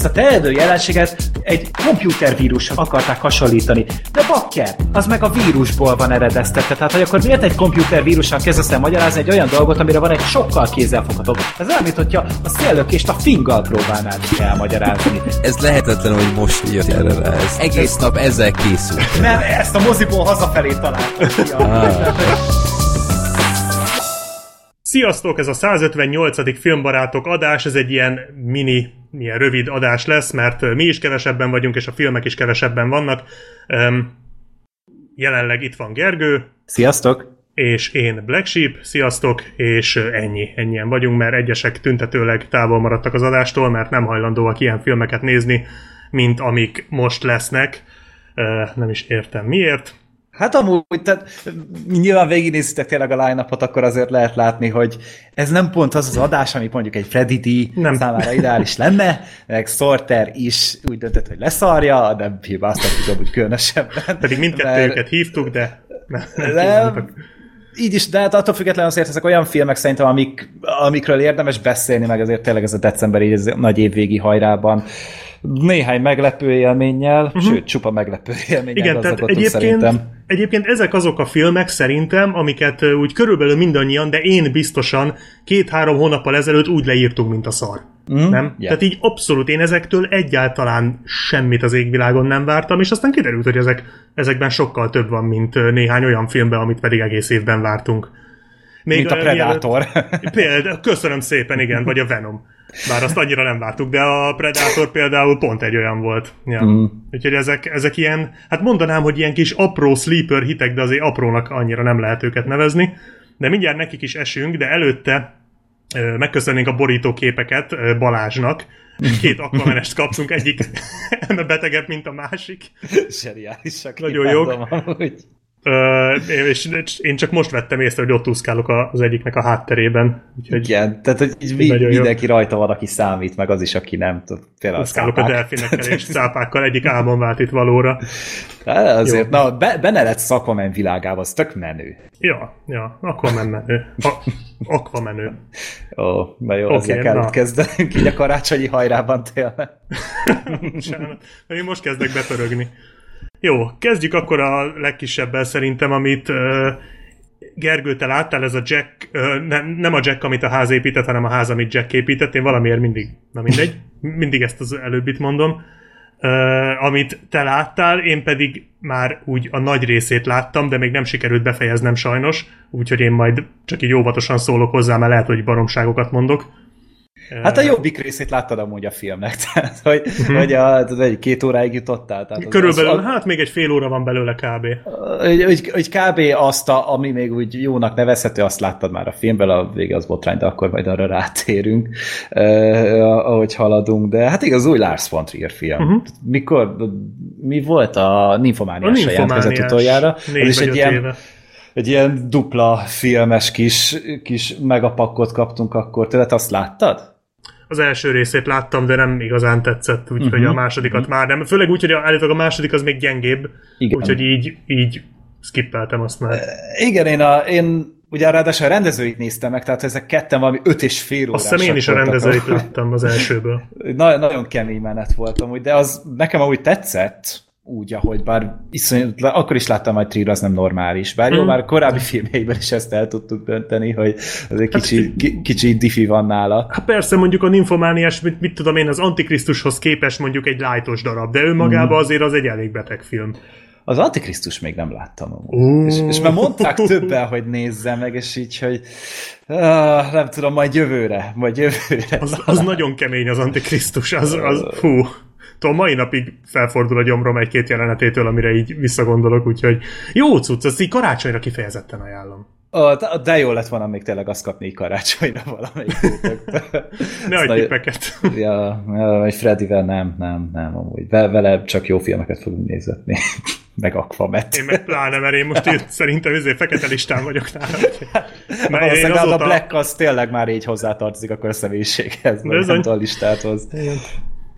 ezt a terjedő jelenséget egy komputervírushoz akarták hasonlítani. De bakker, az meg a vírusból van eredeztetve. Tehát, hogy akkor miért egy komputervírussal kezdesz el magyarázni egy olyan dolgot, amire van egy sokkal kézzelfoghatóbb. Ez olyan, mint hogyha a széllökést a finggal próbálnád elmagyarázni. Ez lehetetlen, hogy most jött erre rá. Ez egész nap ezzel készült. Nem, ezt a moziból hazafelé találtam. Sziasztok, ez a 158. Filmbarátok adás, ez egy ilyen milyen rövid adás lesz, mert mi is kevesebben vagyunk, és a filmek is kevesebben vannak. Jelenleg itt van Gergő. Sziasztok! És én Black Sheep, sziasztok, és ennyien vagyunk, mert egyesek tüntetőleg távol maradtak az adástól, mert nem hajlandóak ilyen filmeket nézni, mint amik most lesznek. Nem is értem miért. Hát amúgy, tehát nyilván végignézitek tényleg a line-upot, akkor azért lehet látni, hogy ez nem pont az adás, ami mondjuk egy Freddy D számára ideális lenne, meg Sorter is úgy döntött, hogy leszarja, de hibáztatjuk amúgy különösebben. Pedig mindkettőjüket hívtuk, de... Így is, de hát attól függetlenül azért ezek olyan filmek szerintem, amikről érdemes beszélni, meg azért tényleg ez a decemberi ez a nagy évvégi hajrában néhány meglepő élménnyel, sőt, csupa meglepő élménnyel gazdagodtunk szerintem. Egyébként ezek azok a filmek szerintem, amiket úgy körülbelül mindannyian, de én biztosan 2-3 hónappal ezelőtt úgy leírtunk, mint a szar. Nem? Yeah. Tehát így abszolút én ezektől egyáltalán semmit az égvilágon nem vártam, és aztán kiderült, hogy ezekben sokkal több van, mint néhány olyan filmben, amit pedig egész évben vártunk. Mint a Predator. Például, köszönöm szépen, igen, vagy a Venom. Bár azt annyira nem vártuk, de a Predator például pont egy olyan volt. Ja. Úgyhogy ezek ilyen, hát mondanám, hogy ilyen kis apró sleeper hitek, de azért aprónak annyira nem lehet őket nevezni. De mindjárt nekik is esünk, de előtte megköszönnénk a borítóképeket Balázsnak. 2 Aquamanest kaptunk, egyik betegebb, mint a másik. Zseniálisak. Nagyon jók. És én csak most vettem észre, hogy ott úszkálok az egyiknek a hátterében. Úgyhogy igen, tehát hogy mindenki rajta van, aki számít, meg az is, aki nem tud. Úszkálok a delfinekkel és cápákkal, egyik álmon vált itt valóra. Azért, na, benne lett Aquaman világába, az tök menő. Ja, Aquaman menő. Aquamanő. Ó, na jó, azért kellett kezdenünk így a karácsonyi hajrában tényleg. Én most kezdek bepörögni. Jó, kezdjük akkor a legkisebbel szerintem, amit Gergő, te láttál, ez a Jack, nem a Jack, amit a ház épített, hanem a ház, amit Jack épített. Én valamiért mindig ezt az előbbit mondom. Amit te láttál, én pedig már úgy a nagy részét láttam, de még nem sikerült befejeznem sajnos, úgyhogy én majd csak így óvatosan szólok hozzá, mert lehet, hogy baromságokat mondok. Hát a jobbik részét láttad amúgy a filmnek, tehát hogy egy 2 óráig jutottál. Tehát körülbelül, hát még egy fél óra van belőle kb. Hogy kb. Azt, ami még úgy jónak nevezhető, azt láttad már a filmben, a vége az botrány, de akkor majd arra rátérünk, ahogy haladunk, de hát igaz, új Lars von Trier film. Mi volt a Nymphomaniásra jelentkezett utoljára? Ez is egy ilyen dupla filmes kis megapakkot kaptunk akkor. Tehát azt láttad? Az első részét láttam, de nem igazán tetszett, úgyhogy a másodikat már nem. Főleg úgy, hogy állítólag a második az még gyengébb, úgyhogy így skippeltem azt már. Igen, én ugye ráadásul a rendezőit néztem meg, tehát ezek ketten valami 5,5 órásak. Azt hiszem én is a rendezőit láttam az elsőből. Nagyon kemény menet voltam, de az nekem amúgy tetszett, úgy, ahogy bár akkor is láttam, hogy Trier az nem normális. Bár jó, már korábbi filmjeiben is ezt el tudtuk dönteni, hogy az egy kicsi diffi van nála. Hát persze, mondjuk a Nymphomaniás, mit tudom én, az Antikrisztushoz képest mondjuk egy lightos darab, de önmagában azért az egy elég beteg film. Az Antikrisztus még nem láttam. És már mondták többen, hogy nézzem meg, és így, hogy nem tudom, majd jövőre. Az nagyon kemény az Antikrisztus, az hú. Tudom, mai napig felfordul a gyomrom egy-két jelenetétől, amire így visszagondolok, úgyhogy jó cucc, azt így karácsonyra kifejezetten ajánlom. De jó lett volna még tényleg azt kapni karácsonyra valamelyik útökbe. Ne adj tippeket. Egy Freddyvel nem, amúgy. Vele csak jó filmeket fogunk nézetni. Meg Aquamet. Én meg pláne, mert én most szerintem ezért fekete listán vagyok nála. Valószínűleg a Black az tényleg már így hozzátartozik akkor a személyiséghez, nem a listáthoz.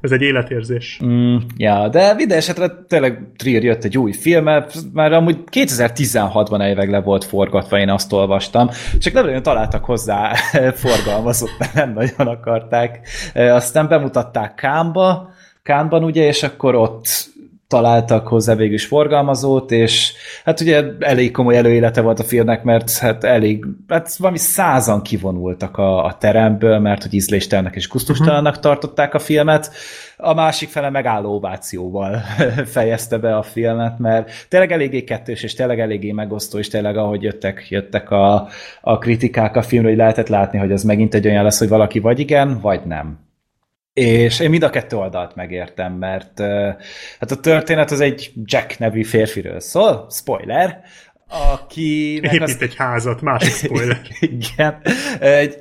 Ez egy életérzés. Ja, de minden esetre tényleg Trier jött egy új filmmel, már amúgy 2016-ban elvileg le volt forgatva, én azt olvastam, csak nem nagyon találtak hozzá forgalmazott, mert nem nagyon akarták. Aztán bemutatták Cannes-ban ugye, és akkor ott találtak hozzá végül is forgalmazót, és hát ugye elég komoly előélete volt a filmnek, mert hát valami 100-an kivonultak a teremből, mert hogy ízléstelennek és gusztustalannak tartották a filmet. A másik fele megálló ovációval fejezte be a filmet, mert tényleg eléggé kettős, és tényleg eléggé megosztó, és tényleg ahogy jöttek a kritikák a filmről, hogy lehetett látni, hogy az megint egy olyan lesz, hogy valaki vagy igen, vagy nem. És én mind a kettő oldalt megértem, mert hát a történet az egy Jack nevű férfiről szól, spoiler, aki... Épít egy házat, másik spoiler. Igen, egy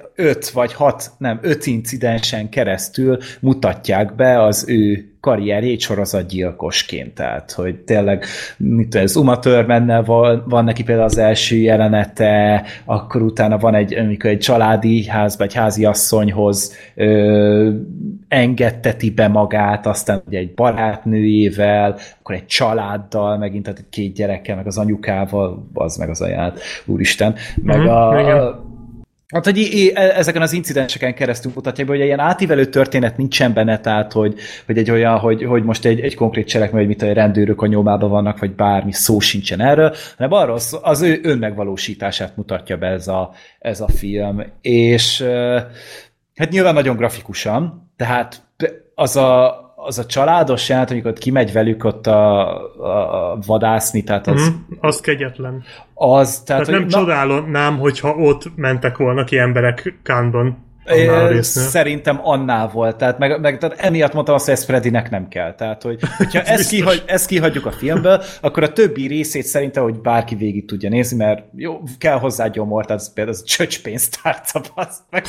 5 incidensen keresztül mutatják be az ő karrierjét sorozatgyilkosként, tehát hogy tényleg az Uma Thurmannel van neki például az első jelenete, akkor utána van amikor egy családi házba, egy háziasszonyhoz engedteti be magát, aztán ugye egy barátnőjével, akkor egy családdal, megint tehát 2 gyerekkel, meg az anyukával, az meg az ajánlat, úristen, meg hát, hogy ezeken az incidenseken keresztül mutatják be, hogy ilyen átívelő történet nincsen benne, tehát, hogy egy olyan, hogy most egy konkrét cselekmény, hogy mit a rendőrök a nyomában vannak, vagy bármi szó sincsen erről, hanem arról az ő önmegvalósítását mutatja be ez a film. És hát nyilván nagyon grafikusan, tehát az a családos jelent, amikor ott kimegy velük ott a vadászni, tehát az... Az kegyetlen. Tehát nem csodálnám, hogyha ott mentek volna ki emberek Cannes-ban. Szerintem annál volt. Tehát emiatt mondtam azt, hogy ez Freddynek nem kell. Tehát, hogyha ezt kihagyjuk a filmből, akkor a többi részét szerintem, hogy bárki végig tudja nézni, mert jó, kell hozzá gyomor, tehát például az csöcspénztárca, baszt meg.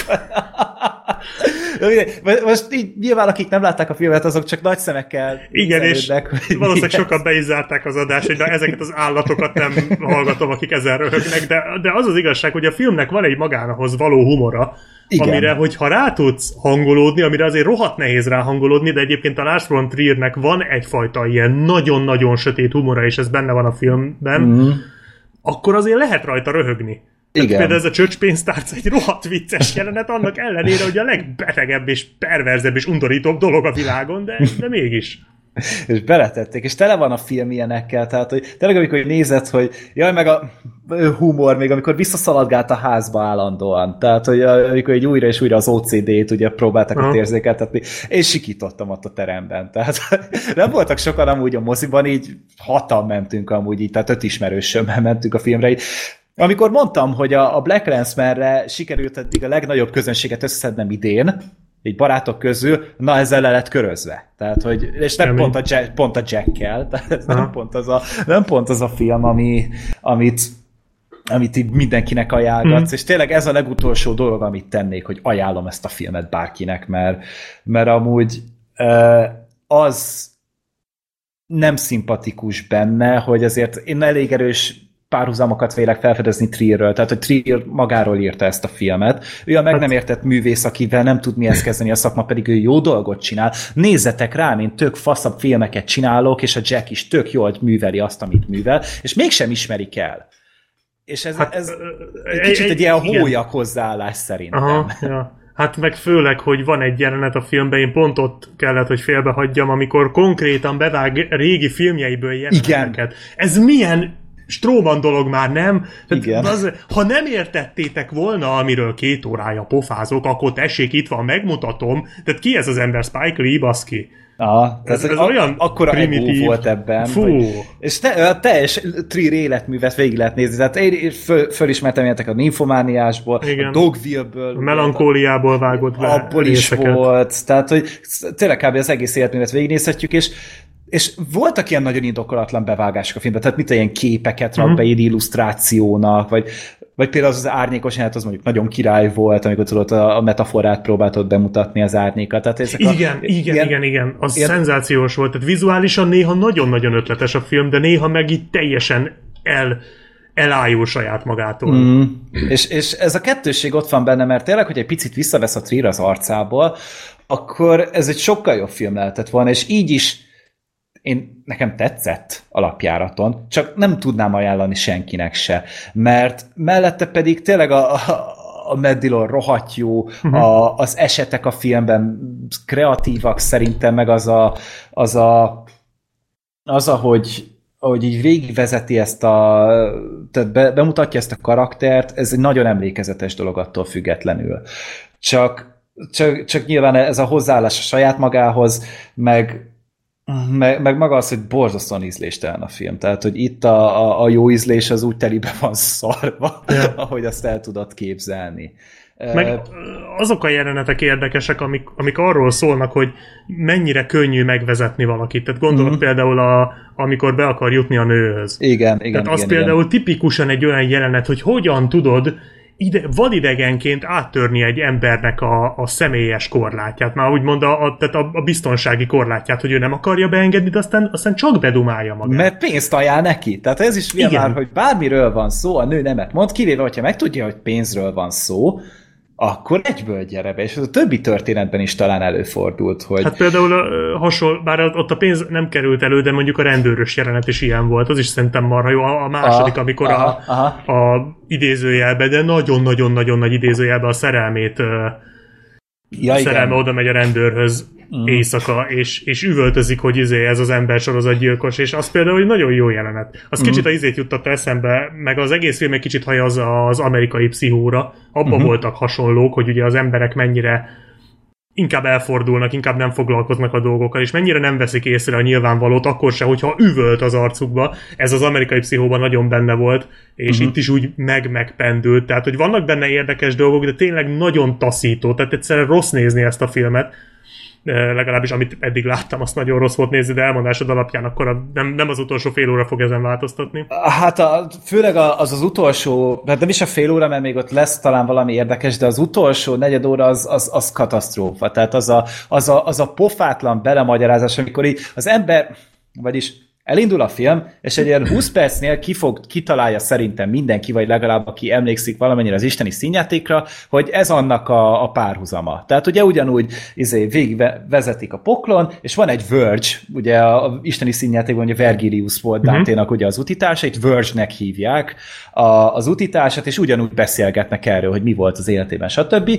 Most így nyilván, akik nem látták a filmet, azok csak nagy szemekkel igen, és valószínűleg sokan be is zárták az adást, hogy ezeket az állatokat nem hallgatom, akik ezen röhögnek, de az az igazság, hogy a filmnek van egy magánahoz való humora, igen. Amire, hogyha rá tudsz hangolódni, amire azért rohadt nehéz rá hangolódni, de egyébként a Lars von Triernek van egyfajta ilyen nagyon-nagyon sötét humora, és ez benne van a filmben, akkor azért lehet rajta röhögni. Például ez a csöcspénztárca egy rohadt vicces jelenet, annak ellenére, hogy a legbetegebb és perverzebb és undorítóbb dolog a világon, de mégis. És beletették, és tele van a film ilyenekkel, tehát hogy tényleg amikor nézed, hogy jaj, meg a humor, még amikor visszaszaladgált a házba állandóan, tehát hogy amikor egy újra és újra az OCD-t ugye próbáltak ott érzékeltetni, és sikítottam ott a teremben, tehát nem voltak sokan amúgy a moziban, így 6-an mentünk amúgy így, tehát 5 ismerősömmel mentünk a filmre, így. Amikor mondtam, hogy a Black Landsmanre sikerült eddig a legnagyobb közönséget összeszednem idén, így barátok közül, na ezzel le lett körözve. Tehát, hogy, és nem pont a Jack-kel, tehát ez nem pont az a film, amit így mindenkinek ajánlgatsz, és tényleg ez a legutolsó dolog, amit tennék, hogy ajánlom ezt a filmet bárkinek, mert amúgy az nem szimpatikus benne, hogy azért én elég erős párhuzamokat vélek felfedezni Trierről, tehát hogy Trier magáról írta ezt a filmet. Ő a meg nem értett művész, akivel nem tud mihez kezdeni a szakma, pedig ő jó dolgot csinál. Nézzetek rám, én tök faszabb filmeket csinálok, és a Jack is tök jól műveli azt, amit művel, és mégsem ismerik el. És ez egy kicsit egy ilyen hólyak hozzáállás szerintem. Aha, ja. Hát meg főleg, hogy van egy jelenet a filmben, én pont ott kellett, hogy félbehagyjam, amikor konkrétan bevág régi filmjeiből jeleneteket. Ez milyen Stróman dolog már, nem? Igen. Ha nem értettétek volna, amiről 2 órája pofázok, akkor tessék, itt van, megmutatom. Tehát ki ez az ember? Spike Lee, baszki? Ez olyan akkora primitív volt ebben. Fú. És teljes Trier életművet végig lehet nézni. Tehát én fölismertem ilyenek a Nymphomaniásból, a Dogville-ből. A Melankóliából vágott be. Abból is volt. Tehát, hogy tényleg kb. Az egész életművet végignézhetjük, és voltak ilyen nagyon indokolatlan bevágások a filmben, tehát mit ilyen képeket rak be illusztrációnak, vagy például az árnyékos jelenet, az mondjuk nagyon király volt, amikor tudod a metaforát próbáltod bemutatni az árnyékat. Tehát ezek igen. Az szenzációs volt. Tehát vizuálisan néha nagyon-nagyon ötletes a film, de néha meg így teljesen elájul saját magától. És ez a kettősség ott van benne, mert tényleg, hogy egy picit visszavesz a Trier az arcából, akkor ez egy sokkal jobb film lehetett volna, és így is nekem tetszett alapjáraton, csak nem tudnám ajánlani senkinek se, mert mellette pedig tényleg a Matt Dillon rohadt jó, az esetek a filmben kreatívak szerintem, meg ahogy így végigvezeti ezt tehát bemutatja ezt a karaktert, ez egy nagyon emlékezetes dolog attól függetlenül. Csak nyilván ez a hozzáállás a saját magához, meg maga az, hogy borzasztóan ízléstelen a film. Tehát, hogy itt a jó ízlés az úgy telibe van szarva, ahogy azt el tudod képzelni. Meg azok a jelenetek érdekesek, amik arról szólnak, hogy mennyire könnyű megvezetni valakit. Tehát gondolok például, amikor be akar jutni a nőhöz. Igen. Tehát az például tipikusan egy olyan jelenet, hogy hogyan tudod vadidegenként áttörni egy embernek a személyes korlátját, már úgymond tehát a biztonsági korlátját, hogy ő nem akarja beengedni, de aztán csak bedumálja magát. Mert pénzt ajánl neki. Tehát ez is már, hogy bármiről van szó, a nő nemet mond, kivéve, hogyha megtudja, hogy pénzről van szó, akkor egyből gyere be, és a többi történetben is talán előfordult, hogy... Hát például bár ott a pénz nem került elő, de mondjuk a rendőrös jelenet is ilyen volt, az is szerintem marha jó. A második, amikor a idézőjelbe, de nagyon-nagyon-nagyon nagy idézőjelbe a szerelmét szerelme oda megy a rendőrhöz éjszaka, és üvöltözik, hogy ez az ember sorozatgyilkos, és az például egy nagyon jó jelenet. Az kicsit a izét juttatta eszembe, meg az egész film egy kicsit hajaz az Amerikai Pszichóra. Abban voltak hasonlók, hogy ugye az emberek mennyire inkább elfordulnak, inkább nem foglalkoznak a dolgokkal, és mennyire nem veszik észre a nyilvánvalót, akkor se, hogyha üvölt az arcukba. Ez az Amerikai Pszichóban nagyon benne volt, és itt is úgy megpendült. Tehát, hogy vannak benne érdekes dolgok, de tényleg nagyon taszító. Tehát egyszerűen rossz nézni ezt a filmet. Legalábbis amit eddig láttam, azt nagyon rossz volt nézni, de elmondásod alapján akkor nem az utolsó fél óra fog ezen változtatni. Hát főleg az utolsó, hát nem is a fél óra, mert még ott lesz talán valami érdekes, de az utolsó negyed óra az katasztrófa. Tehát az a pofátlan belemagyarázás, amikor így az ember, vagyis elindul a film, és egy ilyen 20 percnél kitalálja szerintem mindenki, vagy legalább aki emlékszik valamennyire az isteni színjátékra, hogy ez annak a párhuzama. Tehát ugye ugyanúgy végigvezetik a poklon, és van egy Verge, ugye a isteni színjátékban ugye Vergilius volt Dante-nak ugye az utitársa, itt Verge-nek hívják az utitársat, és ugyanúgy beszélgetnek erről, hogy mi volt az életében, stb.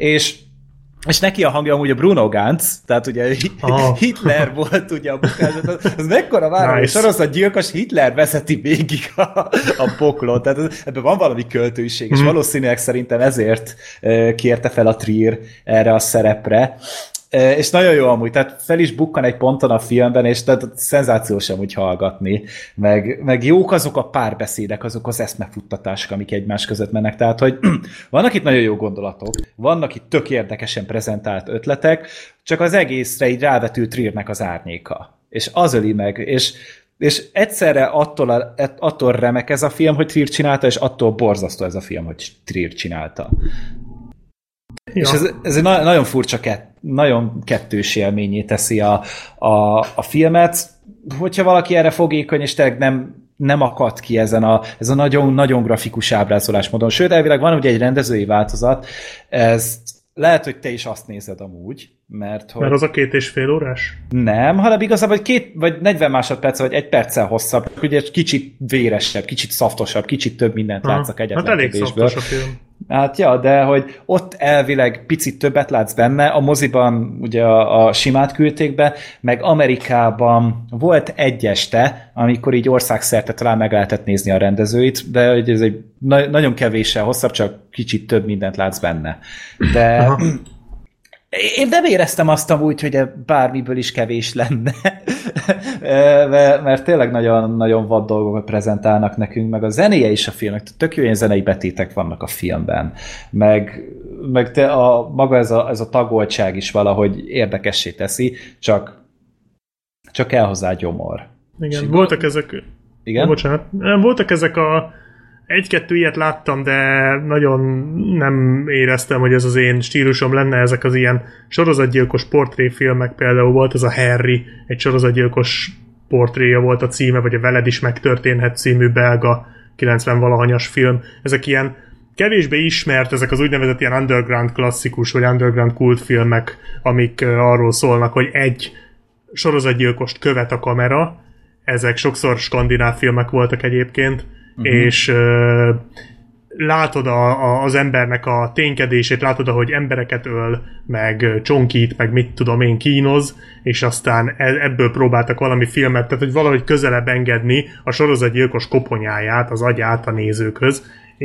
És neki a hangja amúgy a Bruno Ganz, tehát ugye Hitler volt ugye a bukásban, az mekkora várom, sorozatgyilkos, Hitler vezeti végig a poklon, tehát ebben van valami költőiség, és valószínűleg szerintem ezért kérte fel a Trier erre a szerepre, és nagyon jó amúgy, tehát fel is bukkan egy ponton a filmben, és tehát szenzációs amúgy hallgatni, meg jók azok a párbeszédek, azok az eszmefuttatások, amik egymás között mennek, tehát hogy vannak itt nagyon jó gondolatok, vannak itt tök érdekesen prezentált ötletek, csak az egészre így rávetül Triernek az árnyéka, és az öli meg, és egyszerre attól remek ez a film, hogy Trier csinálta, és attól borzasztó ez a film, hogy Trier csinálta. Ja. És ez egy nagyon furcsa, nagyon kettős élményé teszi a filmet. Hogyha valaki erre fogékony, és tényleg nem akad ki ez a nagyon-nagyon grafikus ábrázolás módon. Sőt, elvileg van ugye egy rendezői változat, ezt lehet, hogy te is azt nézed amúgy, mert az a 2,5 órás? Nem, hanem igazából vagy 40 másodperc, vagy 1 perccel hosszabb, ugye kicsit véresebb, kicsit szaftosabb, kicsit több mindent látszak egyetlen hát elég szaftos a film. Hát ja, de hogy ott elvileg picit többet látsz benne, a moziban ugye a simát küldték be, meg Amerikában volt egy este, amikor így országszerte talán meg lehetett nézni a rendezőit, de ez egy nagyon kevéssel hosszabb, csak kicsit több mindent látsz benne. De én nem éreztem azt amúgy, hogy bármiből is kevés lenne, mert tényleg nagyon vad dolgokat prezentálnak nekünk, meg a zenéje is a filmnek, tök jó ilyen zenei betétek vannak a filmben, meg maga ez a tagoltság is valahogy érdekessé teszi, csak kell hozzá gyomor. Igen, voltak ezek... Igen? Bocsánat. Voltak ezek egy-kettő ilyet láttam, de nagyon nem éreztem, hogy ez az én stílusom lenne, ezek az ilyen sorozatgyilkos portréfilmek, például volt ez a Harry, egy sorozatgyilkos portréja volt a címe, vagy a Veled is megtörténhet című belga 90-valahanyas film. Ezek ilyen kevésbé ismert ezek az úgynevezett ilyen underground klasszikus, vagy underground kultfilmek, amik arról szólnak, hogy egy sorozatgyilkost követ a kamera, ezek sokszor skandináv filmek voltak egyébként, és látod az embernek a ténykedését, látod, ahogy embereket öl, meg csonkít, meg mit tudom én, kínoz, és aztán ebből próbáltak valami filmet, tehát hogy valahogy közelebb engedni a sorozatgyilkos koponyáját, az agyát a nézőkhöz,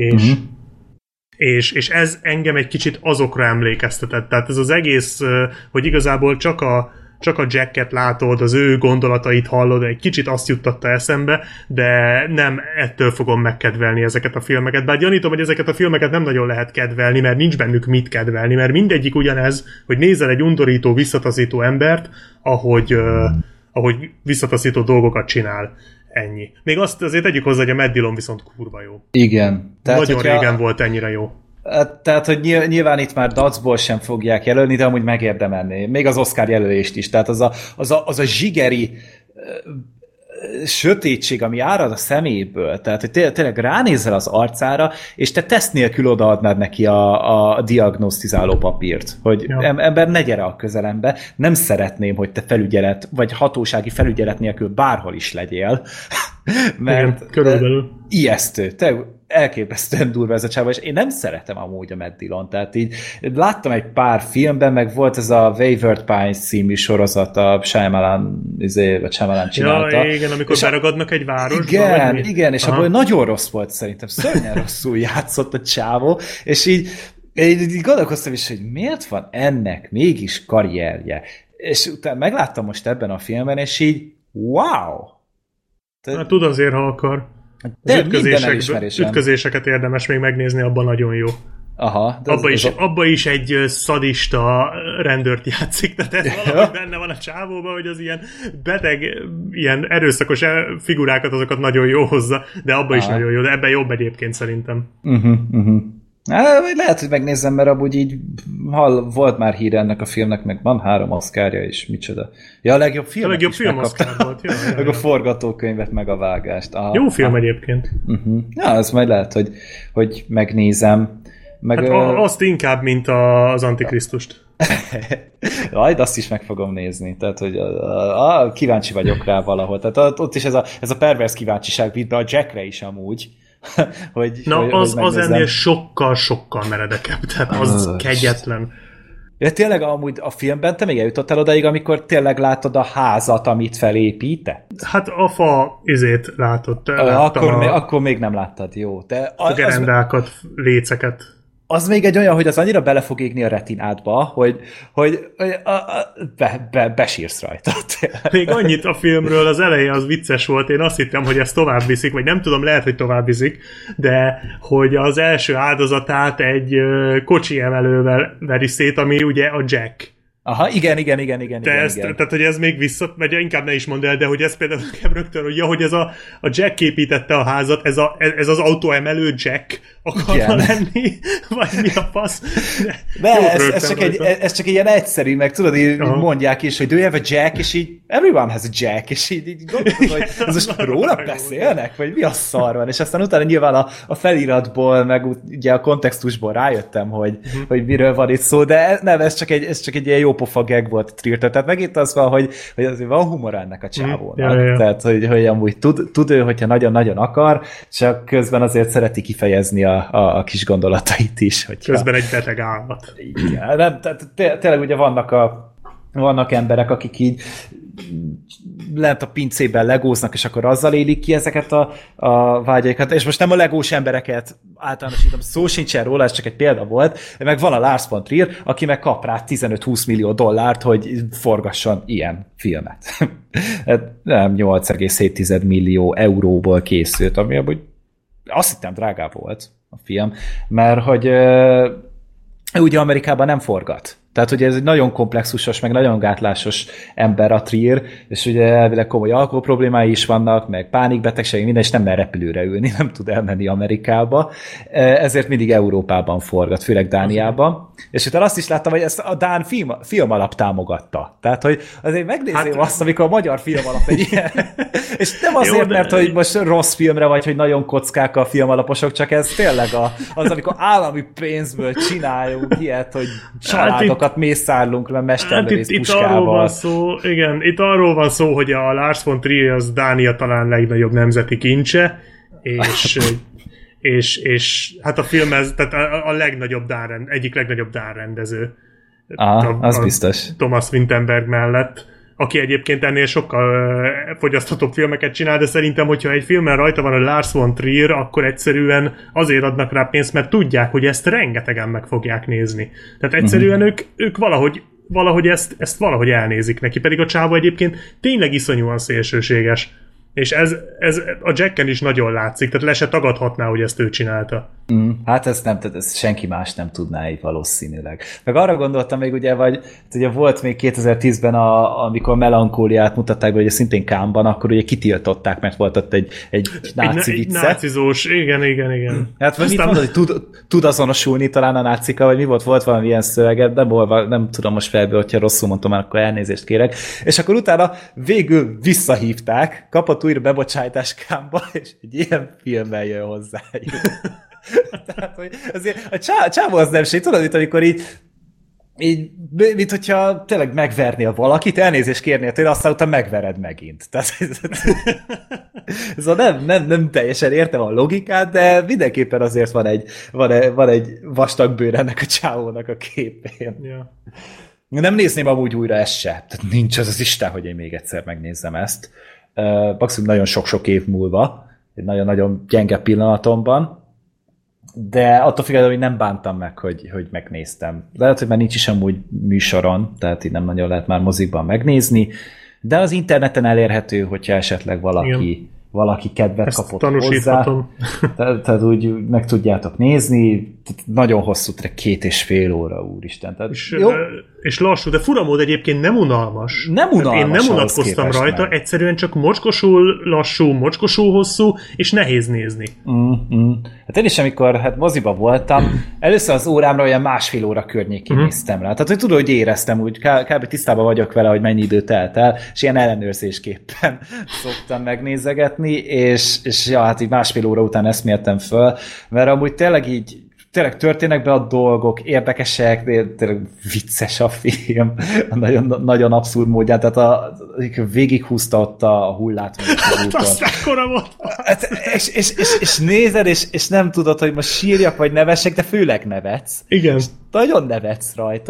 és ez engem egy kicsit azokra emlékeztetett. Tehát ez az egész, hogy igazából csak a Jacket látod, az ő gondolatait hallod, egy kicsit azt juttatta eszembe, de nem ettől fogom megkedvelni ezeket a filmeket. Bár gyanítom, hogy ezeket a filmeket nem nagyon lehet kedvelni, mert nincs bennük mit kedvelni, mert mindegyik ugyanez, hogy nézel egy undorító, visszataszító embert, ahogy visszataszító dolgokat csinál. Ennyi. Még azt azért tegyük hozzá, hogy a Matt Dillon viszont kurva jó. Igen. Tehát, nagyon régen volt ennyire jó. Tehát, hogy nyilván itt már dacból sem fogják jelölni, de amúgy megérdemelné. Még az Oscar jelölést is. Tehát az a zsigeri sötétség, ami árad a szeméből, tehát hogy tényleg ránézel az arcára, és te teszt nélkül odaadnád neki a diagnosztizáló papírt, hogy ember ne gyere a közelembe, nem szeretném, hogy te felügyelet, vagy hatósági felügyelet nélkül bárhol is legyél, mert igen, körülbelül. Ijesztő, te elképesztően durva ez a csáva, és én nem szeretem amúgy a Matt Dillon, tehát így láttam egy pár filmben, meg volt ez a Wayward Pines című sorozat, a Shyamalan csinálta. Ja, igen, amikor beragadnak egy városba. Igen, és abból nagyon rossz volt szerintem, szörnyen rosszul játszott a csávó, és így gondolkoztam is, hogy miért van ennek mégis karrierje. És utána megláttam most ebben a filmben, és így wow! Hát tud azért, ha akar. De ütközéseket érdemes még megnézni, abban nagyon jó. Aha. Abba is egy szadista rendőrt játszik, tehát ez valahogy benne van a csávóban, hogy az ilyen beteg, ilyen erőszakos figurákat, azokat nagyon jó hozza, de abba is nagyon jó, de ebben jobb egyébként szerintem. Lehet, hogy megnézzem, mert amúgy így volt már hír ennek a filmnek, meg van 3 Oscarja is, micsoda. Ja, a legjobb film. A legjobb film Oscar volt. Meg a forgatókönyvet, meg a vágást. Jó film egyébként. Ja, az majd lehet, hogy megnézem. Meg, hát azt inkább, mint az Antikrisztust. Jaj, de azt is meg fogom nézni. Tehát, hogy kíváncsi vagyok rá valahol. Tehát ott is ez a pervers kíváncsiság vitt be a Jackre is amúgy. hogy az ennél sokkal meredekebb. Tehát az kegyetlen. Ja, tényleg amúgy a filmben te még eljutottál odaig, amikor tényleg látod a házat, amit felépített? Hát a fa látod. Akkor még nem láttad, jó. A gerendákat, léceket. Az még egy olyan, hogy az annyira bele fog égni a retinádba, hogy besírsz rajta. Még annyit a filmről, az eleje az vicces volt, én azt hittem, hogy ezt tovább viszik, vagy nem tudom, lehet, hogy tovább viszik, de hogy az első áldozatát egy kocsi emelővel veri szét, ami ugye a Jack. Aha, igen. Tehát, hogy ez még vagy inkább ne is mondd el, de hogy ez például rögtön, hogy ez a Jack építette a házat, ez az autóemelő Jack akarna lenni, vagy mi a fasz? Ez csak ilyen egyszerű, meg tudod, így mondják is, hogy do you have a Jack, és így everyone has a Jack, és így gondolod, hogy ez most róla beszélnek, vagy mi a szar van, és aztán utána nyilván a feliratból, meg ugye a kontextusból rájöttem, hogy miről van itt szó, de nem, ez csak egy ilyen jó pofa gag volt a Triertől. Tehát megint az van, hogy azért van humor ennek a csávónak. Tehát, hogy amúgy tud ő, hogyha nagyon-nagyon akar, csak közben azért szereti kifejezni a kis gondolatait is. Közben egy beteg állat. Igen, nem, tehát tényleg ugye vannak emberek, akik így lent a pincében legóznak, és akkor azzal élik ki ezeket a vágyaikat. És most nem a legós embereket általánosítom, szó sincsen róla, ez csak egy példa volt, meg van a Lars von Trier, aki meg kap rá 15-20 millió dollárt, hogy forgasson ilyen filmet. Nem 8,7 millió euróból készült, ami amúgy azt hittem drágább volt a film, mert hogy ugye Amerikában nem forgat. Tehát ugye ez egy nagyon komplexusos, meg nagyon gátlásos ember a Trier, és ugye elvileg komoly alkoholproblémái is vannak, meg pánikbetegség, minden, és nem mer repülőre ülni, nem tud elmenni Amerikába. Ezért mindig Európában forgat, főleg Dániában. És utána azt is láttam, hogy ezt a Dán film alap támogatta. Tehát, hogy azért megnézném azt, amikor a magyar film alap egy ilyen. És nem azért, mert hogy most rossz filmre vagy, hogy nagyon kockák a filmalaposok, csak ez tényleg az, amikor állami pénzből csináljunk ilyet, hogy családokat mészárlunk le mesterlövész puskával. Itt arról van szó, igen, itt arról van szó, hogy a Lars von Trier az Dánia talán legnagyobb nemzeti kincse, és hát a film ez, tehát a legnagyobb egyik legnagyobb Dán rendező. Az biztos. Thomas Vinterberg mellett, aki egyébként ennél sokkal fogyaszthatóbb filmeket csinál, de szerintem, hogyha egy filmen rajta van a Lars von Trier, akkor egyszerűen azért adnak rá pénzt, mert tudják, hogy ezt rengetegen meg fogják nézni. Tehát egyszerűen ők valahogy ezt valahogy elnézik neki, pedig a csávó egyébként tényleg iszonyúan szélsőséges. És ez a Jacken is nagyon látszik, tehát le se tagadhatná, hogy ezt ő csinálta. Hát ezt senki más nem tudná így valószínűleg. Meg arra gondoltam még ugye, ugye volt még 2010-ben, amikor Melankóliát mutatták be, ugye szintén Cannes-ban, akkor ugye kitiltották, mert volt ott egy náci vicce. Egy nácizós, igen. Hát mit mondod, hogy tud azonosulni talán a nácika, vagy mi volt valami ilyen szöveget, nem tudom most felből, hogyha rosszul mondtam, akkor elnézést kérek. És akkor utána végül visszahívták, kapott újra bebocsájtás Cannes-ba, és egy ilyen filmmel jön hozzájuk. Tehát, hogy azért a csávó az nem sé, tudod, mint amikor így mint hogyha tényleg megvernél valakit, elnézést kérnél tőle, aztán utána megvered megint. Tehát ez nem teljesen értem a logikát, de mindenképpen azért van egy vastag bőr ennek a csávónak a képén. Ja. Nem nézném amúgy újra ezt se. Tehát nincs az Isten, hogy én még egyszer megnézzem ezt. Maximum nagyon sok-sok év múlva, egy nagyon-nagyon gyenge pillanatomban, de attól függetlenül, hogy nem bántam meg, hogy megnéztem. Lehet, hogy már nincs is amúgy műsoron, tehát így nem nagyon lehet már mozikban megnézni, de az interneten elérhető, hogyha esetleg valaki kedvet ezt kapott hozzá. Tehát úgy meg tudjátok nézni, nagyon hosszú, 2,5 óra, úristen. Tehát és lassú, de furamód egyébként nem unalmas. Nem unalmas. Én nem unatkoztam rajta, meg. Egyszerűen csak mocskosul lassú, mocskosul hosszú, és nehéz nézni. Hát én is, amikor moziba voltam, először az órámra olyan 1,5 óra környékén néztem rá. Tehát, hogy tudod, hogy éreztem, úgy kb. Tisztában vagyok vele, hogy mennyi idő telt el, és ilyen ellenőrzésképpen szoktam megnézegetni, és ja, hát így 1,5 óra után eszméltem föl, mert amúgy tényleg történnek be a dolgok, érdekesek, tényleg vicces a film, nagyon, nagyon abszurd módján, tehát végighúzta ott a hullát. Hát azt ekkora volt! És nézed, és nem tudod, hogy most sírjak, vagy nevessek, de főleg nevetsz. Igen. És nagyon nevetsz rajta,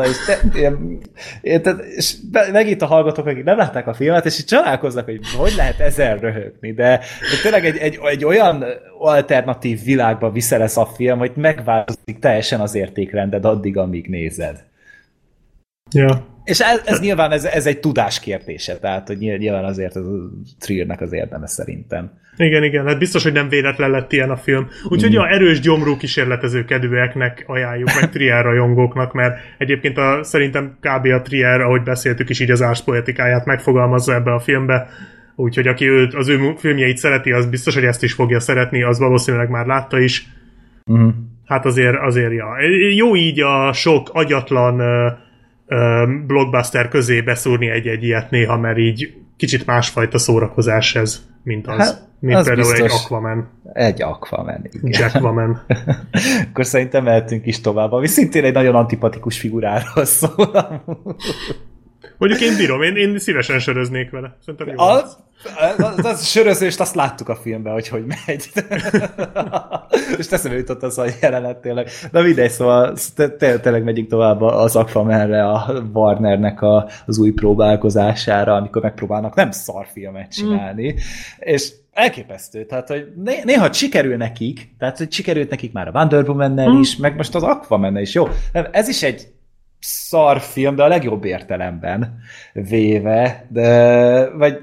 és megint a hallgatók, akik nem látták a filmet, és így csodálkoznak, hogy lehet ezen röhögni, de tényleg egy olyan alternatív világba viszelesz a film, hogy megváltozik teljesen az értékrended addig, amíg nézed. Ja. És ez nyilván ez egy tudás kérdése, tehát hogy nyilván azért ez a Triernek az érdeme szerintem. Igen, hát biztos, hogy nem véletlen lett ilyen a film. Úgyhogy erős gyomrú kísérletező kedvűeknek ajánljuk, meg Trier rajongóknak, mert egyébként szerintem kb. A Trier, ahogy beszéltük is, így az árspoetikáját megfogalmazza ebbe a filmbe. Úgyhogy aki az ő filmjeit szereti, az biztos, hogy ezt is fogja szeretni, az valószínűleg már látta is. Hát azért ja. Jó így a sok agyatlan blockbuster közé beszúrni egy ilyet néha, mert így kicsit másfajta szórakozás ez, mint mint az például biztos. egy Aquaman. Egy Aquaman, igen. Jackwaman. Akkor szerintem mehetünk is tovább, ami szintén egy nagyon antipatikus figuráról szól. Mondjuk én bírom, én szívesen söröznék vele. Szerintem jó. Az sörözést azt láttuk a filmben, hogy megy. És teszem jutott az a jelenet tényleg. Na mindegy, szóval tényleg megyünk tovább az Aquamanre, a Warnernek az új próbálkozására, amikor megpróbálnak nem szarfilmet csinálni. És elképesztő, tehát hogy néha sikerül nekik, tehát hogy sikerült nekik már a Wonder Woman-nel is, meg most az Aquaman-nel is. Jó, ez is egy szar film, de a legjobb értelemben véve, de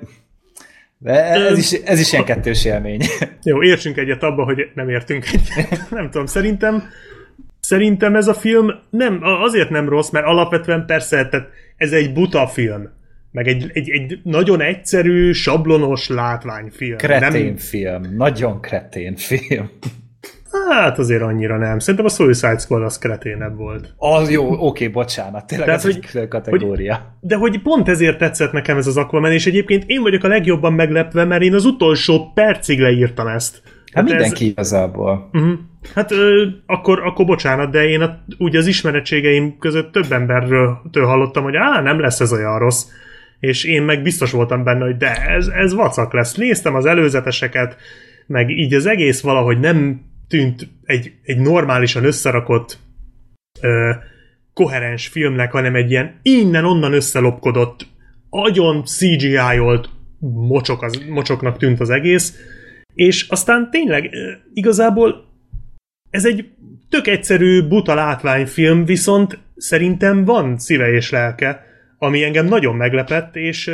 ez is ilyen kettős élmény. Jó, értsünk egyet abba, hogy nem értünk egyet. Nem tudom, szerintem szerintem ez a film azért nem rossz, mert alapvetően persze, tehát ez egy buta film. Meg egy nagyon egyszerű, sablonos látványfilm. Kretén film. Nagyon kretén film. Hát azért annyira nem. Szerintem a Suicide Squad az kreténebb volt. Az jó, oké, bocsánat. Tényleg ez egy külön kategória. De hogy pont ezért tetszett nekem ez az Aquaman, és egyébként én vagyok a legjobban meglepve, mert én az utolsó percig leírtam ezt. Hát mindenki igazából. Hát akkor bocsánat, de én úgy az ismeretségeim között több emberről hallottam, hogy nem lesz ez olyan rossz. És én meg biztos voltam benne, hogy de ez vacak lesz. Néztem az előzeteseket, meg így az egész valahogy nem tűnt egy normálisan összerakott koherens filmnek, hanem egy ilyen innen-onnan összelopkodott, agyon CGI-olt mocsoknak tűnt az egész, és aztán tényleg igazából ez egy tök egyszerű, buta látványfilm, viszont szerintem van szíve és lelke, ami engem nagyon meglepett, és...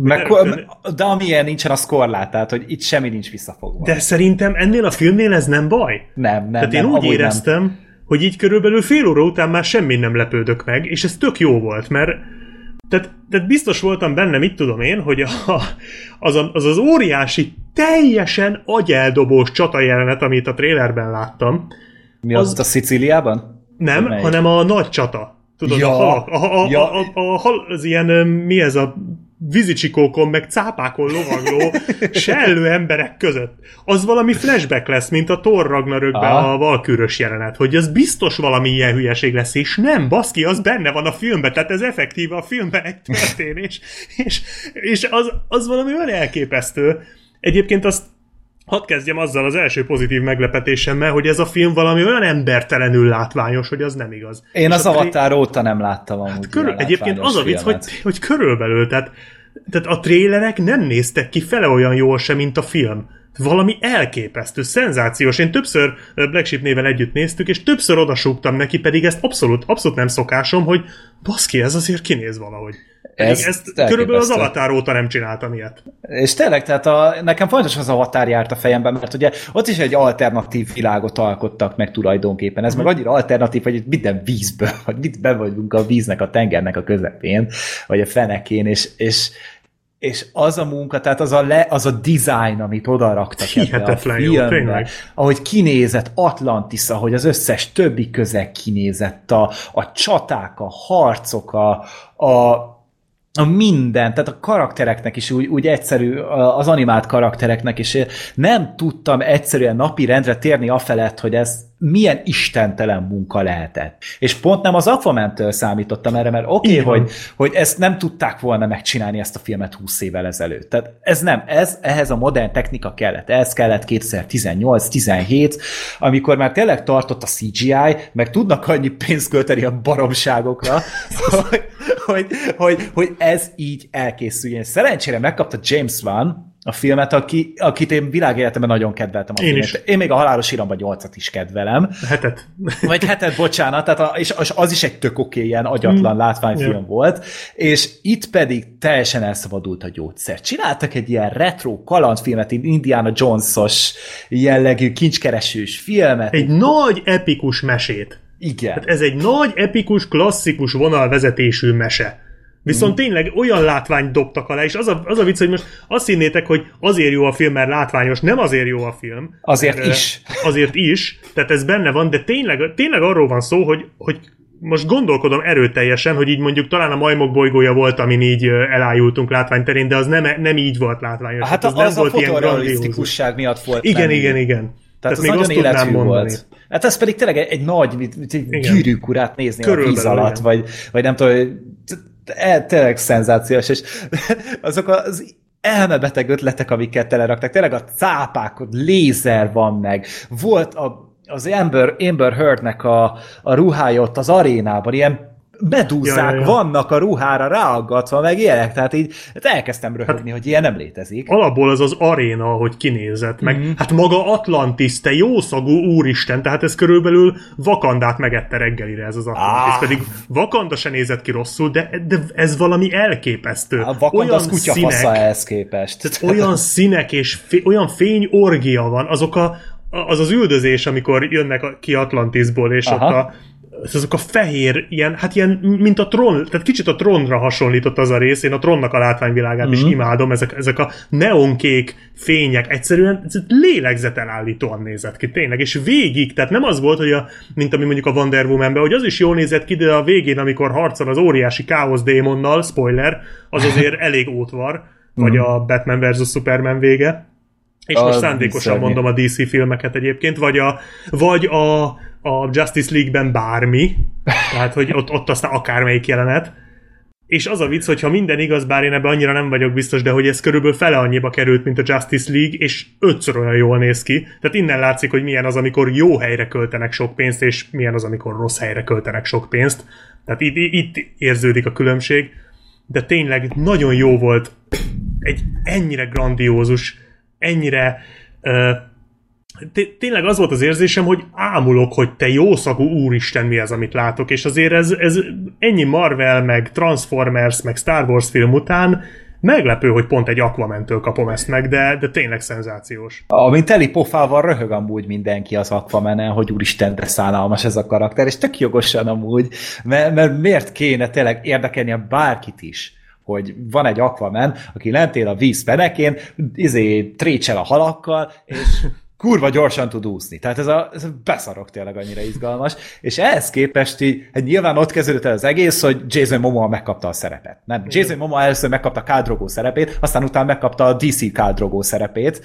De amilyen nincsen, az korlát, tehát, hogy itt semmi nincs visszafogva. De szerintem ennél a filmnél ez nem baj. Nem. Tehát én úgy éreztem, hogy így körülbelül fél óra után már semmi nem lepődök meg, és ez tök jó volt, mert tehát biztos voltam benne, mit tudom én, hogy az óriási, teljesen agyeldobós csata-jelenet, amit a trailerben láttam. Mi az a Szicíliában? Nem, hanem a nagy csata. Tudod, ja, a hal, az ilyen, mi ez a vízicsikókon, meg cápákon lovagló sellő emberek között. Az valami flashback lesz, mint a Thor Ragnarökben a valkűrös jelenet, hogy az biztos valami ilyen hülyeség lesz, és nem, baszki, az benne van a filmben, tehát ez effektíve a filmben egy történés, és az valami olyan elképesztő. Egyébként azt hadd kezdjem azzal az első pozitív meglepetésemmel, hogy ez a film valami olyan embertelenül látványos, hogy az nem igaz. Én az Avatar óta nem láttam amúgy. Egyébként az a vicc, hogy körülbelül, tehát a trélerek nem néztek ki fele olyan jól sem, mint a film. Valami elképesztő, szenzációs. Én többször Black Sheep néven együtt néztük, és többször odasúgtam neki, pedig ezt abszolút nem szokásom, hogy baszki, ez azért kinéz valahogy. Ezt körülbelül az Avatar óta nem csináltam ilyet. És tényleg, tehát nekem fontos az Avatar járt a fejemben, mert ugye ott is egy alternatív világot alkottak meg tulajdonképpen. Ez meg annyira alternatív, hogy minden vízből, vagy mit be vagyunk a víznek, a tengernek a közepén, vagy a fenekén, és az a munka, tehát az a design, amit oda raktak ebbe a filmbe, ahogy kinézett Atlantis, ahogy az összes többi közeg kinézett, a csaták, a harcok, a minden, tehát a karaktereknek is úgy egyszerű, az animált karaktereknek is nem tudtam egyszerűen napi rendre térni afelett, hogy ez milyen istentelen munka lehetett. És pont nem az Aquaman-től számítottam erre, mert hogy ezt nem tudták volna megcsinálni ezt a filmet 20 évvel ezelőtt. Tehát ehhez a modern technika kellett. Ez kellett 2018-17, amikor már tényleg tartott a CGI, meg tudnak annyi pénzt költeni a baromságokra, hogy ez így elkészüljön. Szerencsére megkapta James Wan a filmet, akit én világéletemben nagyon kedveltem. Én még a Halálos Iramban 8-at is kedvelem. 7-et. Vagy 7-et, bocsánat, tehát és az is egy tök oké, ilyen agyatlan látványfilm volt, és itt pedig teljesen elszabadult a gyógyszer. Csináltak egy ilyen retro kalandfilmet, Indiana Jones-os jellegű kincskeresős filmet. Egy nagy epikus mesét. Igen. Hát ez egy nagy epikus, klasszikus vonalvezetésű mese. Viszont tényleg olyan látványt dobtak alá, és az a vicc, hogy most azt hinnétek, hogy azért jó a film, mert látványos, nem azért jó a film. Azért is, tehát ez benne van, de tényleg arról van szó, hogy most gondolkodom erőteljesen, hogy így mondjuk talán a Majmok bolygója volt, amin így elájultunk látványterén, de az nem így volt látványos. Hát az nem volt a fotorealisztikusság miatt volt. Igen. Tehát ez nagyon életű volt. Hát ez pedig tényleg egy nagy gyűrűkurát nézni a víz alatt, vagy nem tudom, tényleg szenzációs, és azok az elmebeteg ötletek, amiket teleraktak, tényleg a cápák, lézer van meg, volt az Amber Heardnek a ruhája ott az arénában, ilyen medúzák vannak a ruhára ráaggatva, meg ilyenek, tehát így elkezdtem röhögni, hogy ilyen nem létezik. Alapból az aréna, ahogy kinézett, meg hát maga Atlantis, te jószagú úristen, tehát ez körülbelül Wakandát megette reggelire ez az Atlantis, pedig Wakanda se nézett ki rosszul, de ez valami elképesztő. A Wakanda az kutyafasza ehhez képest. Olyan színek és olyan fényorgia van, az üldözés, amikor jönnek ki Atlantisból, és Aha. ott azok a fehér, ilyen, mint a Tron, tehát kicsit a Tronra hasonlított az a rész, én a Tronnak a látványvilágát is imádom, ezek a neonkék fények, egyszerűen lélegzetelállítóan nézett ki, tényleg, és végig, tehát nem az volt, hogy mint ami mondjuk a Wonder Woman-ben, hogy az is jól nézett ki, de a végén, amikor harcol az óriási káosz démonnal, spoiler, az azért elég ótvar, vagy a Batman vs. Superman vége. És most szándékosan mondom a DC filmeket egyébként, vagy a Justice League-ben bármi, tehát hogy ott aztán akármelyik jelenet. És az a vicc, hogyha minden igaz, bár én ebben annyira nem vagyok biztos, de hogy ez körülbelül fele annyiba került, mint a Justice League, és 5-ször olyan jól néz ki. Tehát innen látszik, hogy milyen az, amikor jó helyre költenek sok pénzt, és milyen az, amikor rossz helyre költenek sok pénzt. Tehát itt érződik a különbség. De tényleg nagyon jó volt egy ennyire grandiózus, ennyire tényleg az volt az érzésem, hogy ámulok, hogy te jószagú úristen, mi az, amit látok, és azért ez ennyi Marvel, meg Transformers, meg Star Wars film után meglepő, hogy pont egy Aquaman-től kapom ezt meg, de tényleg szenzációs. Amint teli pofával röhög amúgy mindenki az Aquamanen, hogy úristen, de szánalmas ez a karakter, és tök jogosan amúgy, mert miért kéne tényleg érdekelni a bárkit is, hogy van egy Aquaman, aki lent él a víz fenekén, trécsel a halakkal, és kurva gyorsan tud úszni. Tehát ez a beszarok tényleg annyira izgalmas. És ehhez képest így, hát nyilván ott kezdődött el az egész, hogy Jason Momoa megkapta a szerepet. Nem, Jason Momoa először megkapta Khal Drogo szerepét, aztán utána megkapta a DC Khal Drogo szerepét.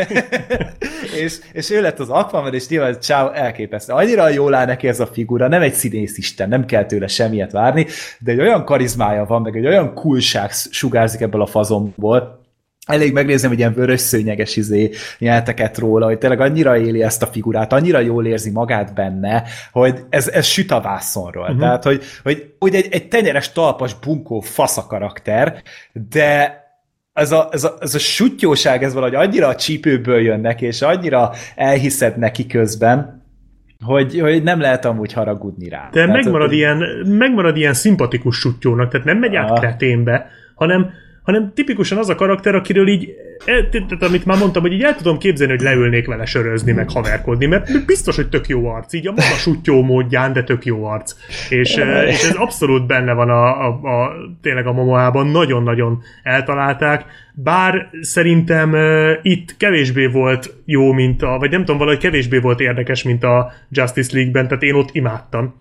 és ő lett az Aquaman, és nyilván ciao, elképesztő. Annyira jól áll neki ez a figura, nem egy színészisten, nem kell tőle semmiet várni, de egy olyan karizmája van, meg egy olyan coolság sugárzik ebből a fazomból. Elég megnézni, hogy ilyen vörös szőnyeges nyelteket róla, hogy tényleg annyira éli ezt a figurát, annyira jól érzi magát benne, hogy ez süt a vászonról. Tehát, hogy egy tenyeres, talpas, bunkó fasza karakter, de ez a suttyóság, ez valahogy annyira a csípőből jön neki, és annyira elhiszed neki közben, hogy nem lehet amúgy haragudni rá. De megmarad ilyen szimpatikus suttyónak, tehát nem megy át kreténbe, hanem tipikusan az a karakter, akiről így, tehát amit már mondtam, hogy így el tudom képzelni, hogy leülnék vele sörözni, meg haverkodni, mert biztos, hogy tök jó arc, így a maga suttyó módján, de tök jó arc. És ez abszolút benne van tényleg a Momoában, nagyon-nagyon eltalálták, bár szerintem itt kevésbé volt jó, vagy nem tudom, valahogy kevésbé volt érdekes, mint a Justice League-ben, tehát én ott imádtam.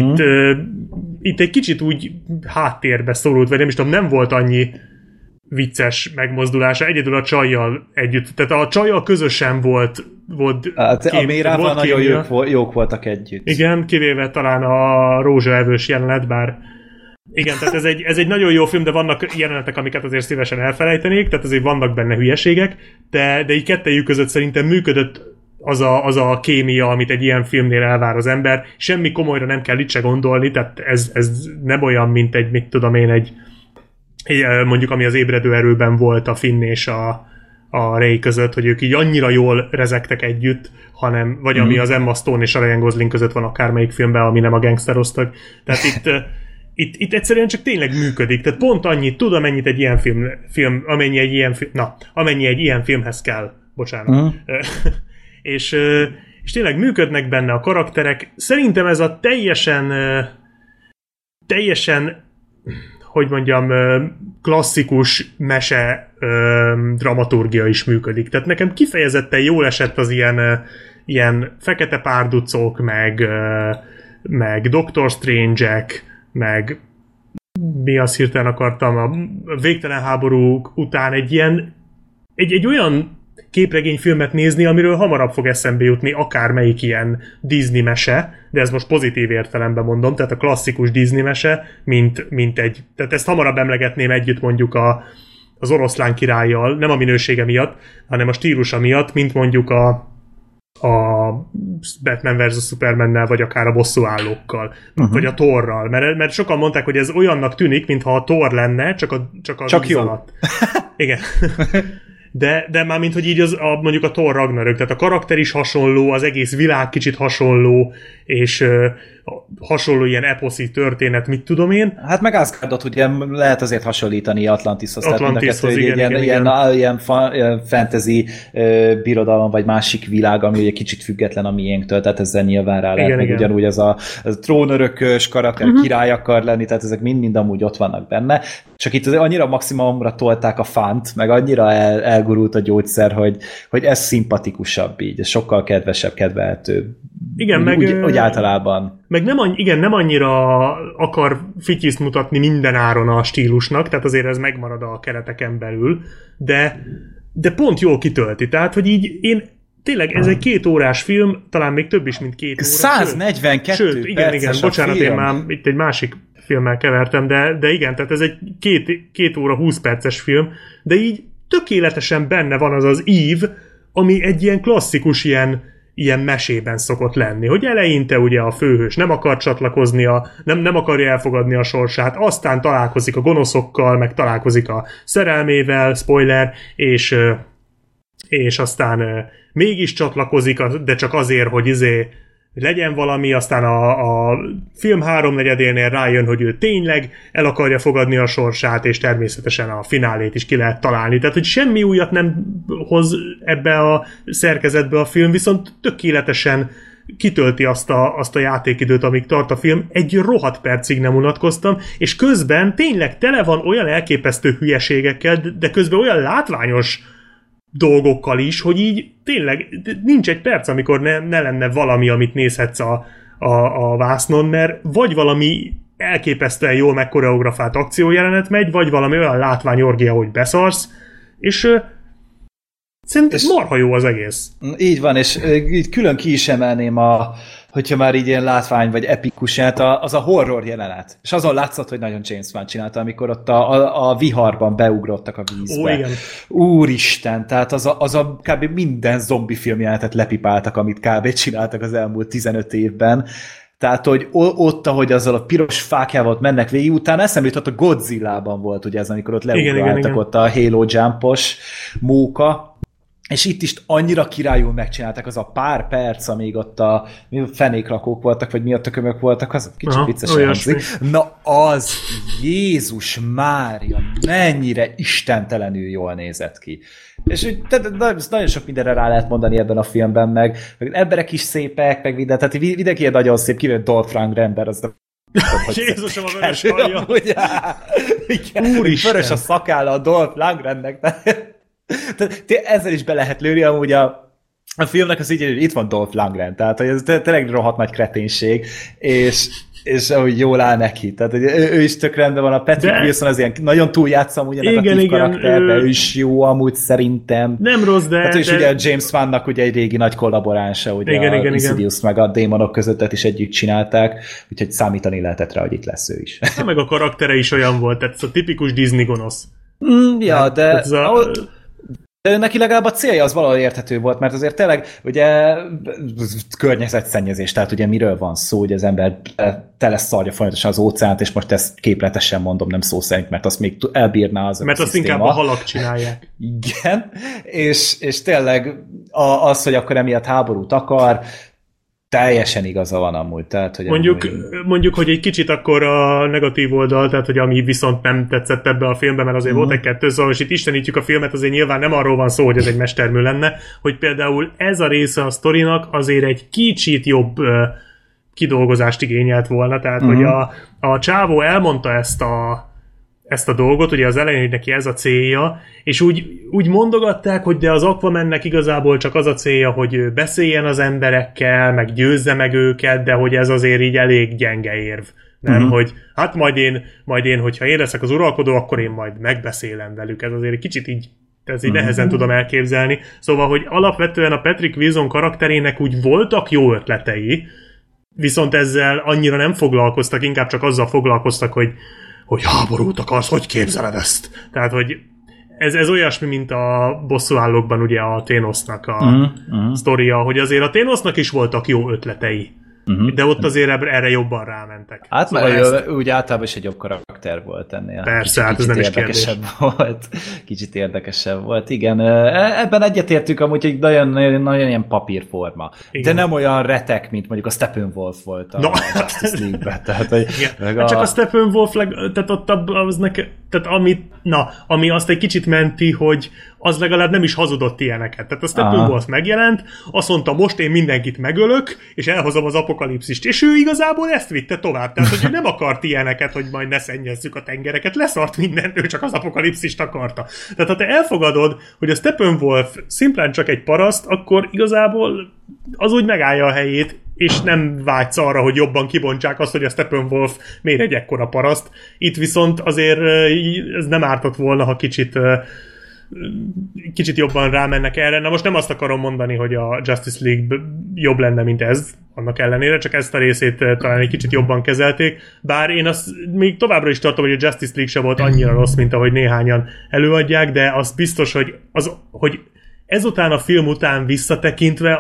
Itt egy kicsit úgy háttérbe szorult, vagy nem is tudom, nem volt annyi vicces megmozdulása, egyedül a csajjal együtt. Tehát a csajjal közösen volt a Mérával nagyon jók voltak együtt. Igen, kivéve talán a rózsaevős jelenet, bár igen, tehát ez egy nagyon jó film, de vannak jelenetek, amiket azért szívesen elfelejtenék, tehát azért vannak benne hülyeségek, de így kettejük között szerintem működött az a kémia, amit egy ilyen filmnél elvár az ember. Semmi komolyra nem kell itt se gondolni, tehát ez nem olyan, mint egy, mit tudom én, egy mondjuk ami az Ébredő erőben volt a Finn és a Rey között, hogy ők így annyira jól rezegtek együtt, hanem, vagy ami az Emma Stone és a Ryan Gosling között van akármelyik filmben, ami nem a gangsteroztak. Tehát itt egyszerűen csak tényleg működik. Tehát pont annyit tud, amennyit egy ilyen film amennyi egy ilyen filmhez kell. Bocsánat. És tényleg működnek benne a karakterek. Szerintem ez a teljesen hogy mondjam, klasszikus mese dramaturgia is működik. Tehát nekem kifejezetten jól esett az ilyen fekete párducok, meg Doctor Strange-ek, meg mi azt hirtelen akartam, a Végtelen háborúk után egy olyan képregényfilmet nézni, amiről hamarabb fog eszembe jutni akármelyik ilyen Disney mese, de ez most pozitív értelemben mondom, tehát a klasszikus Disney mese, mint egy, tehát ezt hamarabb emlegetném együtt mondjuk az Oroszlán királlyal, nem a minősége miatt, hanem a stílusa miatt, mint mondjuk a Batman vs. Supermannel, vagy akár a bosszúállókkal, vagy a Thorral, mert sokan mondták, hogy ez olyannak tűnik, mintha a Thor lenne, csak jó. Alatt. Igen. De már mint hogy így mondjuk a Thor Ragnarök, tehát a karakter is hasonló, az egész világ kicsit hasonló, és hasonló ilyen eposzi történet, mit tudom én. Hát meg Asgardot ugye lehet azért hasonlítani Atlantishoz. Atlantishoz, igen. Ilyen fantasy birodalom, vagy másik világ, ami ugye kicsit független a miénktől, tehát ezzel nyilván rá lehet, meg ugyanúgy az a trónörökös karakter, király akar lenni, tehát ezek mind amúgy ott vannak benne. Csak itt annyira maximumra tolták a fánt, meg annyira elgurult a gyógyszer, hogy ez szimpatikusabb így, ez sokkal kedvesebb, kedvelhetőbb. Igen, úgy általában. Meg nem annyira akar fityiszt mutatni minden áron a stílusnak, tehát azért ez megmarad a kereteken belül, de pont jól kitölti. Tehát, hogy így tényleg ez egy 2 órás film, talán még több is, mint 2 óra. 142 sőt, igen, bocsánat, én már itt egy másik filmmel kevertem, de igen, tehát ez egy 2 óra 20 perces film, de így tökéletesen benne van az ív, ami egy ilyen klasszikus ilyen mesében szokott lenni, hogy eleinte ugye a főhős nem akar csatlakozni, nem akarja elfogadni a sorsát, aztán találkozik a gonoszokkal, meg találkozik a szerelmével, spoiler, és aztán mégis csatlakozik, de csak azért, hogy legyen valami, aztán a film 3/4-énél rájön, hogy ő tényleg el akarja fogadni a sorsát, és természetesen a finálét is ki lehet találni. Tehát, hogy semmi újat nem hoz ebbe a szerkezetbe a film, viszont tökéletesen kitölti azt a játékidőt, amíg tart a film. Egy rohadt percig nem unatkoztam, és közben tényleg tele van olyan elképesztő hülyeségekkel, de közben olyan látványos dolgokkal is, hogy így tényleg nincs egy perc, amikor ne lenne valami, amit nézhetsz a vásznon, mert vagy valami elképesztően jól megkoreografált akciójelenet megy, vagy valami olyan látványorgia, hogy beszarsz, és szerintem marha jó az egész. Így van, és így külön ki is emelném hogyha már így ilyen látvány vagy epikusát, az a horror jelenet. És azon látszott, hogy nagyon James Wan csinálta, amikor ott a viharban beugrottak a vízbe. Ó, igen. Úristen, tehát az a kb. Minden zombi film jelenetet lepipáltak, amit kb. Csináltak az elmúlt 15 évben. Tehát, hogy ott, ahogy azzal a piros fákjával mennek végig, utána eszembe jutott, a Godzilla-ban volt ugye ez, amikor ott leugráltak ott a Halo Jumpos móka, és itt is annyira királyul megcsinálták az a pár perc, amíg ott a fenékrakók voltak, vagy mi a tökömök voltak, az kicsit viccesen hangzik. Na az, Jézus Mária, mennyire istentelenül jól nézett ki. És nagyon sok mindenre rá lehet mondani ebben a filmben, meg emberek is szépek, meg minden, tehát mindenki nagyon szép, kivéve Dolph Lundgren, az Jézusom, a vörös hallja. Úristen! Vörös a szakálla a Dolph Lundgrennek. Tehát ezzel is be lehet lőni, amúgy a filmnek az így, hogy itt van Dolph Lundgren, tehát hogy ez tényleg rohadt nagy kreténség, és ahogy jól áll neki. Tehát hogy ő is tök rendben van, a Patrick Wilson az ilyen nagyon túljátsza amúgy a negatív karakter, de ő is jó amúgy szerintem. Nem rossz, de... Hát és ugye a James Wan-nak ugye egy régi nagy kollaboránsa, ugye a Insidious meg a démonok között is együtt csinálták, úgyhogy számítani lehetett rá, hogy itt lesz ő is. Na, meg a karaktere is olyan volt, tehát ez a tipikus Disney gonosz. Ja, de... De neki legalább a célja az valahol érthető volt, mert azért tényleg ugye környezetszennyezés, tehát ugye miről van szó, hogy az ember tele szarja folyamatosan az óceánt, és most ezt képletesen mondom, nem szó szerint, mert azt még elbírná az mert azt inkább a halak csinálják. Igen, és tényleg az, hogy akkor emiatt háborút akar, teljesen igaza van amúgy. Tehát, hogy mondjuk, hogy egy kicsit akkor a negatív oldal, tehát hogy ami viszont nem tetszett ebbe a filmbe, mert azért volt egy-kettő szó, és itt istenítjük a filmet, azért nyilván nem arról van szó, hogy ez egy mestermű lenne, hogy például ez a része a sztorinak azért egy kicsit jobb kidolgozást igényelt volna, tehát hogy a csávó elmondta ezt a dolgot, ugye az elején, hogy neki ez a célja, és úgy mondogatták, hogy de az Aquamannek igazából csak az a célja, hogy ő beszéljen az emberekkel, meg győzze meg őket, de hogy ez azért így elég gyenge érv. Nem, hogy hát majd én, hogyha én leszek az uralkodó, akkor én majd megbeszélem velük. Ez azért egy kicsit így, nehezen tudom elképzelni. Szóval, hogy alapvetően a Patrick Wilson karakterének úgy voltak jó ötletei, viszont ezzel annyira nem foglalkoztak, inkább csak azzal foglalkoztak, hogy háborút akarsz, hogy képzeled ezt? Tehát, hogy ez olyasmi, mint a bosszúállókban ugye a Thanosnak a sztoria, hogy azért a Thanosnak is voltak jó ötletei. De ott azért erre jobban rámentek. Hát szóval úgy általában is egy jobb karakter volt ennél. Persze, hát ez nem is kérdés. Kicsit érdekesebb volt, igen. Ebben egyetértünk amúgy, hogy nagyon ilyen papírforma. Igen. De nem olyan retek, mint mondjuk a Steppenwolf volt a Justice League-ben. Tehát, csak a Steppenwolf, tehát ott tehát ami azt egy kicsit menti, hogy az legalább nem is hazudott ilyeneket. Tehát a Steppenwolf megjelent, azt mondta, most én mindenkit megölök, és elhozom az apokalipszist. És ő igazából ezt vitte tovább. Tehát, hogy ő nem akart ilyeneket, hogy majd ne szennyezzük a tengereket, leszart mindent, ő csak az apokalipszist akarta. Tehát, ha te elfogadod, hogy a Steppenwolf szimplán csak egy paraszt, akkor igazából az úgy megállja a helyét, és nem vágysz arra, hogy jobban kibontsák azt, hogy a Steppenwolf miért egy ekkora paraszt. Itt viszont azért ez nem ártott volna, ha kicsit jobban rámennek erre. Na most nem azt akarom mondani, hogy a Justice League jobb lenne, mint ez, annak ellenére, csak ezt a részét talán egy kicsit jobban kezelték, bár én azt még továbbra is tartom, hogy a Justice League se volt annyira rossz, mint ahogy néhányan előadják, de az biztos, hogy ezután a film után visszatekintve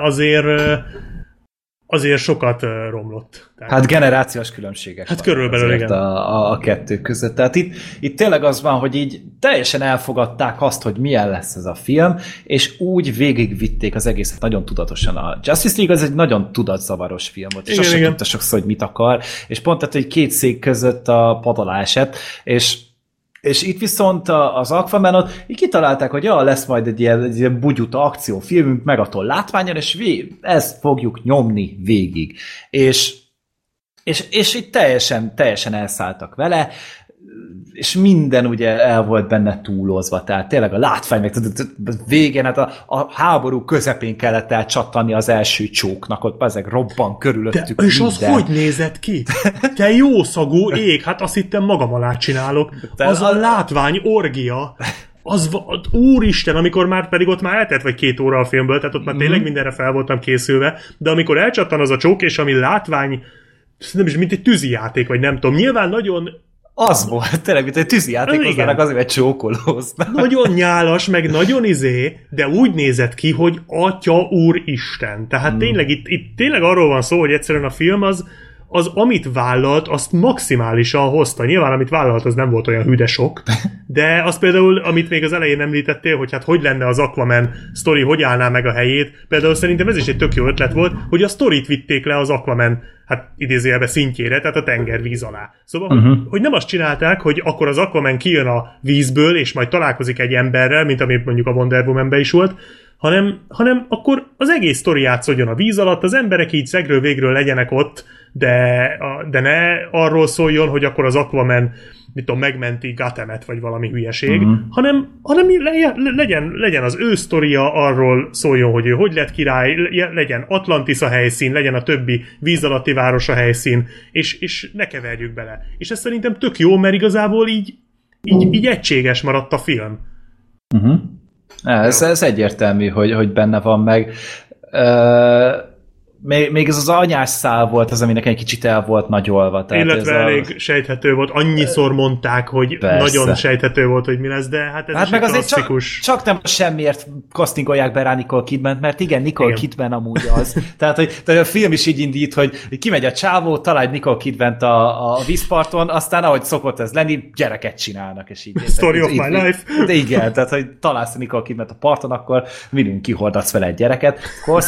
azért sokat romlott. Tehát, hát generációs különbségek. Hát körülbelül igen. A kettő között. Tehát itt tényleg az van, hogy így teljesen elfogadták azt, hogy milyen lesz ez a film, és úgy végigvitték az egészet nagyon tudatosan. A Justice League az egy nagyon tudatzavaros film volt, és azt sem tudta sokszor, hogy mit akar, és pont tehát, hogy két szék között a pad alá esett, és itt viszont az Aquamanot így kitalálták, hogy lesz majd egy ilyen bugyuta akciófilmünk, megatol látványon, és ezt fogjuk nyomni végig. És itt teljesen elszálltak vele, és minden ugye el volt benne túlozva, tehát tényleg a látvány, meg végén, hát a háború közepén kellett elcsattani az első csóknak, ott ezek robban körülöttük. És az hogy nézett ki? Te jó szagú ég, hát azt hittem magam alá csinálok. Az a látvány orgia, úristen, amikor már pedig ott már eltelt vagy 2 óra a filmből, tehát ott már tényleg mindenre fel voltam készülve, de amikor elcsattan az a csók, és ami látvány, nem is mint egy tűzijáték, vagy nem tudom, nyilván nagyon az volt, tényleg, mint egy tűzijátékoznának azért, hogy csókolóznak. Nagyon nyálas, meg nagyon de úgy nézett ki, hogy Atya Úristen. Tehát tényleg itt tényleg arról van szó, hogy egyszerűen a film az amit vállalt, azt maximálisan hozta. Nyilván, amit vállalt, az nem volt olyan hű, de sok. De az például, amit még az elején említettél, hogy hát hogy lenne az Aquaman sztori, hogy állná meg a helyét. Például szerintem ez is egy tök jó ötlet volt, hogy a sztorit vitték le az Aquaman, hát idézőjelbe szintjére, tehát a tengervíz alá. Szóval, hogy nem azt csinálták, hogy akkor az Aquaman kijön a vízből, és majd találkozik egy emberrel, mint ami mondjuk a Wonder Woman-ben is volt, hanem akkor az egész sztori játszódjon a víz alatt, az emberek így szegről végről legyenek ott, de ne arról szóljon, hogy akkor az Aquaman megmenti Gothamet, vagy valami hülyeség, hanem legyen az ő sztoria, arról szóljon, hogy ő hogy lett király, legyen Atlantis a helyszín, legyen a többi víz alatti város a helyszín, és ne keverjük bele. És ez szerintem tök jó, mert igazából így egységes maradt a film. Ez egyértelmű, hogy benne van meg. Még ez az anyás szál volt az, aminek egy kicsit el volt nagyolva. Illetve elég sejthető volt. Annyiszor mondták, hogy nagyon sejthető volt, hogy mi lesz, de hát ez hát is meg azért klasszikus. Csak nem semmiért castingolják be rá Nicole Kidmant, mert igen, Nicole Kidman amúgy az. Tehát a film is így indít, hogy kimegy a csávó, találj Nicole Kidmant a vízparton, aztán ahogy szokott ez lenni, gyereket csinálnak, és így. Story of my life. De igen, tehát hogy találsz Nicole Kidmant a parton, akkor minimum kihordatsz vele egy gyereket.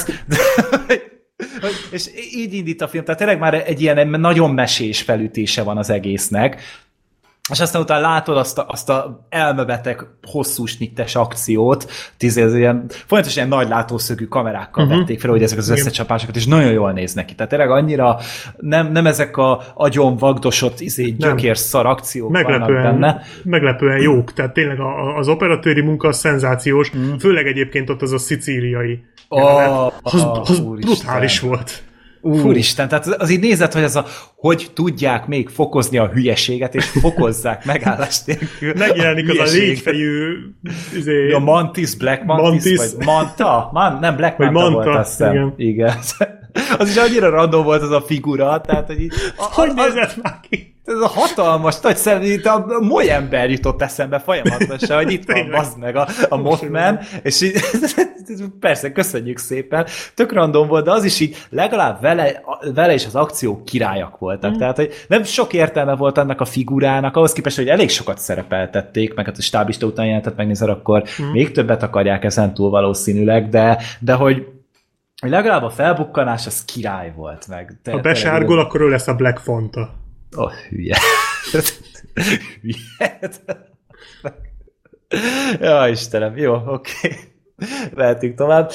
És így indít a film, tehát tényleg már egy ilyen nagyon mesés felütése van az egésznek, és aztán utána látod azt a elmebeteg, hosszú snittes akciót, folyamatosan ilyen nagy látószögű kamerákkal vették fel, hogy ezek az összecsapásokat, és nagyon jól néznek ki. Tehát tényleg annyira nem ezek a agyon vagdosott gyökérszar akciók vannak benne. Meglepően jók, tehát tényleg az operatőri munka az szenzációs, főleg egyébként ott az a szicíliai az brutális volt. Úristen, tehát az így nézett, hogy hogy tudják még fokozni a hülyeséget, és fokozzák megállás nélkül. Megjelenik az a légyfejű a Mantis, Black Mantis, vagy Manta? Nem, Black Manta volt, azt hiszem. Igen. Az is annyira random volt az a figura, tehát hogy így... Hogy nézett már ki? ez a hatalmas nagy szerint a Molyember jutott eszembe folyamatosan, hogy itt van bazd meg a Mothman, és így, persze, köszönjük szépen, tök random volt, de az is így legalább vele is az akciók királyak voltak, tehát hogy nem sok értelme volt annak a figurának, ahhoz képest, hogy elég sokat szerepeltették, meg hát a stábista után jelentet megnézel, akkor még többet akarják ezen túl valószínűleg, de hogy legalább a felbukkanás az király volt meg. Ha besárgol, akkor ő lesz a Black Fanta. Hülye. Hülye. Ja, Istenem, jó, oké. Lehetünk tovább.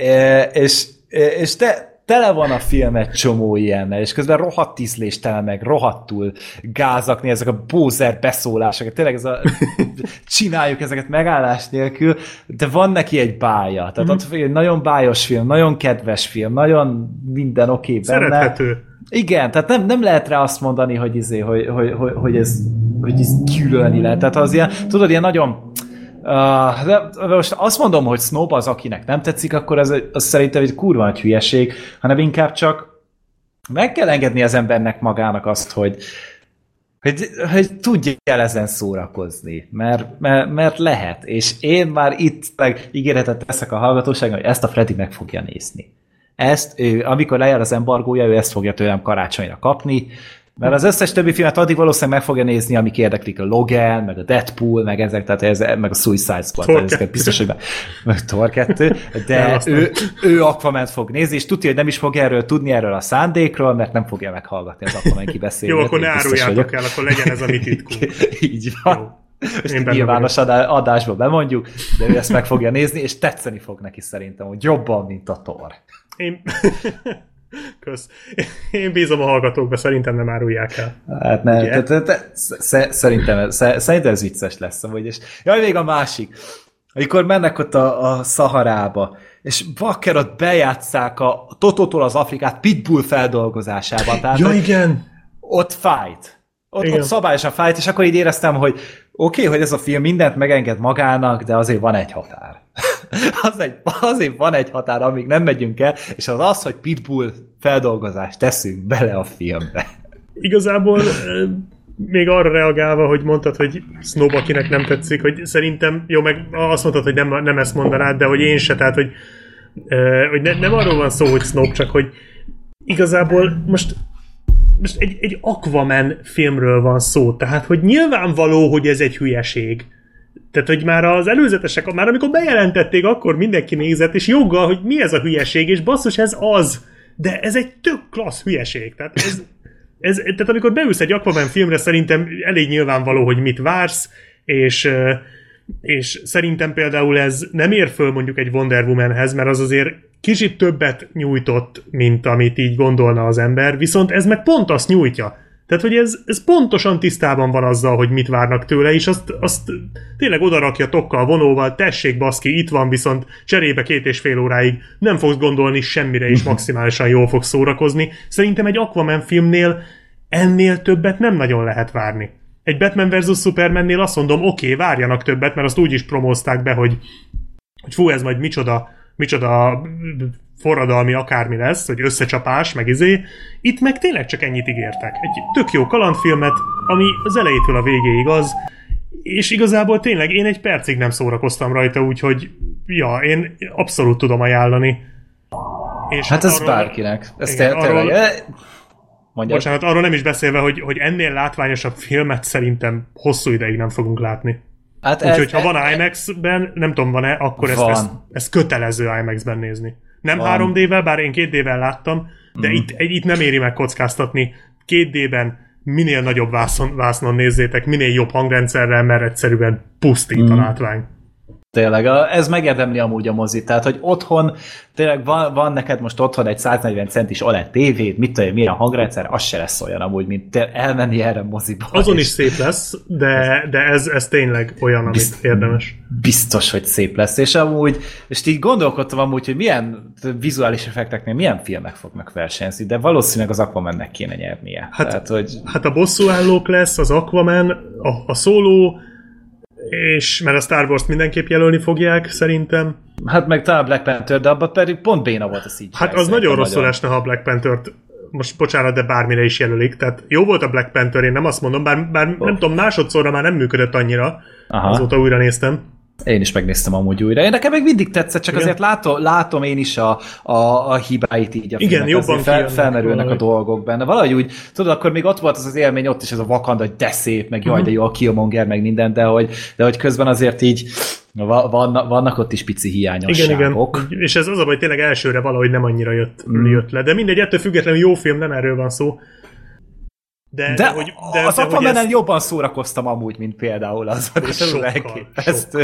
És tele van a film egy csomó ilyennel, és közben rohadt ízléstelen, meg rohadtul gázakni ezek a bózer beszólások. Tényleg csináljuk ezeket megállás nélkül, de van neki egy bája. Tehát ott egy nagyon bájos film, nagyon kedves film, nagyon minden oké benne. Szerethető. Igen, tehát nem lehet rá azt mondani, hogy ez gyűlölni lehet. Tehát az ilyen, tudod, ilyen nagyon de most azt mondom, hogy snob az, akinek nem tetszik, akkor az szerintem egy kurva nagy hülyeség, hanem inkább csak meg kell engedni az embernek magának azt, hogy tudja el ezen szórakozni, mert lehet, és én már itt ígéretet teszek a hallgatóságon, hogy ezt a Freddy meg fogja nézni. Amikor lejár az embargója, ő ezt fogja tőlem karácsonyra kapni, mert az összes többi filmet addig valószínűleg meg fogja nézni, amik érdeklik, a Logan, meg a Deadpool, meg ezek, tehát meg a Suicide Squad, ezeket biztos, hogy meg Thor 2, de ő Aquament fog nézni, és tudja, hogy nem is fog tudni erről a szándékról, mert nem fogja meghallgatni az Aquaman kibeszélőt. Jó, akkor ne áruljátok el, akkor legyen ez a mi titkunk. Így van. Most nyilvános adásba bemondjuk, de ő ezt meg fogja nézni, és tetszeni fog neki szerintem, hogy jobban, mint a Thor. Kösz. Én bízom a hallgatókba, szerintem nem árulják el. Hát nem, szerintem ez vicces lesz. És jaj, még a másik. Amikor mennek ott a Szaharába, és bakker ott bejátsszák a Totótól az Afrikát Pitbull feldolgozásában. Tehát, ja, igen. Ott fájt. Ott szabályosan fájt, és akkor így éreztem, hogy oké, hogy ez a film mindent megenged magának, de azért van egy határ. Azért van egy határ, amíg nem megyünk el, és az, hogy Pitbull feldolgozást teszünk bele a filmbe. Igazából még arra reagálva, hogy mondtad, hogy snob, akinek nem tetszik, hogy szerintem, jó, meg azt mondtad, hogy nem ezt mondanád, de hogy én se, tehát, hogy nem arról van szó, hogy snob, csak hogy igazából most egy Aquaman filmről van szó, tehát, hogy nyilvánvaló, hogy ez egy hülyeség. Tehát, hogy már az előzetesek, már amikor bejelentették, akkor mindenki nézett, és joggal, hogy mi ez a hülyeség, és basszus, ez az. De ez egy tök klassz hülyeség. Tehát, tehát amikor beülsz egy Aquaman filmre, szerintem elég nyilvánvaló, hogy mit vársz, és szerintem például ez nem ér föl mondjuk egy Wonder Womanhez, mert az azért kicsit többet nyújtott, mint amit így gondolna az ember, viszont ez meg pont azt nyújtja. Tehát, hogy ez pontosan tisztában van azzal, hogy mit várnak tőle, és azt tényleg odarakja tokkal, vonóval, tessék baszki, itt van, viszont cserébe 2,5 óráig nem fogsz gondolni semmire, és maximálisan jól fogsz szórakozni. Szerintem egy Aquaman filmnél ennél többet nem nagyon lehet várni. Egy Batman vs. Supermannél azt mondom, oké, várjanak többet, mert azt úgy is promózták be, hogy fú, ez majd micsoda forradalmi akármi lesz, hogy összecsapás, meg Itt meg tényleg csak ennyit ígértek. Egy tök jó kalandfilmet, ami az elejétől a végéig az, és igazából tényleg én egy percig nem szórakoztam rajta, úgyhogy ja, én abszolút tudom ajánlani. És hát ez bárkinek. Ez tényleg... Bocsánat, arról nem is beszélve, hogy ennél látványosabb filmet szerintem hosszú ideig nem fogunk látni. Hát úgyhogy ha van IMAX-ben, nem tudom, van-e, akkor ezt kötelező IMAX-ben nézni. Nem van. 3D-vel, bár én 2D-vel láttam, de itt nem éri meg kockáztatni. 2D-ben minél nagyobb vásznon nézzétek, minél jobb hangrendszerrel, mert egyszerűen pusztít a látvány. Tényleg, ez megérdemli amúgy a mozit, tehát, hogy otthon, tényleg van neked most otthon egy 140 centis OLED tévéd, mit tudom, milyen hangrendszer, az se lesz olyan amúgy, mint elmenni erre moziba. Azon is szép lesz, de ez tényleg olyan, amit érdemes. Biztos, hogy szép lesz, és amúgy, és így gondolkodtam amúgy, hogy milyen vizuális effekteknél milyen filmek fognak versenyezni, de valószínűleg az Aquamannek kéne nyernie. Hát a bosszúállók lesz, az Aquaman, a Solo, és mert a Star Wars-t mindenképp jelölni fogják, szerintem. Hát meg talán Black Panther, de abban pedig pont béna volt a CGI. Hát az nagyon rosszul esne, ha a Black Panthert most bocsánat, de bármire is jelölik. Tehát jó volt a Black Panther, én nem azt mondom, bár nem tudom, másodszorra már nem működött annyira. Azóta újra néztem. Én is megnéztem amúgy újra. Én nekem meg mindig tetszett, csak azért látom én is a hibáit így a filmek. Igen, jobban felmerülnek a dolgok benne. Valahogy úgy, tudod, akkor még ott volt az élmény, ott is ez a Wakanda, hogy de szép, meg jaj, de jó a Killmonger, meg minden, de hogy közben azért így vannak ott is pici hiányosságok. Igen. És ez az a baj, tényleg elsőre valahogy nem annyira jött le. De mindegy, ettől függetlenül jó film, nem erről van szó. De az Aquamanen jobban szórakoztam amúgy, mint például azon, és ez elképesztő,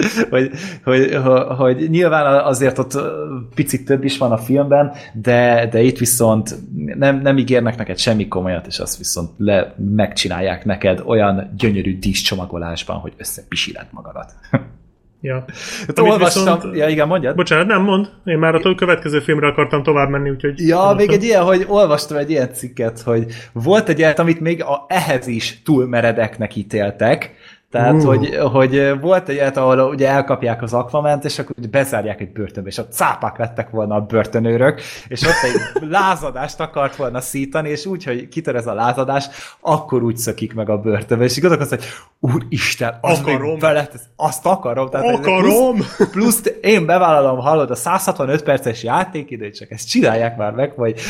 hogy nyilván azért ott picit több is van a filmben, de itt viszont nem ígérnek neked semmi komolyat, és azt viszont megcsinálják neked olyan gyönyörű díszcsomagolásban, hogy összepisiled magadat. Ja. Olvastam... Ja, igen, mondjad. Bocsánat, nem mond. Én már a következő filmre akartam tovább menni, úgyhogy... Ja, még egy ilyen, hogy olvastam egy ilyen cikket, hogy volt egy ilyen, amit még ehhez is túl meredeknek ítéltek, tehát, hogy volt egy ilyet, ahol ugye elkapják az Aquament, és akkor bezárják egy börtönbe, és ott cápák lettek volna a börtönőrök, és ott egy lázadást akart volna szítani, és úgy, hogy kitör ez a lázadás, akkor úgy szökik meg a börtönbe, és igazok az, hogy úristen, azt akarom. Tehát plusz én bevállalom, hallod, a 165 perces játékidő, csak ezt csinálják már meg, vagy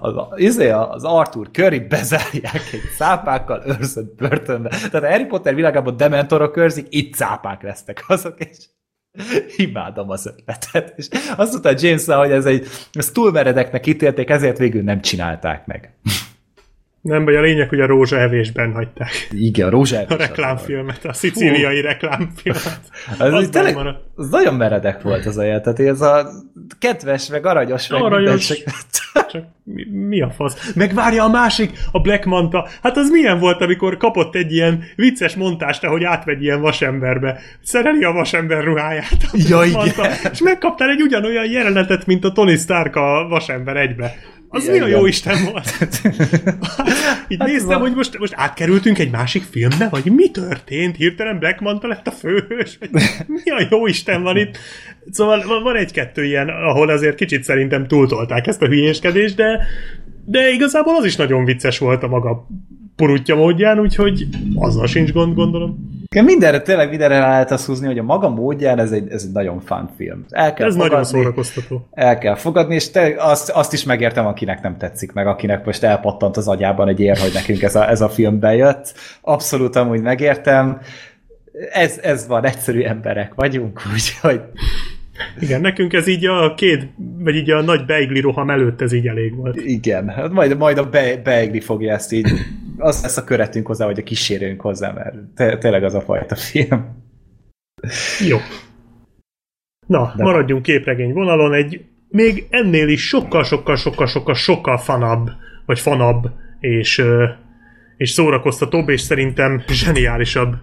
az Arthur Curry bezárják egy cápákkal őrzött börtönbe. Tehát a Harry Potter világában dementorok őrzik, itt cápák lesznek azok, és imádom az ötletet. És azt mondta James, hogy ez túl meredeknek ítélték, ezért végül nem csinálták meg. Nem baj, a lényeg, hogy a rózsaevésben hagyták. Igen, a rózsaevés. A reklámfilmet, a szicíliai reklámfilmet. Az nagyon meredek volt az a jel, tehát ez a kedves, meg aranyos, meg aranyos. Csak mi a fasz? Meg várja a másik, a Black Manta. Hát az milyen volt, amikor kapott egy ilyen vicces montást, ahogy átvegy ilyen vasemberbe. Szereli a vasember ruháját. Ja, igen. És megkaptál egy ugyanolyan jelenetet, mint a Tony Stark a vasember egybe. Az mi a jó Isten volt? Így néztem, hogy most átkerültünk egy másik filmbe, vagy mi történt? Hirtelen Black Manta lett a főhős? Mi a jó Isten van itt? Szóval van egy-kettő ilyen, ahol azért kicsit szerintem túltolták ezt a hülyéskedést, de igazából az is nagyon vicces volt a maga purutja módján, úgyhogy azzal sincs gond, gondolom. Tényleg mindenre lehet azt húzni, hogy a maga módján ez egy nagyon fun film. Ez fogadni, nagyon szórakoztató. El kell fogadni, és azt is megértem, akinek nem tetszik meg, akinek most elpattant az agyában egy ér, hogy nekünk ez a film bejött. Abszolút amúgy megértem. Ez van, egyszerű emberek vagyunk, úgyhogy... Igen, nekünk ez így vagy így a nagy beigli roham előtt ez így elég volt. Igen, majd a beigli fogja ezt így, az lesz a követünk hozzá, vagy a kísérőnk hozzá, mert tényleg az a fajta film. Jó. Na, maradjunk képregény vonalon, egy még ennél is sokkal fanabb és szórakoztatóbb, és szerintem zseniálisabb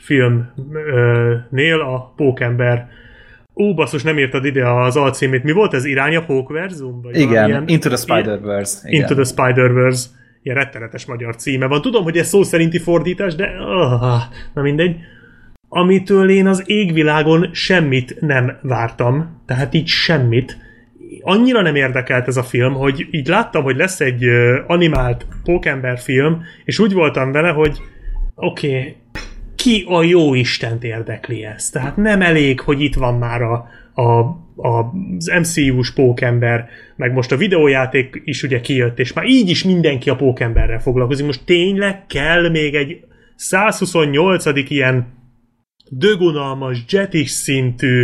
filmnél a Pókember. Basszus, nem írtad ide az alcímét. Mi volt ez? Irány a Pókverzum? Igen, Into the Spider-Verse. Into the Spider-Verse. Ilyen rettenetes magyar címe van. Tudom, hogy ez szó szerinti fordítás, de na mindegy. Amitől én az égvilágon semmit nem vártam. Tehát így semmit. Annyira nem érdekelt ez a film, hogy így láttam, hogy lesz egy animált Pókember film, és úgy voltam vele, hogy oké, ki a jó Istent érdekli ezt? Tehát nem elég, hogy itt van már az MCU-s Pókember, meg most a videójáték is ugye kijött, és már így is mindenki a Pókemberrel foglalkozik. Most tényleg kell még egy 128. ilyen dögunalmas, jetis szintű,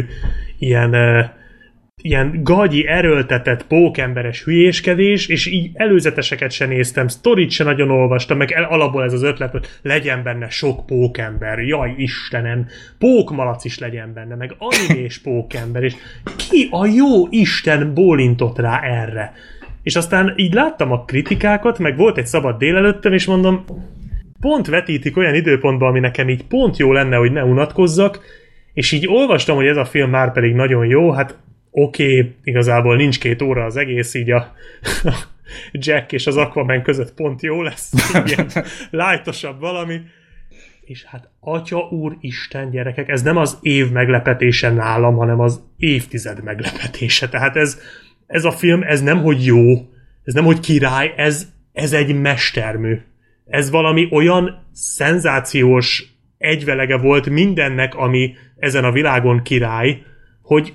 ilyen gagyi, erőltetett pókemberes hülyéskedés, és így előzeteseket sem néztem, sztorit sem nagyon olvastam, meg alapból ez az ötlet, hogy legyen benne sok pókember, jaj Istenem, pókmalac is legyen benne, meg animés pókember, és ki a jó Isten bólintott rá erre? És aztán így láttam a kritikákat, meg volt egy szabad délelőttem, és mondom, pont vetítik olyan időpontban, ami nekem így pont jó lenne, hogy ne unatkozzak, és így olvastam, hogy ez a film már pedig nagyon jó, hát oké, igazából nincs 2 óra az egész, így a Jack és az Aquaman között pont jó lesz, ilyen lightosabb valami, és hát Atya úr Isten, gyerekek, ez nem az év meglepetése nálam, hanem az évtized meglepetése, tehát ez a film, ez nem hogy jó, ez nem hogy király, ez egy mestermű. Ez valami olyan szenzációs egyvelege volt mindennek, ami ezen a világon király, hogy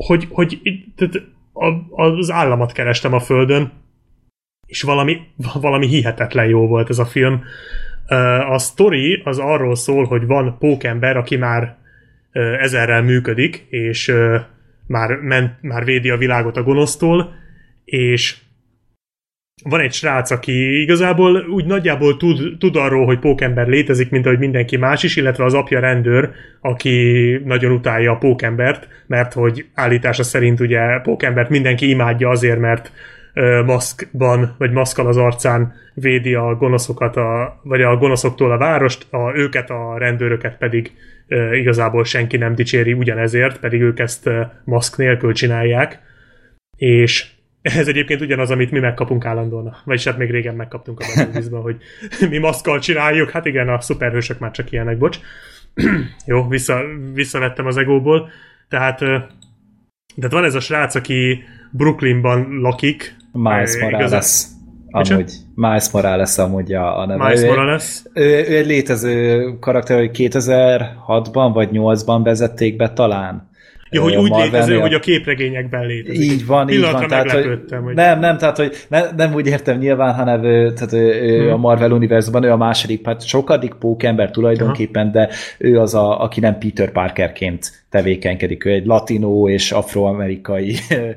az államat kerestem a földön, és valami hihetetlen jó volt ez a film. A sztori az arról szól, hogy van pókember, aki már ezerrel működik, és már védi a világot a gonosztól, és van egy srác, aki igazából úgy nagyjából tud arról, hogy pókember létezik, mint ahogy mindenki más is, illetve az apja rendőr, aki nagyon utálja a pókembert, mert hogy állítása szerint ugye pókembert mindenki imádja azért, mert maszkban, vagy maszkkal az arcán védi a gonoszokat, vagy a gonoszoktól a várost, őket, a rendőröket pedig igazából senki nem dicséri ugyanezért, pedig ők ezt maszk nélkül csinálják. És ez egyébként ugyanaz, amit mi megkapunk állandóan. Vagyis hát még régen megkaptunk a Battlebizban, hogy mi maszkkal csináljuk. Hát igen, a szuperhősök már csak ilyenek, bocs. Jó, visszavettem az egóból. Tehát van ez a srác, aki Brooklynban lakik. Miles Morales. Amúgy Miles Morales amúgy a neve. Miles Morales. Ő egy létező karakter, hogy 2006-ban vagy 2008-ban vezették be talán. Ja, hogy úgy létező, hogy a képregényekben létezik. Így van. Tehát, hogy nem, tehát, hogy nem úgy értem nyilván, hanem ő a Marvel univerzumban, ő a második, hát sokadik pókember tulajdonképpen, de ő az, aki nem Peter Parkerként tevékenykedik. Ő egy latinó és afroamerikai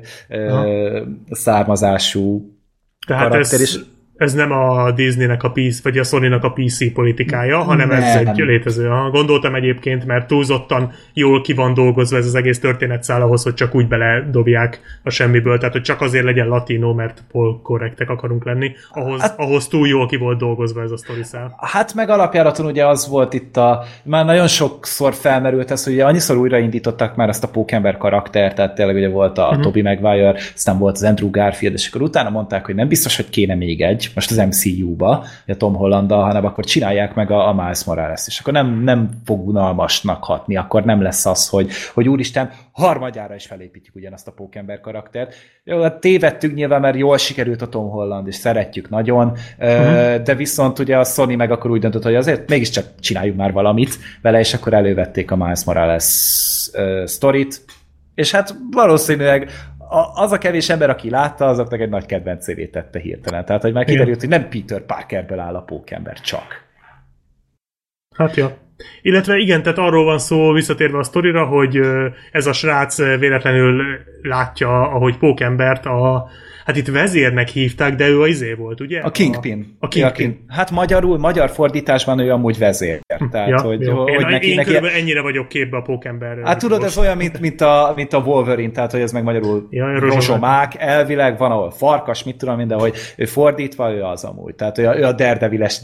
származású karakter is. Ez nem a Disneynek a PC, vagy a Sony-nak a PC politikája, hanem ez egy létező. Gondoltam egyébként, mert túlzottan jól ki van dolgozva ez az egész történetszál ahhoz, hogy csak úgy beledobják a semmiből, tehát hogy csak azért legyen latinó, mert korrektek akarunk lenni. Ahhoz túl jól ki volt dolgozva ez a sztoriszál. Hát meg alapjáraton ugye az volt itt már nagyon sokszor felmerült ez, hogy ugye annyiszor újraindították már ezt a pókember karaktert, tehát tényleg ugye volt a Tobey Maguire, aztán volt az Andrew Garfield, és akkor utána mondták, hogy nem biztos, hogy kéne még egy, most az MCU-ba, a Tom Hollanddal, hanem akkor csinálják meg a Miles Morales-t, és akkor nem fog unalmasnak hatni, akkor nem lesz az, hogy úristen, harmadjára is felépítjük ugyanazt a pókember karaktert. Jó, hát tévedtünk nyilván, mert jól sikerült a Tom Holland, és szeretjük nagyon, de viszont ugye a Sony meg akkor úgy döntött, hogy azért mégiscsak csináljuk már valamit vele, és akkor elővették a Miles Morales sztorit, és hát valószínűleg az a kevés ember, aki látta, azoknak egy nagy kedvencévé tette hirtelen. Tehát, hogy már kiderült, hogy nem Peter Parkerből áll a pókember, csak. Hát ja. Illetve igen, tehát arról van szó, visszatérve a sztorira, hogy ez a srác véletlenül látja, ahogy pókembert hát itt vezérnek hívták, de ő a volt, ugye? A Kingpin. A Kingpin. Hát magyar fordításban ő amúgy vezér. Tehát, hogy én körülbelül ennyire vagyok képbe a pókemberről. Hát tudod, ez olyan, mint a Wolverine, tehát hogy ez meg magyarul rozsomák, elvileg van, ahol farkas, mit tudom, de hogy ő fordítva, ő az amúgy. Tehát ő a Daredevil-es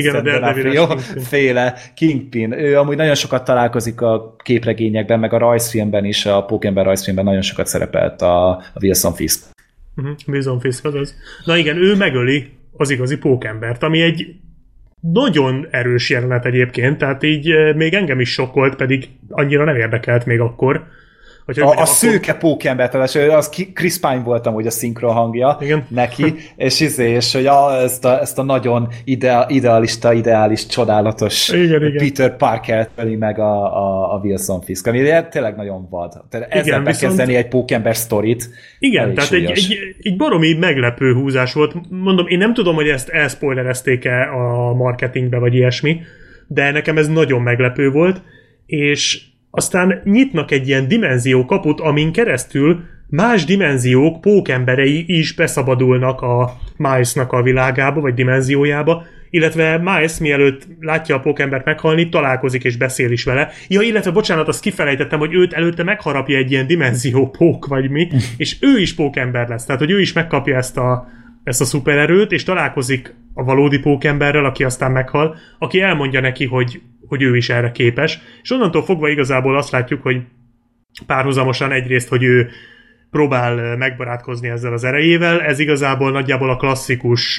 féle Kingpin. Ő amúgy nagyon sokat találkozik a képregényekben, meg a rajzfilmben is, a pókember rajzfilmben nagyon sokat szerepelt a Wilson Fisk. Wilson Fisk, azaz. Na igen, ő megöli az igazi pókembert, ami egy nagyon erős jelenet egyébként, tehát így még engem is sokkolt, pedig annyira nem érdekelt még akkor. A szőke pókember, az Chris Pine volt amúgy a szinkron hangja neki, és hogy ezt a nagyon ideális, csodálatos Peter Parker öli meg a Wilson Fisk, ami tényleg nagyon vad. Ezzel bekezdeni egy pókember sztorit. Igen, tehát egy baromi meglepő húzás volt. Mondom, én nem tudom, hogy ezt elspoilerezték-e a marketingbe, vagy ilyesmi, de nekem ez nagyon meglepő volt, és aztán nyitnak egy ilyen dimenzió kaput, amin keresztül más dimenziók pókemberei is beszabadulnak a Milesnak a világába, vagy dimenziójába, illetve Miles, mielőtt látja a pókembert meghalni, találkozik és beszél is vele. Ja, illetve bocsánat, azt kifelejtettem, hogy őt előtte megharapja egy ilyen dimenzió pók, vagy mi, és ő is pókember lesz, tehát hogy ő is megkapja ezt a szupererőt, és találkozik a valódi pókemberrel, aki aztán meghal, aki elmondja neki, hogy ő is erre képes, és onnantól fogva igazából azt látjuk, hogy párhuzamosan egyrészt, hogy ő próbál megbarátkozni ezzel az erejével, ez igazából nagyjából a klasszikus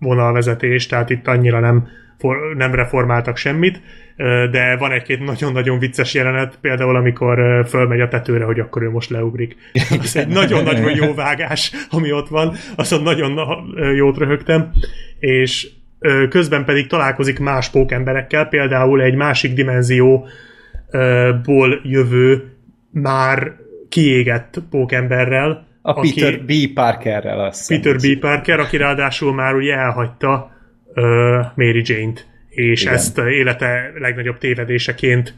vonalvezetés, tehát itt annyira nem reformáltak semmit, de van egy-két nagyon-nagyon vicces jelenet, például amikor fölmegy a tetőre, hogy akkor ő most leugrik. Ez egy nagyon-nagyon jó vágás, ami ott van, azon nagyon jót röhögtem, és közben pedig találkozik más pókemberekkel, például egy másik dimenzióból jövő, már kiégett pókemberrel. Peter B. Parkerrel azt Peter B. Parker, aki ráadásul már ugye elhagyta Mary Jane-t, és igen, ezt élete legnagyobb tévedéseként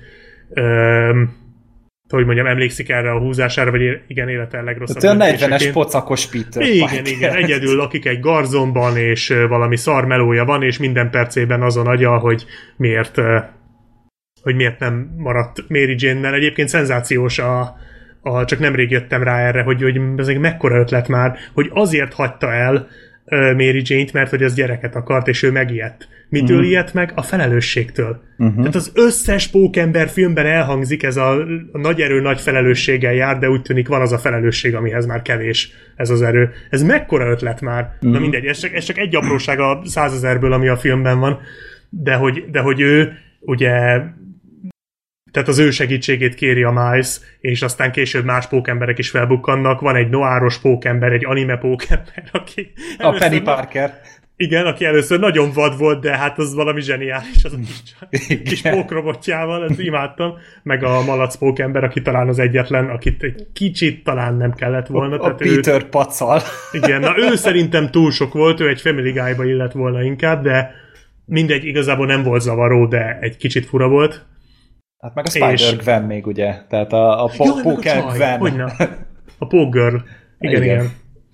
hogy mondjam, emlékszik erre a húzására, vagy igen, élete legrosszabb döntéseként. 40-es pocakos Peter Parker. Igen, egyedül lakik egy garzonban, és valami szarmelója van, és minden percében azon agya, hogy miért nem maradt Mary Jane-nel. Egyébként szenzációs csak nemrég jöttem rá erre, hogy ez egy mekkora ötlet már, hogy azért hagyta el Mary Jane-t, mert hogy az gyereket akart, és ő megijedt. Mitől ijedt meg? A felelősségtől. Tehát az összes pókember filmben elhangzik, ez a nagy erő nagy felelősséggel jár, de úgy tűnik van az a felelősség, amihez már kevés ez az erő. Ez mekkora ötlet már? Na mindegy, ez csak egy apróság a 100 000-ből, ami a filmben van, de hogy ő ugye tehát az ő segítségét kéri a Miles, és aztán később más pókemberek is felbukkannak. Van egy noáros pókember, egy anime pókember, aki... A Penny Parker. Igen, aki először nagyon vad volt, de hát az valami zseniális, az a kis pókrobotjával, ezt imádtam. Meg a malac pókember, aki talán az egyetlen, akit egy kicsit talán nem kellett volna. A Peter Pacal. Igen, na ő szerintem túl sok volt, ő egy Family Guy-ba illett volna inkább, de mindegy, igazából nem volt zavaró, de egy kicsit fura volt. Hát meg a Spider-Gwen még, ugye? Tehát a Poker-Gwen. A Poke-Girl. Igen.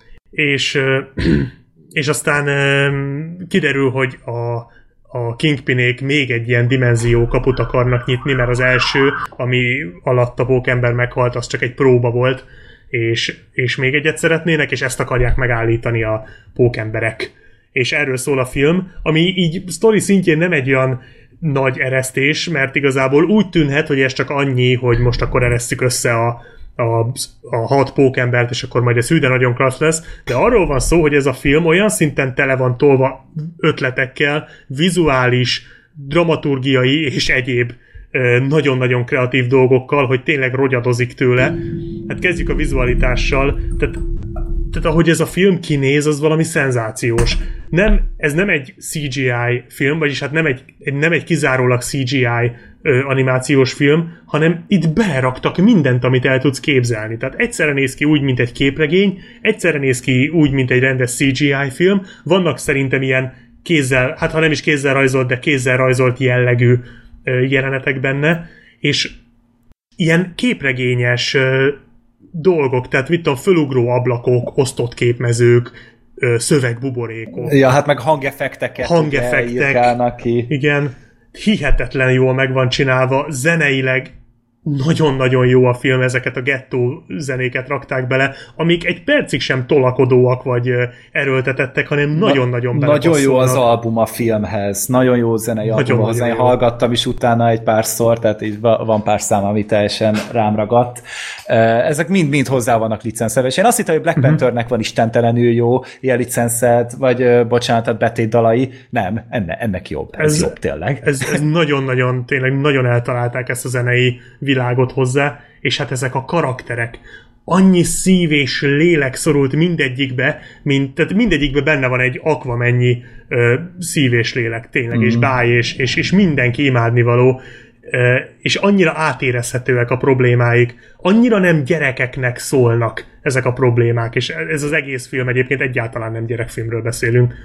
És aztán kiderül, hogy a Kingpinék még egy ilyen dimenzió kaput akarnak nyitni, mert az első, ami alatt a pókember meghalt, az csak egy próba volt, és még egyet szeretnének, és ezt akarják megállítani a pókemberek. És erről szól a film, ami így sztori szintjén nem egy olyan nagy eresztés, mert igazából úgy tűnhet, hogy ez csak annyi, hogy most akkor eresszük össze a 6 pókembert, és akkor majd ez hű, de nagyon klassz lesz, de arról van szó, hogy ez a film olyan szinten tele van tolva ötletekkel, vizuális, dramaturgiai és egyéb nagyon-nagyon kreatív dolgokkal, hogy tényleg rogyadozik tőle. Hát kezdjük a vizualitással, tehát ahogy ez a film kinéz, az valami szenzációs. Ez nem egy CGI film, vagyis hát nem egy kizárólag CGI animációs film, hanem itt beraktak mindent, amit el tudsz képzelni. Tehát egyszerre néz ki úgy, mint egy képregény, egyszerre néz ki úgy, mint egy rendes CGI film. Vannak szerintem ilyen kézzel, hát ha nem is kézzel rajzolt, de kézzel rajzolt jellegű jelenetek benne, és ilyen képregényes dolgok, tehát mit tudom, fölugró ablakok, osztott képmezők, szövegbuborékok. Ja, hát meg hangeffekteket írkálnak ki. Igen, hihetetlen jól meg van csinálva, zeneileg nagyon-nagyon jó a film, ezeket a gettó zenéket rakták bele, amik egy percig sem tolakodóak vagy erőltetettek, hanem nagyon-nagyon Nagyon jó az album a filmhez, nagyon jó zenei albumhoz, én hallgattam is utána egy párszor, tehát így van pár szám, ami teljesen rám ragadt. Ezek mind-mind hozzá vannak licencelve, és én azt hittem, hogy Black Panthernek van istentelenül jó ilyen licenszed, vagy bocsánat, tehát betét dalai, nem, ennek jobb, ez jobb tényleg. Ez nagyon-nagyon, tényleg nagyon eltalálták ezt a zenei világot hozzá, és hát ezek a karakterek, annyi szív és lélek szorult mindegyikbe, tehát mindegyikbe benne van egy akvamennyi szív és lélek, tényleg, és báj, és mindenki imádnivaló, és annyira átérezhetőek a problémáik, annyira nem gyerekeknek szólnak ezek a problémák, és ez az egész film egyébként egyáltalán nem gyerekfilmről beszélünk.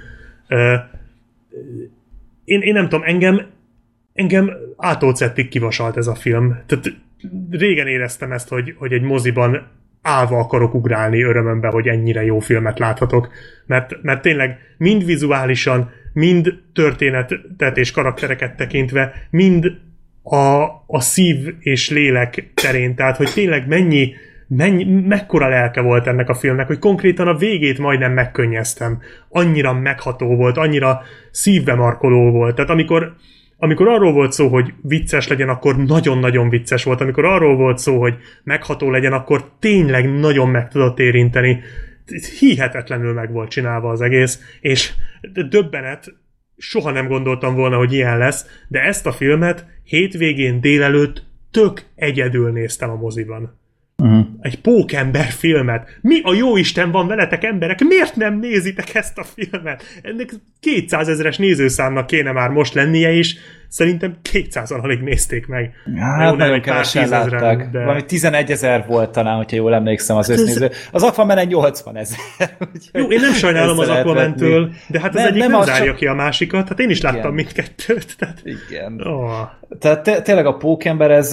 Én nem tudom, engem átolcettig kivasalt ez a film. Tehát régen éreztem ezt, hogy egy moziban állva akarok ugrálni örömömbe, hogy ennyire jó filmet láthatok. Mert tényleg mind vizuálisan, mind történetet és karaktereket tekintve, mind a szív és lélek terén. Tehát, hogy tényleg mekkora lelke volt ennek a filmnek, hogy konkrétan a végét majdnem megkönnyeztem. Annyira megható volt, annyira szívbe markoló volt. Tehát amikor arról volt szó, hogy vicces legyen, akkor nagyon-nagyon vicces volt. Amikor arról volt szó, hogy megható legyen, akkor tényleg nagyon meg tudott érinteni. hihetetlenül meg volt csinálva az egész, és döbbenet, soha nem gondoltam volna, hogy ilyen lesz, de ezt a filmet hétvégén délelőtt tök egyedül néztem a moziban. Egy pókember filmet. Mi a jóisten van veletek, emberek? Miért nem nézitek ezt a filmet? Ennek 200 000-es nézőszámnak kéne már most lennie is. Szerintem 200-an alig nézték meg. Hát nagyon kevesen látták. De... Valami 11 000 volt talán, hogyha jól emlékszem az össznéző. Az Aquaman 80 000. Jó, én nem sajnálom az Aquaman-től, de hát az egyik nem zárja ki a másikat. Hát én is láttam mindkettőt. Tehát... Igen. Oh. Tehát tényleg a pókember ez...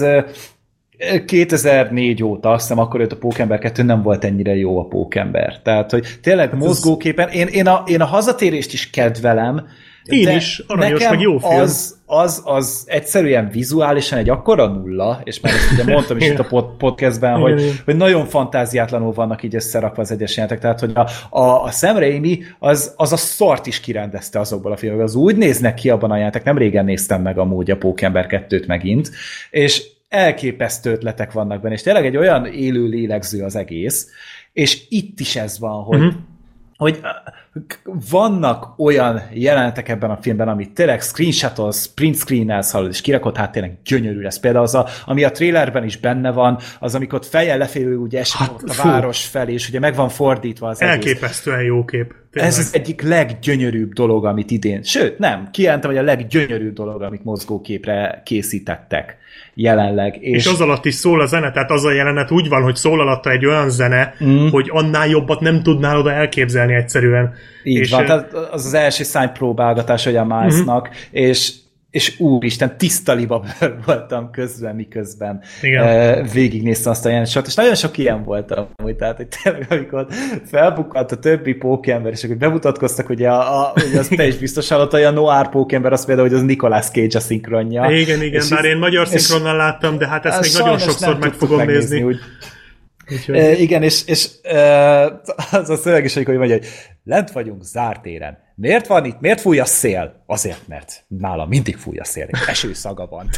2004 óta, azt hiszem, akkor jött a Pókember 2, nem volt ennyire jó a Pókember. Tehát, hogy tényleg hát mozgóképen, én a hazatérést is kedvelem, én is, aranyos, meg jó film. Az egyszerűen vizuálisan egy akkora nulla, és már ezt ugye mondtam is itt a podcastben, hogy nagyon fantáziátlanul vannak így összerakva az egyes jelentek, tehát hogy a Sam Raimi az a szart is kirendezte azokból a filmekből, az úgy néznek ki abban a jelentek, nem régen néztem meg amúgy a Pókember 2-t megint, és elképesztő ötletek vannak benne, és tényleg egy olyan élő lélegző az egész, és itt is ez van, hogy vannak olyan jelenetek ebben a filmben, amit tényleg screenshotolsz, print screen-elsz, hallod, és kirakod, hát tényleg gyönyörű lesz. Például az, ami a trailerben is benne van, az, amikor ott fejjel lefélő, ugye esik a város felé, és ugye meg van fordítva az egész. Elképesztően jó kép. Tényleg. Ez az egyik leggyönyörűbb dolog, amit idén, sőt, nem, kijelentem, hogy a leggyönyörűbb dolog, amit mozgóképre készítettek jelenleg. És az alatt is szól a zene, tehát az a jelenet úgy van, hogy szól alatta egy olyan zene, hogy annál jobbat nem tudnál oda elképzelni egyszerűen. Így és van, tehát az első szánypróbálgatás, hogy a Milesnak, és úristen, tiszta libabőr voltam közben, miközben végignéztem azt a jelenetet, és nagyon sok ilyen voltam, tehát hogy tényleg, amikor felbukkant a többi pókember, és akkor bemutatkoztak, hogy az te is biztos hallottad, hogy a Noir pókember, az például, hogy az Nicolas Cage a szinkronja. Igen, bár én magyar szinkronnal láttam, de hát ezt még nagyon sokszor meg fogom nézni. Úgy. Igen, és az a szöveg is, hogy mondja, hogy lent vagyunk zárt téren. Miért van itt? Miért fúj a szél? Azért, mert nálam mindig fúj a szél. Esőszaga van.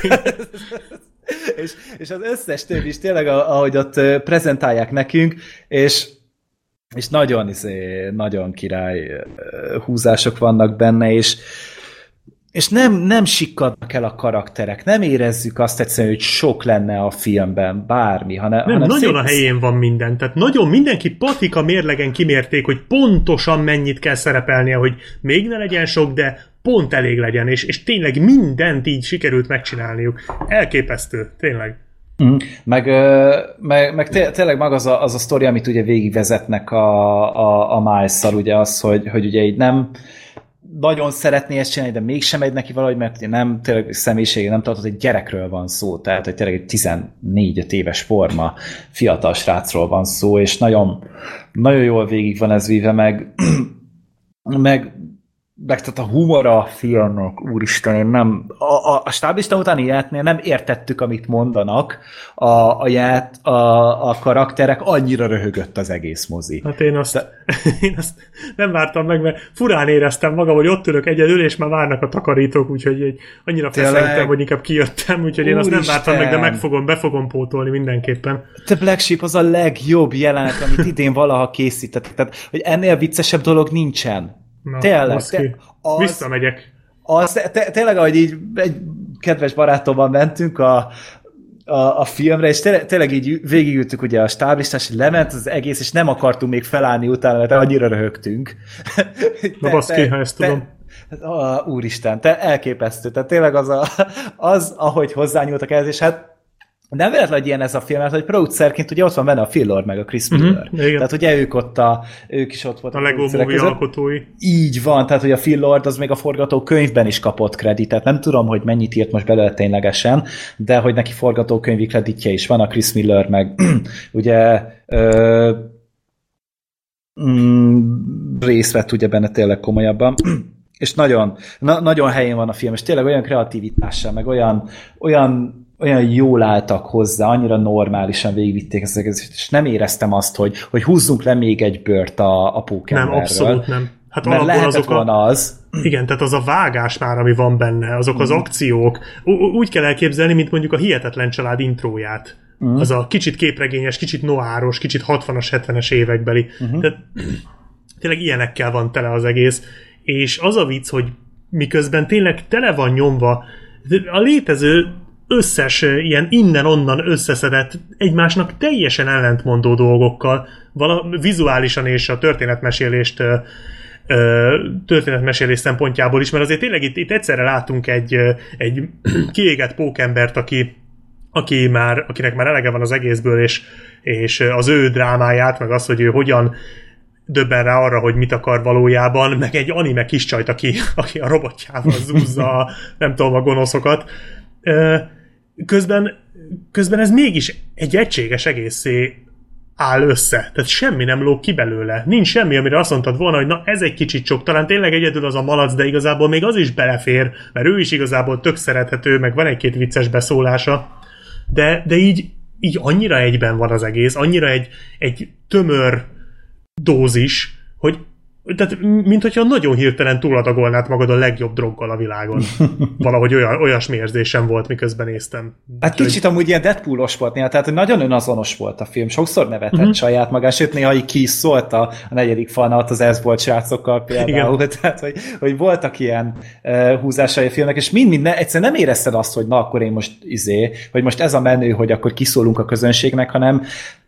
és az összes többi is tényleg, ahogy ott prezentálják nekünk, és nagyon király húzások vannak benne, és nem sikkadnak el a karakterek, nem érezzük azt egyszerűen, hogy sok lenne a filmben, bármi, hanem nagyon a helyén van minden, tehát nagyon mindenki patika mérlegen kimérték, hogy pontosan mennyit kell szerepelnie, hogy még ne legyen sok, de pont elég legyen, és tényleg mindent így sikerült megcsinálniuk. Elképesztő, tényleg. Meg tényleg maga az a sztori, amit ugye végigvezetnek a Miles-szal, ugye az, hogy ugye így nem nagyon szeretné ezt csinálni, de mégsem megy neki valahogy, mert ugye nem tényleg személyisége nem tartott, egy gyerekről van szó, tehát hogy tényleg egy 14-5 éves forma fiatal srácról van szó, és nagyon, nagyon jól végig van ez víve, meg tehát a humora a filmnek, úristen, én nem... A stáblista utáni jelentnél nem értettük, amit mondanak a karakterek, annyira röhögött az egész mozi. Hát én azt nem vártam meg, mert furán éreztem magam, hogy ott ülök egyedül, és már várnak a takarítók, úgyhogy annyira feszegettem, hogy inkább kijöttem, úgyhogy én azt nem vártam meg, de be fogom pótolni mindenképpen. The Black Sheep az a legjobb jelenet, amit idén valaha készítettek. Tehát, hogy ennél viccesebb dolog nincsen. Na, tényleg. Visszamegyek. Tényleg, ahogy így egy kedves barátommal mentünk a filmre, és tényleg így végigültük ugye a stáblistás, lement az egész, és nem akartunk még felállni utána, mert annyira röhögtünk. Na baszki, ha ezt tudom. Úristen, elképesztő. Tehát tényleg az ahogy hozzányúltak ez, és hát nem véletlen, hogy ilyen ez a film, mert hogy producerként ugye ott van benne a Phil Lord meg a Chris Miller. Tehát ugye ők is ott voltak. A Lego Movie alkotói. Így van, tehát hogy a Phil Lord az még a forgatókönyvben is kapott kreditet. Nem tudom, hogy mennyit írt most belőle ténylegesen, de hogy neki forgatókönyvi kreditje is van, a Chris Miller meg ugye részt vett ugye benne tényleg komolyabban. És nagyon helyén van a film, és tényleg olyan kreativitással, meg olyan jól álltak hozzá, annyira normálisan végigvitték ezeket, és nem éreztem azt, hogy húzzunk le még egy bőrt a pókemberről. Nem, abszolút nem. Hát mert lehetett volna az. Igen, tehát az a vágás már, ami van benne, azok az akciók, úgy kell elképzelni, mint mondjuk a Hihetetlen Család intróját, Az a kicsit képregényes, kicsit noáros, kicsit 60-as, 70-es évekbeli. Tehát tényleg ilyenekkel van tele az egész. És az a vicc, hogy miközben tényleg tele van nyomva a létező összes ilyen innen-onnan összeszedett, egymásnak teljesen ellentmondó dolgokkal, vizuálisan és a történetmesélés szempontjából is, mert azért tényleg itt egyszerre látunk egy kiégett pókembert, akinek már elege van az egészből, és az ő drámáját, meg az, hogy ő hogyan döbben rá arra, hogy mit akar valójában, meg egy anime kiscsajt, aki a robotjával zúzza nem tudom, a gonoszokat. Közben ez mégis egy egységes egészé áll össze. Tehát semmi nem lóg ki belőle. Nincs semmi, amire azt mondtad volna, hogy na ez egy kicsit sok, talán tényleg egyedül az a malac, de igazából még az is belefér, mert ő is igazából tök szerethető, meg van egy-két vicces beszólása. De így annyira egyben van az egész, annyira egy tömör dózis, hogy tehát, mint hogyha nagyon hirtelen túladagolnád magad a legjobb droggal a világon. Valahogy olyasmi érzésem volt, miközben néztem. Hát kicsit amúgy ilyen Deadpool-os volt néha, tehát nagyon önazonos volt a film. Sokszor nevetett saját magán, sőt néha így ki is szólt a negyedik falnál ott az Eszbolt srácokkal például. Igen. Tehát, hogy voltak ilyen húzásai a filmnek, és egyszerűen nem érezted azt, hogy na akkor én most hogy most ez a menő, hogy akkor kiszólunk a közönségnek, hanem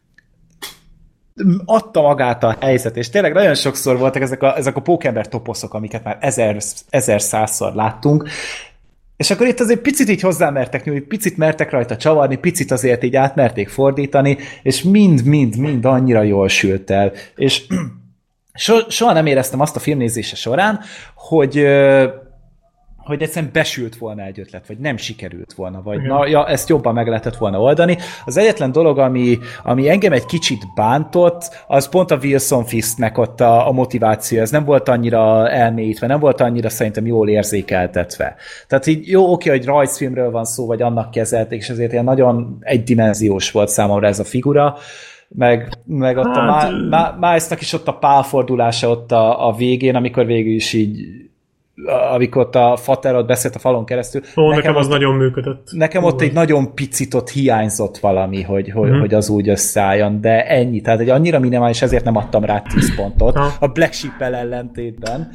adta magát a helyzet, és tényleg nagyon sokszor voltak ezek a pókember toposzok, amiket már 1100-szor láttunk, és akkor itt azért picit így hozzámertek nyúlni, picit mertek rajta csavarni, picit azért így átmerték fordítani, és mind annyira jól sült el. És soha nem éreztem azt a filmnézése során, hogy egyszerűen besült volna egy ötlet, vagy nem sikerült volna, vagy ezt jobban meg lehetett volna oldani. Az egyetlen dolog, ami engem egy kicsit bántott, az pont a Wilson Fisknek ott a motiváció, ez nem volt annyira elmélyítve, nem volt annyira szerintem jól érzékeltetve. Tehát így jó, oké, hogy rajzfilmről van szó, vagy annak kezelték, és ezért ilyen nagyon egydimenziós volt számomra ez a figura, meg ott a Milesnak is ott a pálfordulása ott a végén, amikor végül is így amikor ott a Faterot beszélt a falon keresztül. Nekem az nagyon működött. Nekem ott egy nagyon picit ott hiányzott valami, hogy az úgy összeálljon, de ennyi. Tehát egy annyira minimális, ezért nem adtam rá 10 pontot. A Black Sheep-el ellentétben.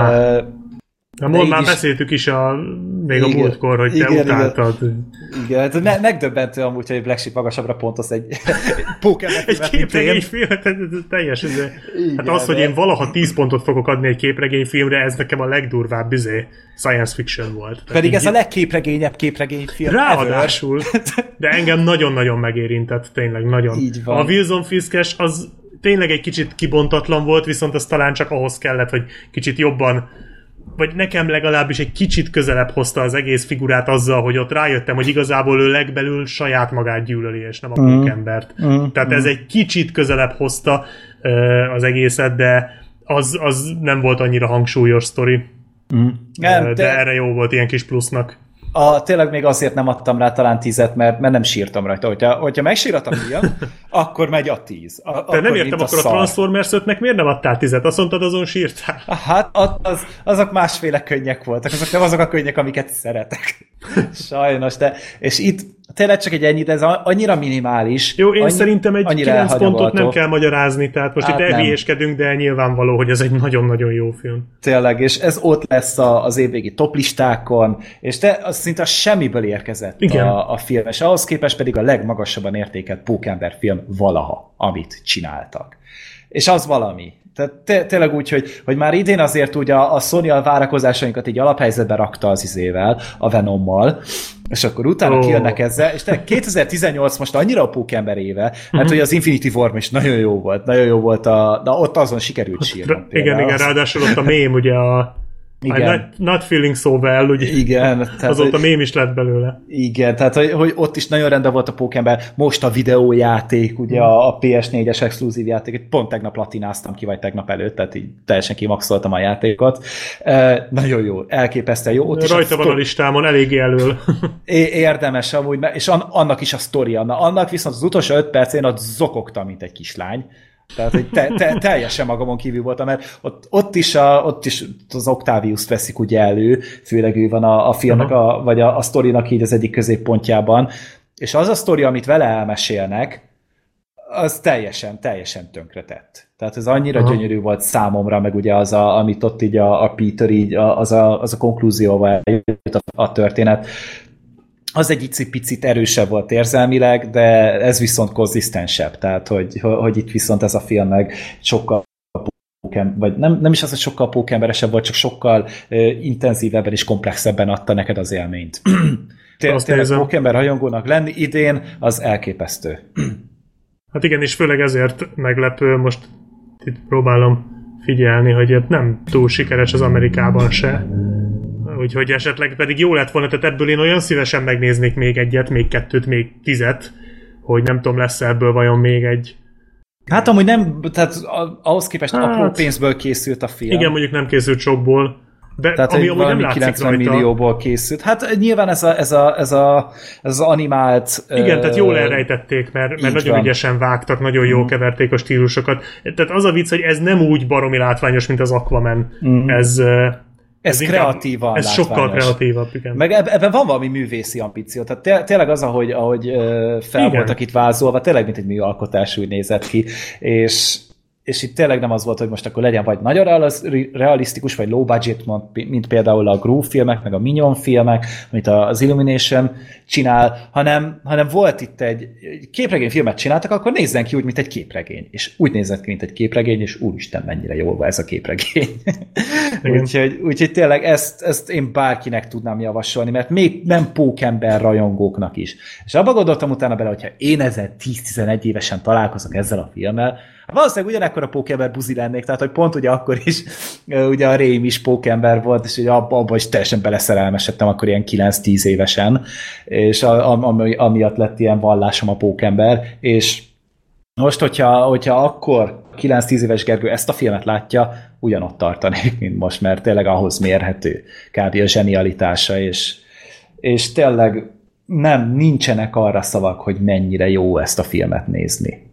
Már beszéltük is még a múltkor, hogy te utáltad. Igen, hát megdöbbentő amúgy, hogy Black Sheep magasabbra pontoz egy Pokémon egy képregényfilm, teljes. Hát az, hogy én valaha 10 pontot fogok adni egy képregényfilmre, ez nekem a legdurvább science fiction volt. Pedig ez a legképregényebb képregényfilm ráadásul, de engem nagyon-nagyon megérintett, tényleg nagyon. A Wilson Fiskes az tényleg egy kicsit kibontatlan volt, viszont az talán csak ahhoz kellett, hogy kicsit jobban, vagy nekem legalábbis egy kicsit közelebb hozta az egész figurát azzal, hogy ott rájöttem, hogy igazából ő legbelül saját magát gyűlöli, és nem a pókembert. Tehát ez egy kicsit közelebb hozta az egészet, de az nem volt annyira hangsúlyos sztori. De erre jó volt ilyen kis plusznak. Tényleg még azért nem adtam rá talán 10-et, mert nem sírtam rajta. Hogyha megsírat a film, akkor megy a 10. Te nem értem, akkor a Transformers 5-nek miért nem adtál 10-et? Azt mondtad, azon sírtál? Hát azok másféle könnyek voltak. Azok nem azok a könnyek, amiket szeretek. Sajnos, és itt tényleg csak egy ennyi, de ez annyira minimális. Jó, én szerintem egy 9 pontot nem kell magyarázni, tehát most itt elhülyéskedünk, de nyilvánvaló, hogy ez egy nagyon-nagyon jó film. Tényleg, és ez ott lesz az évvégi toplistákon, és az szinte semmiből érkezett a film, és ahhoz képest pedig a legmagasabban értékelt pókember film valaha, amit csináltak. És az valami. Tehát tényleg úgy, hogy már idén azért ugye a Sony a várakozásainkat így alaphelyzetbe rakta az izével, a Venommal, és akkor utána kijönnek ezzel, és tényleg 2018 most annyira a pókember éve, hát hogy az Infinity War is nagyon jó volt, de ott azon sikerült sírnom. Igen, ráadásul ott a mém, ugye not feeling so well, ugye? Igen. Azóta mém is lett belőle. Igen, tehát hogy ott is nagyon rendben volt a pókember. Most a videójáték, ugye a PS4-es exkluzív játék, pont tegnap platináztam ki, vagy tegnap előtt, tehát így teljesen kimaxoltam a játékot. Nagyon jó, elképesztően jó. Ott rajta van a listámon, eléggé elől. Érdemes amúgy, és annak is a sztoria. Annak viszont az utolsó 5 perc én ott zokogtam, mint egy kislány. Tehát, hogy teljesen magamon kívül voltam, mert ott is az Octavius-t veszik ugye elő, főleg ő van a filmnek, vagy a sztorinak így az egyik középpontjában, és az a sztori, amit vele elmesélnek, az teljesen tönkretett. Tehát ez annyira gyönyörű volt számomra, meg ugye az, amit ott így a Peter így, az a konklúzióval jött a történet. Az egy icipicit erősebb volt érzelmileg, de ez viszont konzisztensebb. Tehát, hogy itt viszont ez a film meg sokkal vagy nem is az, hogy sokkal pókemberesebb volt, csak sokkal intenzívebben és komplexebben adta neked az élményt. Tényleg pókember rajongónak lenni idén, az elképesztő. Hát igen, és főleg ezért meglepő, most itt próbálom figyelni, hogy nem túl sikeres az Amerikában se. Úgyhogy esetleg pedig jó lett volna, tehát ebből én olyan szívesen megnéznék még egyet, még kettőt, még 10, hogy nem tudom, lesz ebből vajon még egy. Hát amúgy nem, tehát ahhoz képest apró pénzből készült a film. Igen, mondjuk nem készült sokból. Tehát ami amúgy nem 90 millióból készült. Hát nyilván ez az animált... Igen, tehát jól elrejtették, mert nagyon ügyesen vágtak, nagyon jól keverték a stílusokat. Tehát az a vicc, hogy ez nem úgy baromi látványos, mint az Aquaman. Ez kreatívan ez sokkal kreatívabb, igen. Meg ebben van valami művészi ambíció. Tehát tényleg az, ahogy fel voltak itt vázolva, tényleg mint egy műalkotás úgy nézett ki. És itt tényleg nem az volt, hogy most akkor legyen vagy nagyon realisztikus, vagy low budget, mint például a Groove filmek, meg a Minion filmek, amit az Illumination csinál, hanem volt itt egy képregényfilmet csináltak, akkor nézzen ki úgy, mint egy képregény. És úgy nézett ki, mint egy képregény, és úristen, mennyire jól van ez a képregény. úgyhogy tényleg ezt én bárkinek tudnám javasolni, mert még nem pókember rajongóknak is. És abba gondoltam utána bele, hogyha én ezzel 10-11 évesen találkozok ezzel a filmmel, valószínűleg ugyanekkor a pókember buzi lennék, tehát hogy pont ugye akkor is ugye a Rém is pókember volt, és ugye abban is teljesen beleszerelmesedtem akkor ilyen 9-10 évesen, és amiatt lett ilyen vallásom a pókember, és most, hogyha akkor 9-10 éves Gergő ezt a filmet látja, ugyanott tartanék, mint most, mert tényleg ahhoz mérhető kb. A zsenialitása, és tényleg nincsenek arra szavak, hogy mennyire jó ezt a filmet nézni.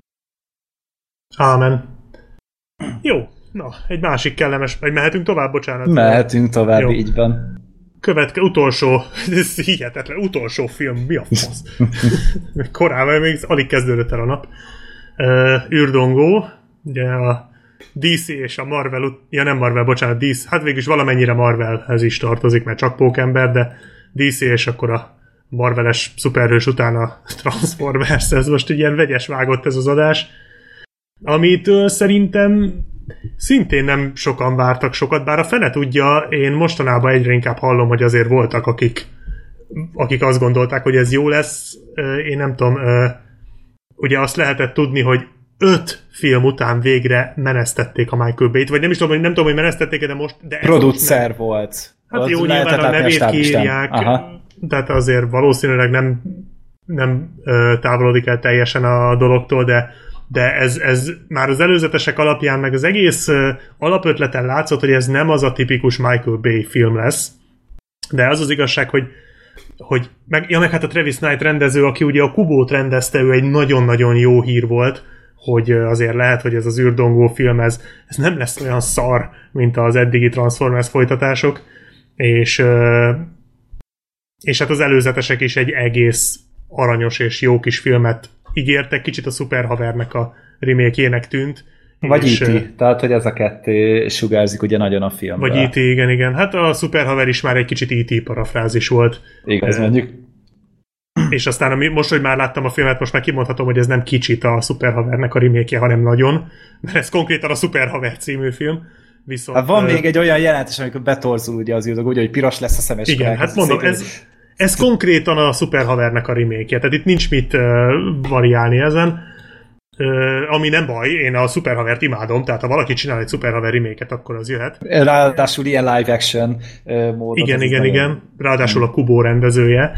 Ámen. Jó, na, egy másik kellemes, vagy mehetünk tovább, bocsánat. Mehetünk tovább, jó. Így van. Utolsó, ez hihetetlen, utolsó film, mi a fasz? Korábban még alig kezdődött el a nap. Űrdongó, ugye a DC és a Marvel, nem Marvel, bocsánat, DC, hát végülis valamennyire Marvelhez is tartozik, mert csak pókember, de DC és akkor a Marveles szuperhős után a Transformers, ez most ilyen vegyes vágott ez az adás, amitől szerintem szintén nem sokan vártak sokat, bár a fene tudja, én mostanában egyre inkább hallom, hogy azért voltak, akik azt gondolták, hogy ez jó lesz. Én nem tudom, ugye azt lehetett tudni, hogy 5 film után végre menesztették a Michael Bay-t, vagy nem tudom, hogy menesztették, de most... Producer volt. Hát jó, nyilván a nevét kiírják, tehát azért valószínűleg nem távolodik el teljesen a dologtól, de ez már az előzetesek alapján, meg az egész alapötleten látszott, hogy ez nem az a tipikus Michael Bay film lesz. De az az igazság, hogy meg hát a Travis Knight rendező, aki ugye a Kubót rendezte, ő egy nagyon-nagyon jó hír volt, hogy azért lehet, hogy ez az űrdongó film, ez nem lesz olyan szar, mint az eddigi Transformers folytatások, és hát az előzetesek is egy egész aranyos és jó kis filmet ígértek, kicsit a Szuperhavernek a remake-jének tűnt. Vagy E.T., tehát hogy ez a kettő sugárzik ugye nagyon a filmben. Vagy E.T., igen. Hát a Szuperhaver is már egy kicsit E.T. parafrázis volt. Igaz, mondjuk. És aztán most, hogy már láttam a filmet, most már kimondhatom, hogy ez nem kicsit a Szuperhavernek a remake-je, hanem nagyon, mert ez konkrétan a Szuperhaver című film. Viszont, hát van még egy olyan jelentés, amikor betorzul ugye az űrdog, úgy, hogy piros lesz a szemes. Igen, hát mondom, ez konkrétan a Szuperhavernek a remake-je, tehát itt nincs mit variálni ezen. Ami nem baj, én a Szuperhavert imádom, tehát ha valaki csinál egy Szuperhaver remake-et, akkor az jöhet. Ráadásul ilyen live action módon. Igen. Ráadásul a Kubo rendezője.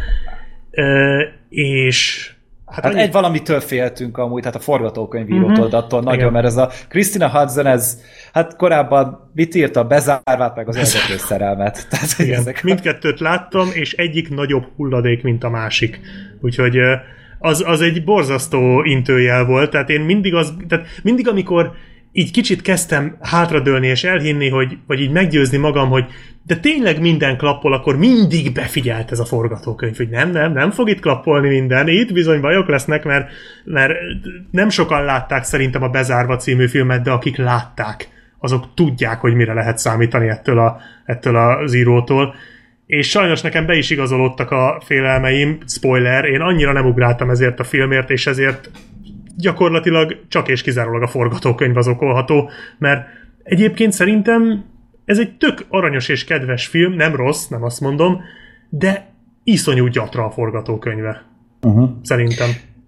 És hát egy valamitől féltünk amúgy, tehát a forgatókönyvírótól, attól nagyon, mert ez a Christina Hudson, ez hát korábban mit írt a Bezárvát, meg az eredető szerelmet. Tehát, igen, mindkettőt láttam, és egyik nagyobb hulladék, mint a másik. Úgyhogy az egy borzasztó intőjel volt, tehát én mindig amikor így kicsit kezdtem hátradőlni és elhinni, vagy így meggyőzni magam, hogy de tényleg minden klappol, akkor mindig befigyelt ez a forgatókönyv, hogy nem fog itt klappolni minden, itt bizony bajok lesznek, mert nem sokan látták szerintem a Bezárva című filmet, de akik látták, azok tudják, hogy mire lehet számítani ettől az írótól. És sajnos nekem be is igazolódtak a félelmeim, spoiler, én annyira nem ugráltam ezért a filmért, és ezért gyakorlatilag csak és kizárólag a forgatókönyv az okolható, mert egyébként szerintem ez egy tök aranyos és kedves film, nem rossz, nem azt mondom, de iszonyú gyatra a forgatókönyve. Szerintem.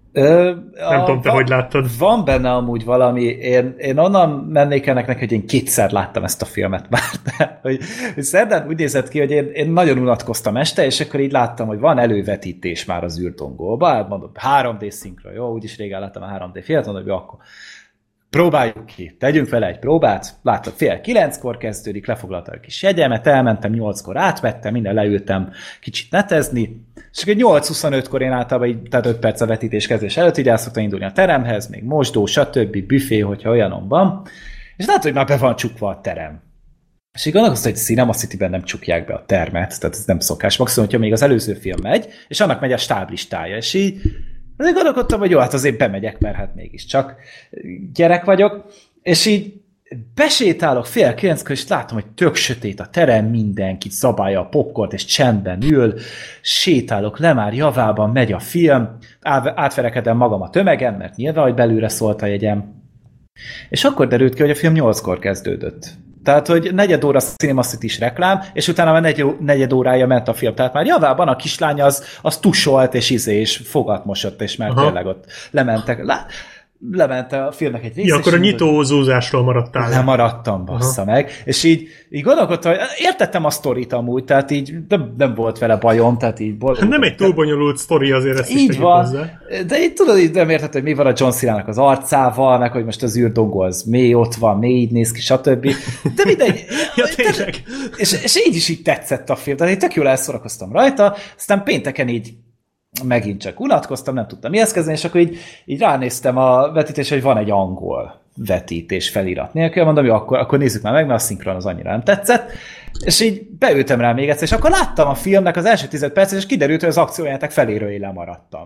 Nem tudom, te hogy láttad. Van benne amúgy valami, én onnan mennék ennek, hogy én 2-szer láttam ezt a filmet már, de, hogy szerdán úgy nézett ki, hogy én nagyon unatkoztam este, és akkor így láttam, hogy van elővetítés már az űrdongóba, mondom, 3D szinkron, jó, úgyis régen láttam a 3D filmet, mondom, hogy akkor próbáljuk ki, tegyünk vele egy próbát, láttam 8:30 kezdődik, lefoglaltam a kis jegyemet, elmentem 8-kor, átvettem, minden leültem kicsit netezni, és akkor 8:25-kor én általában így, tehát 5 perc a vetítés kezdés előtt, így el szoktam indulni a teremhez, még mosdó, stb. Büfé, hogyha olyanom van, és látod, hogy már be van csukva a terem. És így gondolkoztam, hogy Cinema City-ben nem csukják be a termet, tehát ez nem szokás. Maximum, hogyha még az előző film megy, és annak megy a stáblistája, és így azért gondolkodtam, hogy jó, hát azért bemegyek, mert hát mégiscsak gyerek vagyok, és így besétálok 8:30-kor, és látom, hogy tök sötét a terem, mindenki zabálja a popcornt, és csendben ül, sétálok le már javában, megy a film, átverekedem magam a tömegen, mert nyilván, hogy belülre szólt a jegyem. És akkor derült ki, hogy a film 8-kor kezdődött. Tehát, hogy 4 óra Cinema City-s reklám, és utána már 4 órája ment a film. Tehát már javában a kislány az tusolt, és fogat mosott, és már tényleg ott lementek. Lement a filmnek egy része. Ja, akkor a nyitózózásról maradtál. Lemaradtam, bassza meg. És így gondolkodtam, hogy értettem a sztorit amúgy, tehát így nem volt vele bajom, tehát így nem egy túl bonyolult sztori azért, ezt így van, hozzá. De így tudod, így nem értettem, hogy mi van a John Cena-nak az arcával, meg hogy most az űrdongó az mély ott van, mély így néz ki, stb. De mindegy. Ja, tényleg. És így is így tetszett a film, tehát így tök jól elszórakoztam rajta, aztán pénteken így megint csak unatkoztam, nem tudtam mihez kezdeni, és akkor így ránéztem a vetítésre, hogy van egy angol vetítés felirat nélkül, mondom, jó, akkor nézzük már meg, mert a szinkron az annyira nem tetszett, és így beültem rá még egyszer, és akkor láttam a filmnek az első 10 percet, és kiderült, hogy az akciójátek feléről én lemaradtam.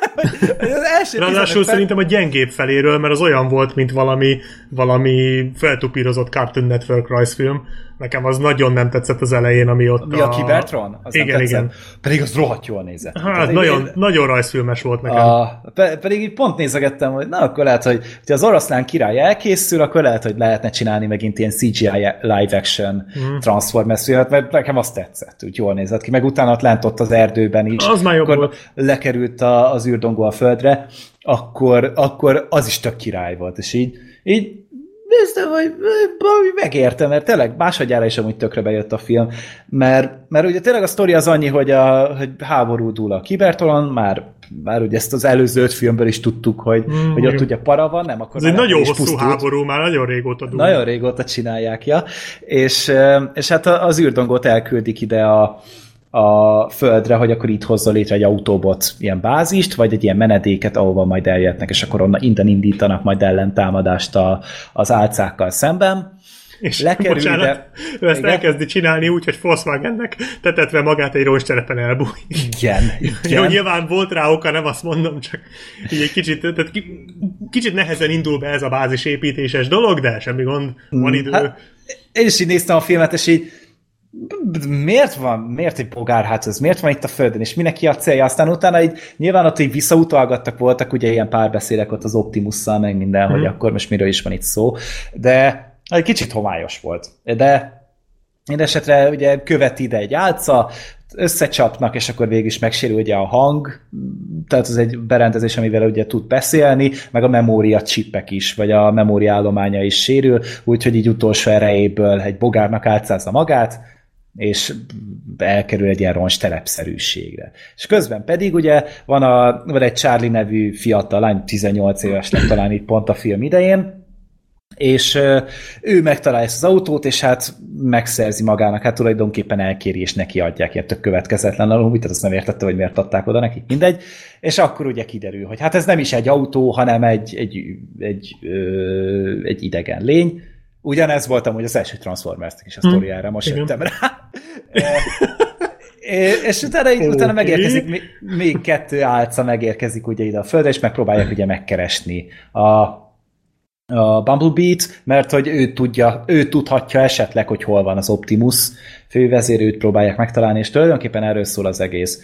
Ráadásul szerintem a gyengébb feléről, mert az olyan volt, mint valami feltupírozott Cartoon Network rajzfilm. Nekem az nagyon nem tetszett az elején, ami ott a Cybertron? Az igen. Pedig az rohadt jól nézett. Hát nagyon rajzfilmes volt nekem. Pedig így pont nézegettem, hogy na, akkor lehet, hogy az Oroszlán király elkészül, akkor lehet, hogy lehetne csinálni megint ilyen CGI live action Transformers filmet, mert nekem az tetszett, úgy jól nézett ki. Meg utána lent ott az erdőben is. Az már jobb volt. Lekerült az űrdongó a földre, akkor az is tök király volt, és így néztem, hogy megértem, mert tényleg másodjára is amúgy tökre bejött a film, mert ugye tényleg a sztori az annyi, hogy háború dúl a Cybertronon, már ugye ezt az előző 5 filmből is tudtuk, hogy ott ugye para van, nem akkor. Ez egy nagyon hosszú háború, már nagyon régóta dúl. Nagyon régóta csinálják, ja. És hát az űrdongót elküldik ide a földre, hogy akkor itt hozza létre egy autóbot ilyen bázist, vagy egy ilyen menedéket, ahova majd eljöhetnek, és akkor innen indítanak majd ellentámadást az álcákkal szemben. És bocsánat, ő ezt elkezdi csinálni úgy, hogy Volkswagennek tetetve magát egy roncsterepen elbúj. Igen. Jó, nyilván volt rá oka, nem azt mondom, csak így egy kicsit nehezen indul be ez a bázisépítéses dolog, de semmi gond, van idő. Hát, én is így néztem a filmet, és így miért egy bogárház ez, miért van itt a földön, és mindenki a célja, aztán utána így nyilván ott így visszautalgattak, voltak ugye ilyen párbeszédek ott az Optimusszal, meg minden, hogy akkor most miről is van itt szó, de egy kicsit homályos volt. De mindesetre ugye követi ide egy álca, összecsapnak, és akkor végig is megsérül ugye a hang, tehát ez egy berendezés, amivel ugye tud beszélni, meg a memória csippek is, vagy a memória állománya is sérül, úgyhogy így utolsó erejéből egy bogárnak álcázza magát, és elkerül egy ilyen roncs-telepszerűségre. És közben pedig ugye van egy Charlie nevű fiatal lány, 18 éves lett talán itt pont a film idején, és ő megtalálja ezt az autót, és hát megszerzi magának, hát tulajdonképpen elkéri, és neki adják ilyen tök következetlen alul, azt nem értette, hogy miért adták oda neki, mindegy, és akkor ugye kiderül, hogy hát ez nem is egy autó, hanem egy idegen lény. Ugyanez voltam, hogy az első Transformersnek is a sztoriára, most jöttem rá. És utána megérkezik, még 2 álca megérkezik ugye ide a földre, és megpróbálják ugye megkeresni a Bumblebee-t, mert hogy ő tudhatja esetleg, hogy hol van az Optimus fővezér, őt próbálják megtalálni, és tulajdonképpen erről szól az egész.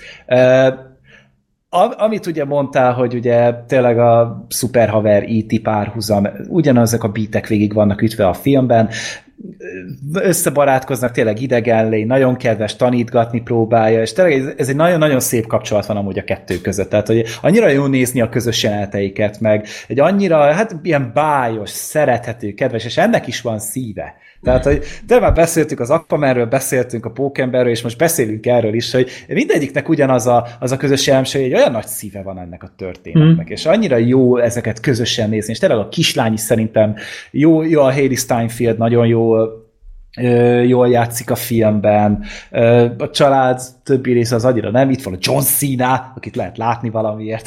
Amit ugye mondtál, hogy ugye tényleg a szuperhaver E.T. párhuzam, ugyanazok a beatek végig vannak ütve a filmben, összebarátkoznak, tényleg idegen lény, nagyon kedves, tanítgatni próbálja, és tényleg ez egy nagyon-nagyon szép kapcsolat van amúgy a kettő között, tehát hogy annyira jó nézni a közös jeleneteiket, meg egy annyira, hát ilyen bájos, szerethető, kedves, és ennek is van szíve. Tehát, hogy de már beszéltünk az Aquamanről, beszéltünk a Pókemberről, és most beszélünk erről is, hogy mindegyiknek ugyanaz az a közös jelenség, hogy olyan nagy szíve van ennek a történetnek, és annyira jó ezeket közösen nézni, és tényleg a kislány is szerintem jó a Hailee Steinfeld, nagyon jól játszik a filmben, a család többi része az annyira nem, itt van a John Cena, akit lehet látni valamiért.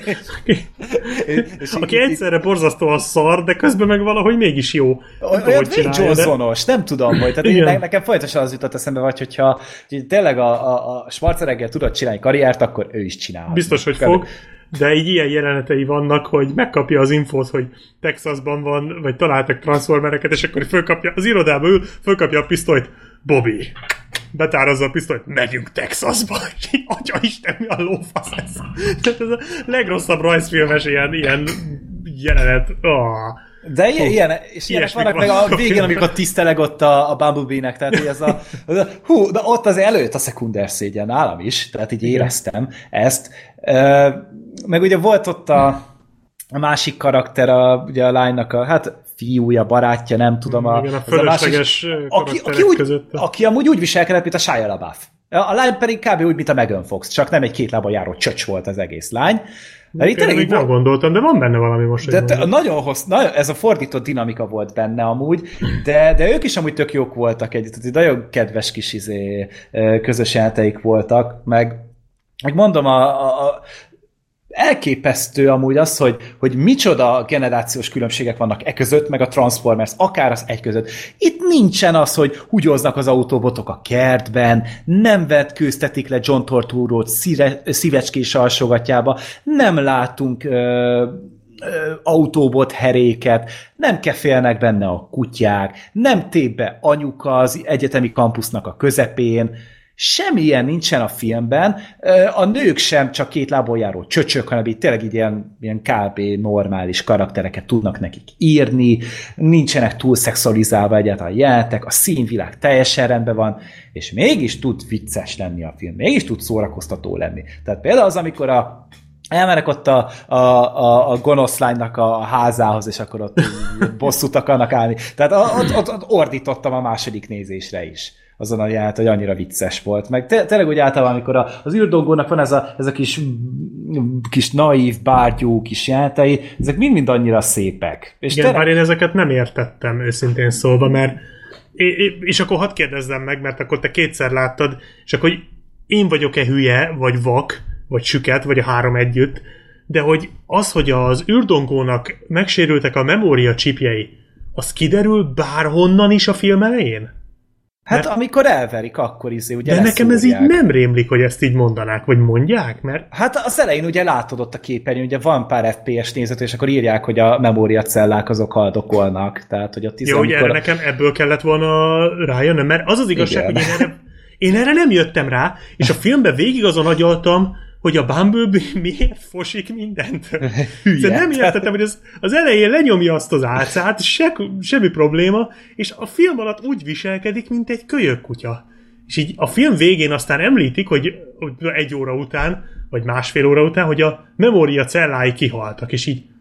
Aki egyszerre borzasztóan szar, de közben meg valahogy mégis jó. Olyan Johnsonos, nem tudom, hogy tehát nekem folyamatosan az jutott eszembe, hogyha tényleg a Schwarzenegger tudod csinálni karriert, akkor ő is csinál. Biztos, hogy fog. De így ilyen jelenetei vannak, hogy megkapja az infót, hogy Texasban van, vagy találtak transformereket, és akkor fölkapja, az irodába ül, fölkapja a pisztolyt, Bobby, betárazza a pisztolyt, megyünk Texasba, és így, atyaisten, mi a lófasz ez? Tehát ez a legrosszabb rajzfilmes ilyen jelenet. De ilyenek vannak meg a végén, amikor tiszteleg ott a Bumblebee-nek, tehát hogy de ott az előtt a szekunder szégyen nálam is, tehát így éreztem ezt. Meg ugye volt ott a másik karakter, ugye a lánynak hát fiúja, barátja, nem tudom. Igen, a fölösleges karakterek között. Aki amúgy úgy viselkedett, mint a Shia LaBeouf. A lány pedig kb. Úgy, mint a Megan Fox, csak nem egy 2 lábon járó csöcs volt az egész lány. Én még nem gondoltam, de van benne valami most. Nagyon ez a fordított dinamika volt benne amúgy, de ők is amúgy tök jók voltak együtt, nagyon kedves kis közös jelenteik voltak, meg mondom, elképesztő amúgy az, hogy micsoda generációs különbségek vannak e között, meg a Transformers, akár az egy között. Itt nincsen az, hogy húgyoznak az autóbotok a kertben, nem vetkőztetik le John Turturrót szívecskés alsógatjába, nem látunk autóbot heréket, nem kefélnek benne a kutyák, nem tép be anyuka az egyetemi kampusznak a közepén, semmilyen nincsen a filmben, a nők sem csak 2 lábon járó csöcsök, hanem így tényleg így ilyen kb. Normális karaktereket tudnak nekik írni, nincsenek túl szexualizálva egyáltalán jelentek, a színvilág teljesen rendben van, és mégis tud vicces lenni a film, mégis tud szórakoztató lenni. Tehát például az, amikor elmennek ott a gonosz lánynak a házához, és akkor ott bosszút akarnak állni. Tehát ott ordítottam a második nézésre is. Azon a jelenet, hogy annyira vicces volt. Meg tényleg úgy általában, amikor az űrdongónak van ez a kis naív, bárgyú kis jelenetei, ezek mind-mind annyira szépek. És igen, bár én ezeket nem értettem, őszintén szólva, mert és akkor hadd kérdezzem meg, mert akkor te 2-szer láttad, és akkor én vagyok-e hülye, vagy vak, vagy süket, vagy a 3 együtt, de hogy az űrdongónak megsérültek a memória csipjei, az kiderül bárhonnan is a film elején? Hát amikor elverik, akkor ugye de nekem ez így nem rémlik, hogy ezt így mondanák, vagy mondják, mert... Hát az elején ugye látod ott a képernyőn, ugye van pár FPS nézető, és akkor írják, hogy a memóriacellák azok haldokolnak. Tehát, hogy ott jó, hogy erre nekem ebből kellett volna rájönnöm, mert az igazság, igen, hogy én erre nem jöttem rá, és a filmben végig azon agyaltam, hogy a Bumblebee miért fosik mindent. Szóval nem értettem, hogy az elején lenyomja azt az álcát, semmi probléma, és a film alatt úgy viselkedik, mint egy kölyök kutya. És így a film végén aztán említik, hogy 1 óra után, vagy 1,5 óra után, hogy a memória cellái kihaltak, és így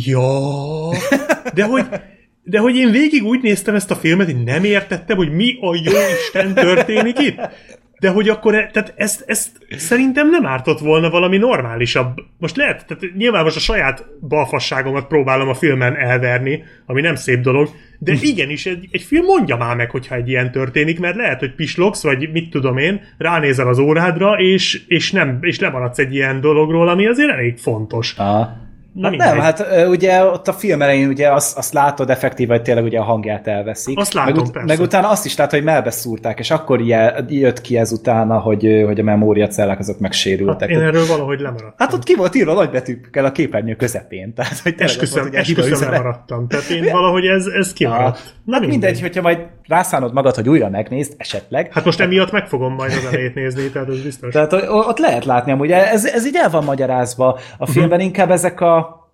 de hogy én végig úgy néztem ezt a filmet, hogy nem értettem, hogy mi a jó Isten történik itt. De hogy akkor, tehát ezt szerintem nem ártott volna valami normálisabb. Most lehet, tehát nyilván most a saját balfasságomat próbálom a filmen elverni, ami nem szép dolog, de igenis, egy film mondja már meg, hogyha egy ilyen történik, mert lehet, hogy pislogsz, vagy mit tudom én, ránézel az órádra, és lemaradsz egy ilyen dologról, ami azért elég fontos. Hát nem, hát ugye ott a film elején ugye azt látod effektíve, hogy tényleg ugye a hangját elveszik. Azt látom, persze. Meg utána azt is látod, hogy melbeszúrták, és akkor jött ki ez utána, hogy a memóriacellák azok megsérültek. Hát én erről valahogy lemaradtam. Hát ott ki volt írva nagybetűkkel a képernyő közepén. Tehát, hogy esküszöm lemaradtam. Tehát én valahogy ez kimaradt. Hát mindegy, hogyha majd rászánod magad, hogy újra megnézd, esetleg. Hát most emiatt meg fogom majd az elejét nézni, tehát ez biztos. Tehát ott lehet látni, amúgy ez így el van magyarázva a filmben, inkább ezek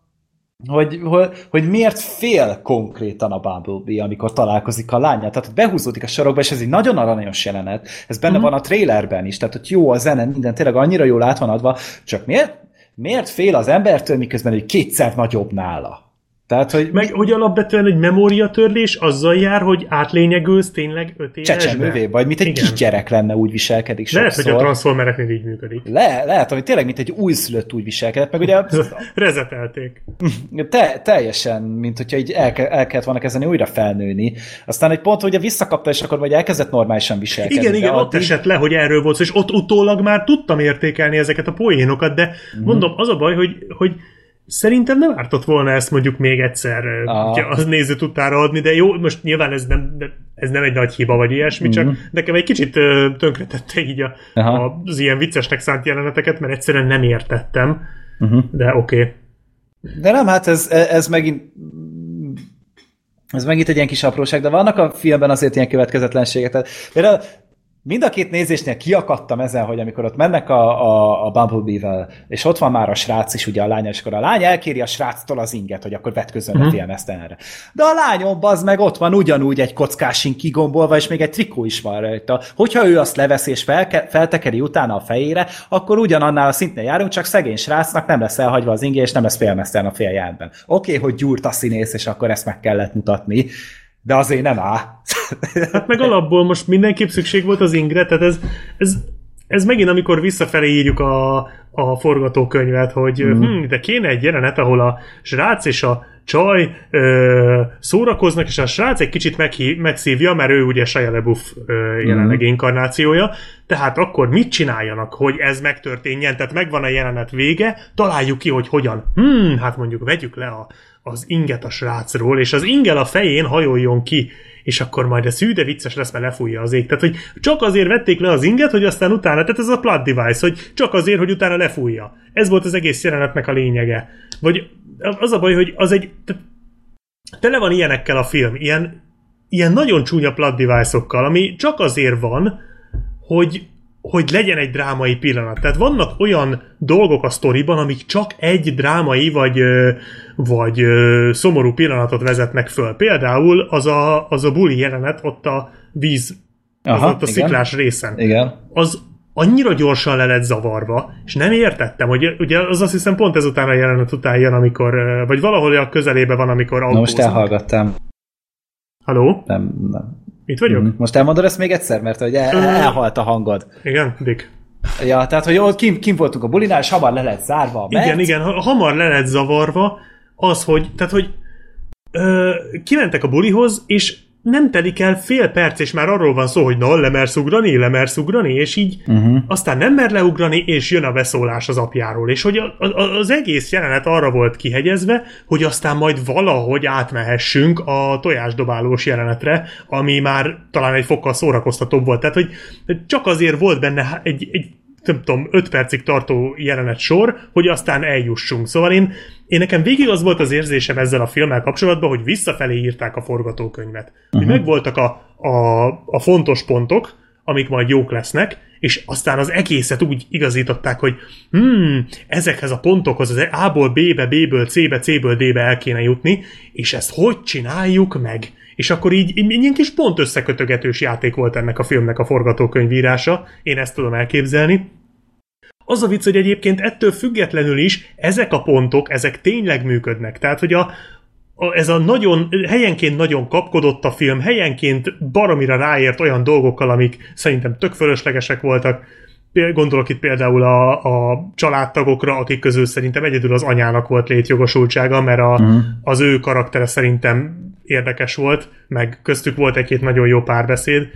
hogy miért fél konkrétan a Bumblebee, amikor találkozik a lányjal. Tehát behúzódik a sarokba, és ez egy nagyon aranyos jelenet. Ez benne van a trailerben is, tehát hogy jó a zene, minden tényleg annyira jól át van adva, csak miért fél az embertől, miközben egy kétszer nagyobb nála? Tehát, hogy alapvetően egy memóriatörlés azzal jár, hogy átlényegülsz tényleg 5 évesbe. Csecsemővé, vagy mint egy kisgyerek lenne, úgy viselkedik sokszor. Lehet, hogy a Transformereknél így működik. Lehet, hogy tényleg mint egy újszülött úgy viselkedett, meg ugye... Rezetelték. Teljesen, mint hogyha így el kellett volna kezdeni újra felnőni. Aztán egy pont, ugye visszakapta, és akkor vagy elkezdett normálisan viselkedni. Igen, ott esett le, hogy erről volt, és ott utólag már tudtam értékelni ezeket a poénokat, de mondom, az a baj, hogy szerintem nem ártott volna ezt mondjuk még egyszer az néző tudtára adni, de jó, most nyilván ez nem egy nagy hiba, vagy ilyesmi, csak nekem egy kicsit tönkretette így az ilyen viccesnek szánt jeleneteket, mert egyszerűen nem értettem, de oké. De nem, hát ez megint egy ilyen kis apróság, de vannak a filmben azért ilyen következetlenségek. Tehát például mind a két nézésnél kiakadtam ezen, hogy amikor ott mennek a Bumblebee-vel, és ott van már a srác is, ugye a lány, és akkor a lány elkéri a sráctól az inget, hogy akkor vetközön a filmesztenre. De a lányom, bazd meg, ott van ugyanúgy egy kockásink kigombolva, és még egy trikó is van rajta. Hogyha ő azt leveszi, és feltekeri utána a fejére, akkor ugyanannál a szintnél járunk, csak szegény srácnak nem lesz elhagyva az ingé, és nem lesz filmesztern a féljárdben. Oké, hogy gyúrt a színész, és akkor ezt meg kellett mutatni, de azért nem áll. Hát meg alapból most mindenképp szükség volt az ingre, tehát ez megint, amikor visszafelé írjuk a forgatókönyvet, hogy de kéne egy jelenet, ahol a srác és a csaj szórakoznak, és a srác egy kicsit megszívja, mert ő ugye Shia LaBeouf jelenleg inkarnációja, tehát akkor mit csináljanak, hogy ez megtörténjen, tehát megvan a jelenet vége, találjuk ki, hogy hogyan. Hát mondjuk vegyük le az inget a srácról, és az ingel a fején hajoljon ki, és akkor majd ez de vicces lesz, mert lefújja az ég. Tehát, hogy csak azért vették le az inget, hogy aztán utána, tehát ez a plot device, hogy csak azért, hogy utána lefújja. Ez volt az egész jelenetnek a lényege. Vagy az a baj, hogy az egy... Tele van ilyenekkel a film, ilyen nagyon csúnya plot device-okkal, ami csak azért van, hogy legyen egy drámai pillanat. Tehát vannak olyan dolgok a sztoriban, amik csak egy drámai vagy szomorú pillanatot vezetnek föl. Például az a buli jelenet ott a víz, ott a sziklás részen. Igen. Az annyira gyorsan le lett zavarva, és nem értettem, hogy ugye az azt hiszem pont ezután a jelenet után jön, amikor, vagy valahol a közelébe van, amikor autóznak. Most elhallgattam. Halló? Nem. Itt vagyok? Most elmondod ezt még egyszer, mert hogy elhalt a hangod. Igen, Dick. Ja, tehát, hogy ott kint voltunk a bulinál, és hamar le lett zárva. Igen, hamar le lett zavarva az, hogy kimentek a bulihoz, és nem telik el fél perc, és már arról van szó, hogy na, lemersz ugrani, és így aztán nem mer leugrani, és jön a beszólás az apjáról, és hogy az egész jelenet arra volt kihegyezve, hogy aztán majd valahogy átmehessünk a tojásdobálós jelenetre, ami már talán egy fokkal szórakoztatóbb volt. Tehát, hogy csak azért volt benne egy nem tudom, 5 percig tartó jelenet sor, hogy aztán eljussunk. Szóval én nekem végig az volt az érzésem ezzel a filmmel kapcsolatban, hogy visszafelé írták a forgatókönyvet. Hogy megvoltak a fontos pontok, amik majd jók lesznek, és aztán az egészet úgy igazították, hogy ezekhez a pontokhoz az A-ból B-be, B-ből C-be, C-ből D-be el kéne jutni, és ezt hogy csináljuk meg? És akkor így ilyen kis pont összekötögetős játék volt ennek a filmnek a forgatókönyvírása, én ezt tudom elképzelni. Az a vicc, hogy egyébként ettől függetlenül is ezek a pontok, ezek tényleg működnek. Tehát, hogy ez a nagyon, helyenként nagyon kapkodott a film, helyenként baromira ráért olyan dolgokkal, amik szerintem tök fölöslegesek voltak. Gondolok itt például a családtagokra, akik közül szerintem egyedül az anyának volt létjogosultsága, mert az ő karaktere szerintem érdekes volt, meg köztük volt egy-két nagyon jó párbeszéd,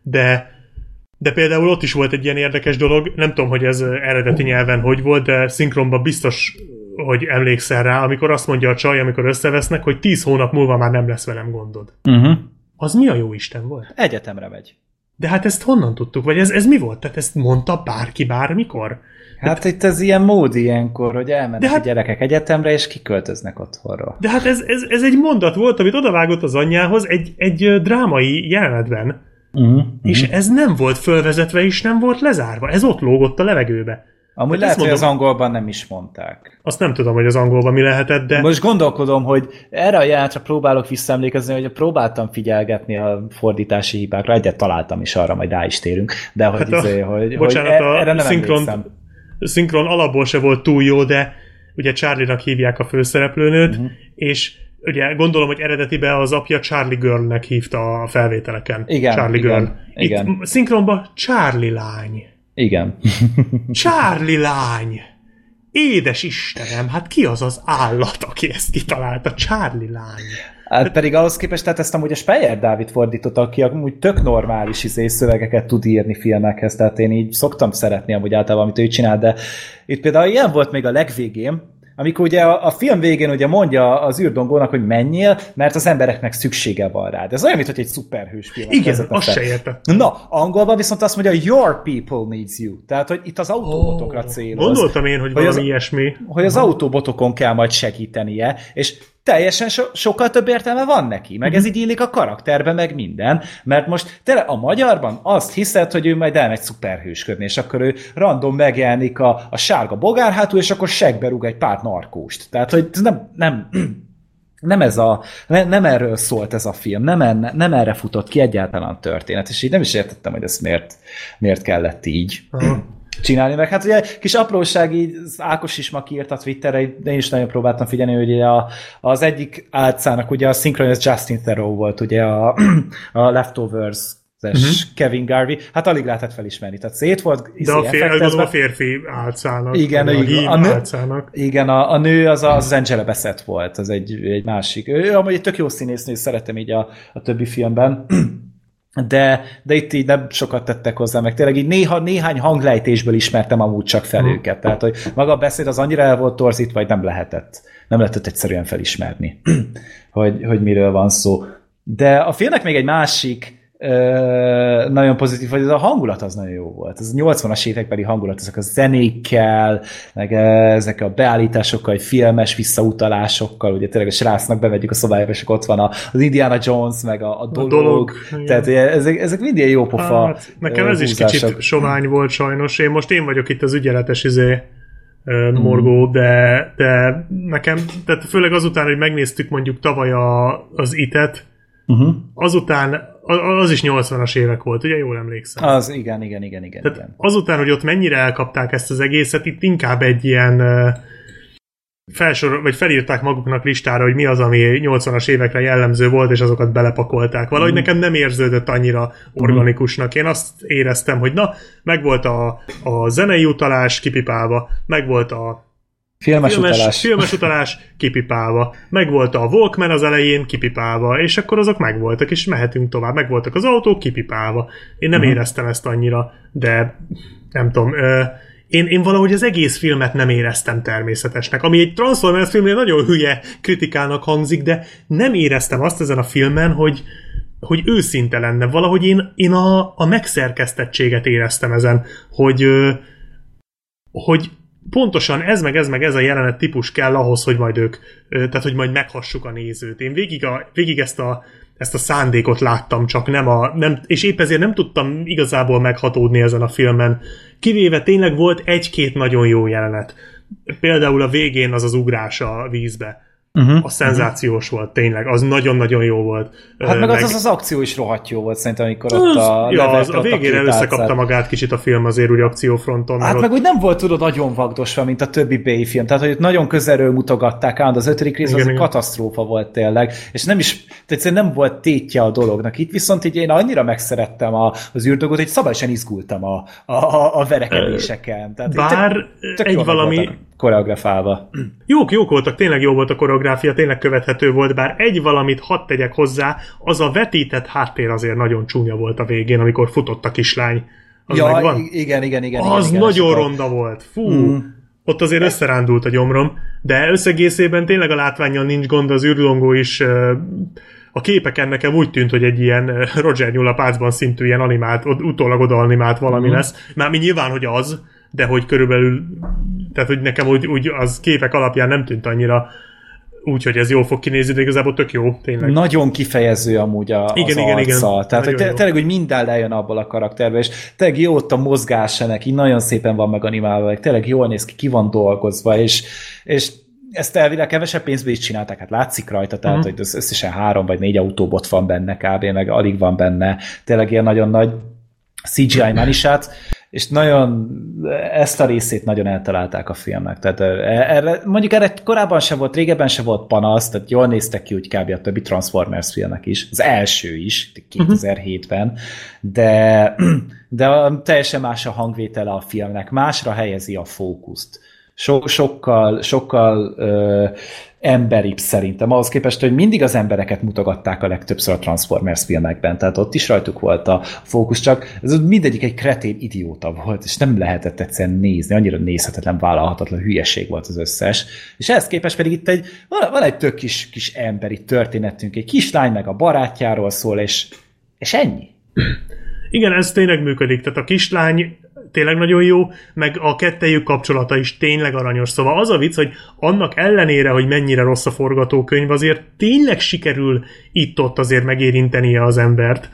de például ott is volt egy ilyen érdekes dolog, nem tudom, hogy ez eredeti nyelven hogy volt, de szinkronban biztos, hogy emlékszel rá, amikor azt mondja a csaj, amikor összevesznek, hogy 10 hónap múlva már nem lesz velem gondod. Az mi a jó Isten volt? Egyetemre megy. De hát ezt honnan tudtuk? Vagy ez mi volt? Tehát ezt mondta bárki bármikor? Hát itt ez ilyen mód ilyenkor, hogy elmennek a gyerekek egyetemre, és kiköltöznek otthonra. De hát ez egy mondat volt, amit odavágott az anyjához egy drámai jelenetben. És ez nem volt fölvezetve, és nem volt lezárva. Ez ott lógott a levegőbe. Amúgy lehet, hogy az angolban nem is mondták. Azt nem tudom, hogy az angolban mi lehetett, de... Most gondolkodom, hogy erre a jelenetre próbálok visszaemlékezni, hogy próbáltam figyelgetni a fordítási hibákra, egyet találtam is arra, majd rá is térünk, de hogy, hát hogy erre nem emlékszem. Szinkron alapból se volt túl jó, de ugye Charlie-nak hívják a főszereplőnőt, és ugye gondolom, hogy eredetiben az apja Charlie Girl-nek hívta a felvételeken. Igen, Charlie Girl. Igen. Itt szinkronban Charlie lány. Igen. Charlie lány! Édes Istenem, hát ki az az állat, aki ezt kitalálta? Charlie lány. Hát pedig ahhoz képest, tehát ezt amúgy a Speyer Dávid fordította, aki amúgy tök normális szövegeket tud írni filmekhez, tehát én így szoktam szeretni amúgy általában, amit ő csinál, de itt például ilyen volt még a legvégén, amikor ugye a film végén ugye mondja az űrdongónak, hogy menjél, mert az embereknek szüksége van rád. Ez olyan, mint hogy egy szuperhős film. Igen, azt se értettem. Na, angolban viszont azt mondja, your people needs you. Tehát, hogy itt az autóbotokra céloz. Gondoltam én, hogy valami ilyesmi. Hogy az autóbotokon kell majd segítenie, és teljesen sokkal több értelme van neki, meg ez így illik a karakterbe, meg minden, mert most tényleg a magyarban azt hiszed, hogy ő majd elmegy szuperhősködni, és akkor ő random megjelenik a sárga bogárhátú, és akkor segbe rúg egy pár narkóst. Tehát, hogy nem erről szólt ez a film, nem erre futott ki egyáltalán a történet, és így nem is értettem, hogy ezt miért kellett így csinálni, meg hát ugye kis apróság, így Ákos is ma kiírt a Twitterre, de én is nagyon próbáltam figyelni, hogy ugye az egyik álcának ugye a szinkron, ez Justin Theroux volt, ugye a Leftovers Kevin Garvey, hát alig lehetett felismerni, tehát szét volt de a férfi álcának. Igen, igen, a nő az Angela Bassett volt, az egy másik. Ő amúgy egy tök jó színésznő, szeretem így a többi filmben, de itt így nem sokat tettek hozzá, meg tényleg így néhány hanglejtésből ismertem amúgy csak fel őket, tehát hogy maga a beszéd az annyira el volt torzítva, vagy nem lehetett egyszerűen felismerni, hogy miről van szó. De a filmnek még egy másik nagyon pozitív, hogy ez a hangulat az nagyon jó volt. Ez a 80-as évekbeli hangulat, ezek a zenékkel, meg ezek a beállításokkal, filmes visszautalásokkal, ugye tényleg a srácnak bemegyük a szobájába, és ott van az Indiana Jones, meg a dolog. Tehát ezek mind ilyen jó pofa hát, nekem ez is kicsit sovány volt sajnos. Én vagyok itt az ügyeletes morgó, de nekem, tehát főleg azután, hogy megnéztük mondjuk tavaly az It-et, azután az is 80-as évek volt, ugye jól emlékszem? Az, igen. Tehát azután, hogy ott mennyire elkapták ezt az egészet, itt inkább egy ilyen vagy felírták maguknak listára, hogy mi az, ami 80-as évekre jellemző volt, és azokat belepakolták. Valahogy nekem nem érződött annyira organikusnak. Én azt éreztem, hogy megvolt a zenei utalás kipipálva, megvolt a filmes utalás kipipálva. Megvolt a Walkman az elején kipipálva, és akkor azok megvoltak, és mehetünk tovább. Megvoltak az autók kipipálva. Én nem éreztem ezt annyira, de nem tudom. Én valahogy az egész filmet nem éreztem természetesnek. Ami egy Transformers filmnél nagyon hülye kritikának hangzik, de nem éreztem azt ezen a filmen, hogy őszinte lenne. Valahogy én a megszerkesztettséget éreztem ezen, hogy pontosan ez a jelenet típus kell ahhoz, hogy majd tehát hogy majd meghassuk a nézőt. Én végig ezt a szándékot láttam, csak nem, és épp ezért nem tudtam igazából meghatódni ezen a filmen. Kivéve tényleg volt egy-két nagyon jó jelenet. Például a végén az ugrás a vízbe. a szenzációs volt, tényleg, az nagyon-nagyon jó volt. Hát meg az akció is rohadt jó volt, szerintem, amikor ott a végére összekapta magát kicsit a film azért úgy akciófronton. Hát meg úgy nem volt, tudod, nagyon vagdosva, mint a többi Bay film, tehát hogy nagyon közelről mutogatták ám, de az 5. rész az egy katasztrófa volt tényleg, és nem is, egyszerűen nem volt tétje a dolognak. Itt viszont így én annyira megszerettem az űrdolgot, hogy szabályosan izgultam a verekedéseken. Tehát bár egy valami koreografálva. Jók voltak, tényleg jó volt a koreográfia, tényleg követhető volt, bár egy valamit hadd tegyek hozzá, az a vetített háttér azért nagyon csúnya volt a végén, amikor futott a kislány. Az megvan? Igen. Az igen, nagyon ronda volt. Fú, ott azért összerándult a gyomrom, de összegészében tényleg a látvánnyal nincs gond, az űrlongó is a képeken nekem úgy tűnt, hogy egy ilyen Roger Nyula pácban szintű ilyen animált, utólag odaanimált valami lesz. Mármi nyilván, hogy az, de hogy körülbelül, tehát hogy nekem úgy az képek alapján nem tűnt annyira úgy, hogy ez jól fog kinézni, de igazából tök jó, tényleg. Nagyon kifejező amúgy az arca. Tehát hogy tényleg, hogy minden lejön abból a karakterbe, és tényleg jó ott a mozgása neki, nagyon szépen van meganimálva, tényleg jól néz ki van dolgozva, és ezt elvileg kevesebb pénzbe is csinálták, hát látszik rajta, tehát hogy az összesen 3 vagy 4 autóbot van benne kb, meg alig van benne, tényleg ilyen nagyon nagy CGI manisát, és nagyon ezt a részét nagyon eltalálták a filmnek. Tehát mondjuk erre korábban se volt, régebben se volt panasz, tehát jól néztek ki úgy kb. A többi Transformers filmek is. Az első is, 2007-ben, de teljesen más a hangvétele a filmnek, másra helyezi a fókuszt. Sokkal emberibb szerintem, ahhoz képest, hogy mindig az embereket mutogatták a legtöbbször a Transformers filmekben, tehát ott is rajtuk volt a fókusz, csak ez mindegyik egy kretén idióta volt, és nem lehetett egyszerűen nézni, annyira nézhetetlen, vállalhatatlan hülyeség volt az összes. És ehhez képest pedig itt van egy tök kis emberi történetünk, egy kislány meg a barátjáról szól, és ennyi. Igen, ez tényleg működik, tehát a kislány tényleg nagyon jó, meg a kettejük kapcsolata is tényleg aranyos. Szóval az a vicc, hogy annak ellenére, hogy mennyire rossz a forgatókönyv, azért tényleg sikerül itt-ott azért megérintenie az embert.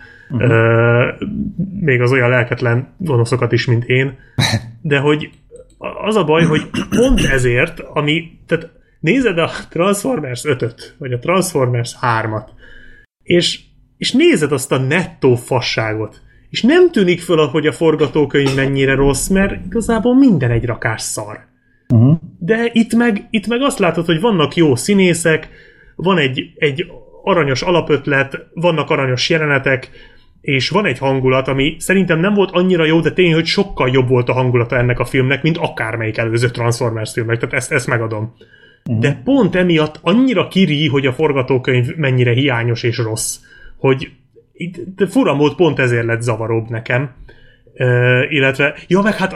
Még az olyan lelketlen gonoszokat is, mint én. De hogy az a baj, hogy pont ezért, tehát nézed a Transformers 5-öt, vagy a Transformers 3-at, és nézed azt a nettó fasságot, és nem tűnik föl, hogy a forgatókönyv mennyire rossz, mert igazából minden egy rakás szar. De itt meg azt látod, hogy vannak jó színészek, van egy aranyos alapötlet, vannak aranyos jelenetek, és van egy hangulat, ami szerintem nem volt annyira jó, de tényleg, hogy sokkal jobb volt a hangulata ennek a filmnek, mint akármelyik előző Transformers filmnek, tehát ezt megadom. De pont emiatt annyira kirí, hogy a forgatókönyv mennyire hiányos és rossz, hogy de fura mód pont ezért lett zavaróbb nekem. Illetve, meg hát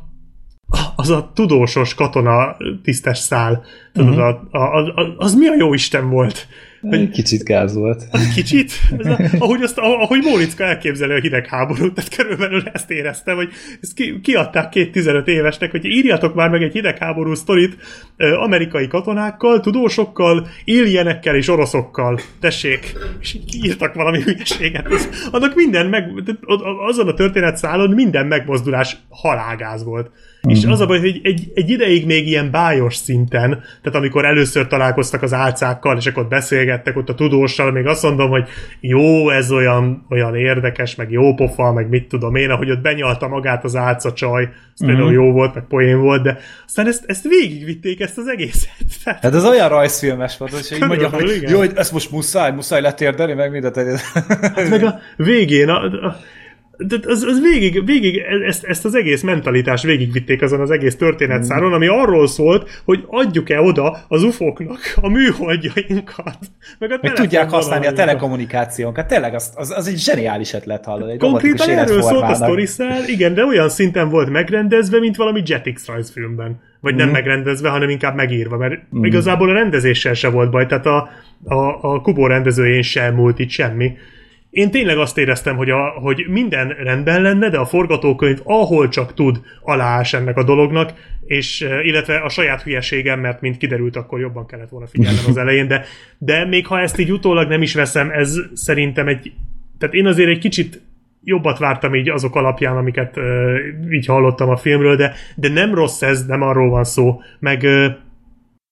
az a tudósos katona tisztes szál, tudod, az mi a jó Isten volt? Kicsit gáz volt. Kicsit? Ahogy Mónicka elképzeli a hidegháborút, tehát körülbelül ezt éreztem, hogy ezt kiadták 15 évesnek, hogy írjatok már meg egy hidegháború sztorit amerikai katonákkal, tudósokkal, alienekkel és oroszokkal. Tessék. És írtak valami hülyeséget. Annak azon a történetszálon minden megmozdulás halálgáz volt. És az a baj, hogy egy ideig még ilyen bájos szinten, tehát amikor először találkoztak az álcákkal, és akkor beszélgettek ott a tudóssal, még azt mondom, hogy jó, ez olyan érdekes, meg jó pofa, meg mit tudom én, ahogy ott benyalta magát az álca csaj, ez például jó volt, meg poén volt, de aztán ezt végigvitték, ezt az egészet. Hát ez olyan rajzfilmes volt, hogy így mondja, hogy jó, hogy ezt most muszáj letérdeni, meg mindent. Hát meg a végén az végig ezt az egész mentalitást végigvitték azon az egész történetszáron, ami arról szólt, hogy adjuk-e oda az ufóknak a műholdjainkat. Meg tudják használni a telekommunikációnkat. Tényleg az egy zseniális ötlet, hallod. Konkrétan erről szólt a sztoriszál, igen, de olyan szinten volt megrendezve, mint valami Jetix rajzfilmben. Vagy nem megrendezve, hanem inkább megírva, mert igazából a rendezéssel se volt baj, tehát a Kubo rendezőjén sem múlt itt semmi. Én tényleg azt éreztem, hogy minden rendben lenne, de a forgatókönyv ahol csak tud aláás ennek a dolognak, és illetve a saját hülyeségem, mert mint kiderült, akkor jobban kellett volna figyelnem az elején, de még ha ezt így utólag nem is veszem, ez szerintem tehát én azért egy kicsit jobbat vártam így azok alapján, amiket így hallottam a filmről, de nem rossz ez, nem arról van szó, meg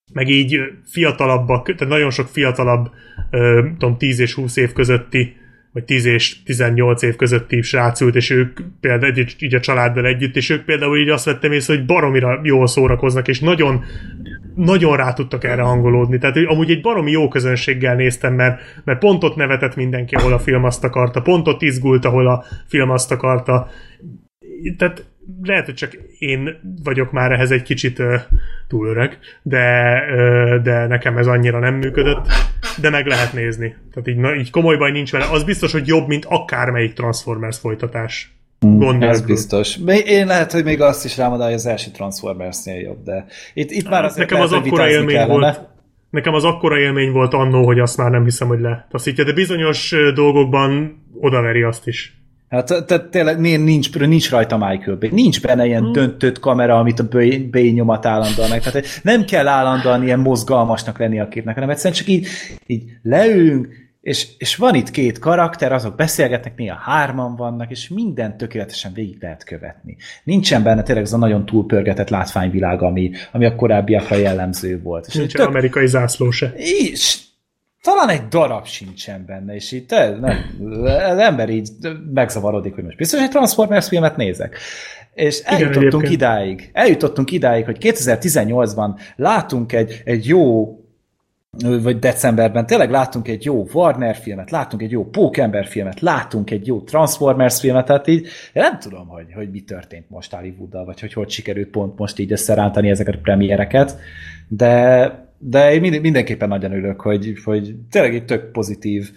meg így fiatalabbak, tehát nagyon sok fiatalabb, tudom, 10 és 20 év közötti, vagy 10 és 18 év közötti srác ült, és ők például így a családdal együtt, és ők például így azt vettem észre, hogy baromira jól szórakoznak, és nagyon, nagyon rá tudtak erre hangolódni. Tehát amúgy egy baromi jó közönséggel néztem, mert pont ott nevetett mindenki, ahol a film azt akarta, pont ott izgult, ahol a film azt akarta. Tehát lehet, hogy csak én vagyok már ehhez egy kicsit túl öreg, de nekem ez annyira nem működött, de meg lehet nézni. Tehát így komoly baj nincs vele. Az biztos, hogy jobb, mint akármelyik Transformers folytatás. Ez biztos. Én lehet, hogy még azt is rámondom, hogy az első Transformersnél jobb, de itt már azért nekem az akkora élmény volt. Nekem az akkora élmény volt annó, hogy azt már nem hiszem, hogy letaszítja, de bizonyos dolgokban odaveri azt is. Hát tényleg nincs rajta Michael Bay. Nincs benne ilyen döntött kamera, amit a Bay nyomat állandóan meg. Tehát nem kell állandóan ilyen mozgalmasnak lenni a képnek, hanem egyszerűen csak így leülünk, és van itt két karakter, azok beszélgetnek, néha 3 vannak, és minden tökéletesen végig lehet követni. Nincsen benne tényleg az a nagyon túlpörgetett látványvilág, ami a korábbiakra jellemző volt. Nincsen amerikai zászló se. Talán egy darab sincsen benne, és itt az ember így megzavarodik, hogy most biztos egy Transformers filmet nézek. És eljutottunk idáig, hogy 2018-ban látunk egy jó, vagy decemberben tényleg látunk egy jó Warner filmet, látunk egy jó Pókember filmet, látunk egy jó Transformers filmet, tehát így nem tudom, hogy mi történt most Hollywooddal, vagy hogy sikerült pont most így összerántani ezeket a premiereket, de én mindenképpen nagyon örülök, hogy tényleg egy tök pozitív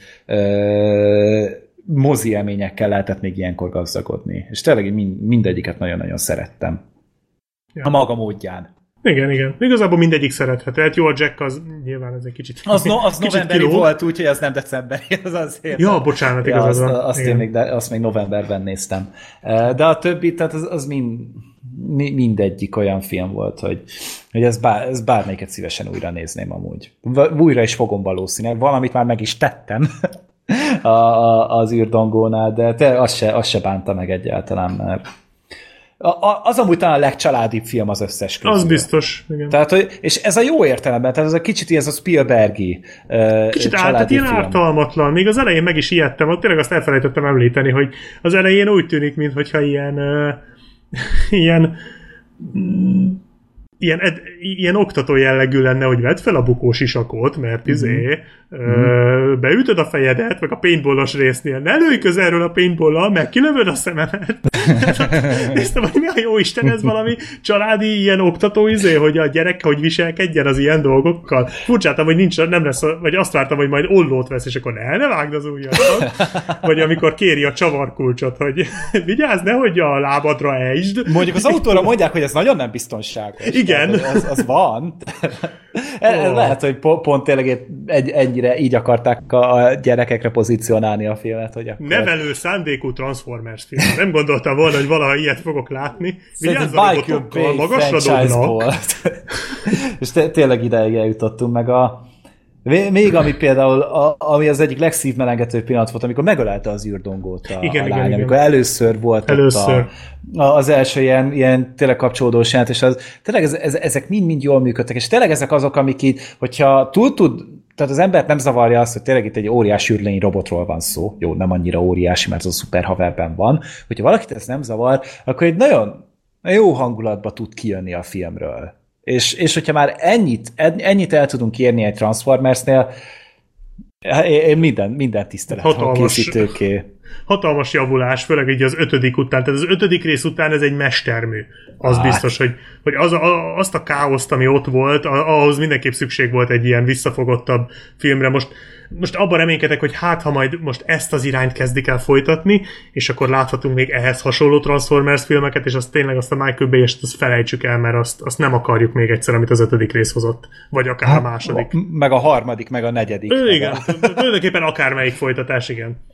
mozi élményekkel lehetett még ilyenkor gazdagodni. És tényleg mindegyiket nagyon-nagyon szerettem. Ja. A maga módján. Igen. Igazából mindegyik szerethető. Hát jó, a Jack az nyilván ez egy kicsit... Az novemberi volt, úgyhogy az nem decemberi. Az azért. Ja, bocsánat, igazad van. Azt még novemberben néztem. De a többi, tehát az mindegyik olyan film volt, hogy ez bármelyiket szívesen újra nézném amúgy. Újra is fogom valószínűleg. Valamit már meg is tettem az űrdongónál, de az se bánta meg egyáltalán, mert az amúgy talán a legcsaládibb film az összes közül. Az biztos, igen. Tehát, és ez a jó értelemben, tehát ez a kicsit ez a Spielbergi kicsit tehát ilyen ártalmatlan. Még az elején meg is ijedtem, tényleg azt elfelejtettem említeni, hogy az elején úgy tűnik, mintha ilyen oktató jellegű lenne, hogy vedd fel a bukós isakot, mert beütöd a fejedet, meg a paintballos résznél, ne lőj közelről a paintballal, meg kilövöd a szememet. Néztem, hogy mi a jó Isten, ez valami családi ilyen oktató hogy a gyerek hogy viselkedjen az ilyen dolgokkal. Furcsáltam, hogy nem lesz, vagy azt vártam, hogy majd ollót vesz, és akkor ne vágd az ujjadat. Vagy amikor kéri a csavarkulcsot, hogy vigyázz, nehogy a lábadra ejtsd. Mondjuk az autóra mondják, hogy ez nagyon nem biztonságos. Igen. Az van. Lehet, hogy pont tényleg ennyire így akarták a gyerekekre pozícionálni a filmet, hogy akkor... Nevelő szándékú Transformers film. Nem gondoltam volna, hogy valaha ilyet fogok látni. Vigyázz a robotokkal, magasra dobnak. És tényleg ideig eljutottunk, meg még ami például, ami az egyik legszívmelengetőbb pillanat volt, amikor megölelte az űrdongót a lány, amikor először volt ott az első ilyen tényleg kapcsolódós jelent, és tényleg ezek mind jól működtek, és tényleg ezek azok, amik így, hogyha tehát az embert nem zavarja azt, hogy tényleg itt egy óriási űrlény robotról van szó, jó, nem annyira óriási, mert az a szuperhaverben van, hogyha valakit ez nem zavar, akkor egy nagyon jó hangulatba tud kijönni a filmről. És hogyha már ennyit el tudunk érni egy Transformersnél, én minden tiszteletem a készítőké. Hatalmas javulás, főleg így az 5. után. Tehát az 5. rész után ez egy mestermű. Az biztos, hogy azt a káoszt, ami ott volt, ahhoz mindenképp szükség volt egy ilyen visszafogottabb filmre. Most abban reménykedek, hogy ha majd most ezt az irányt kezdik el folytatni, és akkor láthatunk még ehhez hasonló Transformers filmeket, és azt tényleg azt a Michael Bay-est azt felejtsük el, mert azt nem akarjuk még egyszer, amit az 5. rész hozott. Vagy akár a második. Meg a harmadik, meg a negyedik. Igen, tulajdonképpen akármelyik folytatás, igen.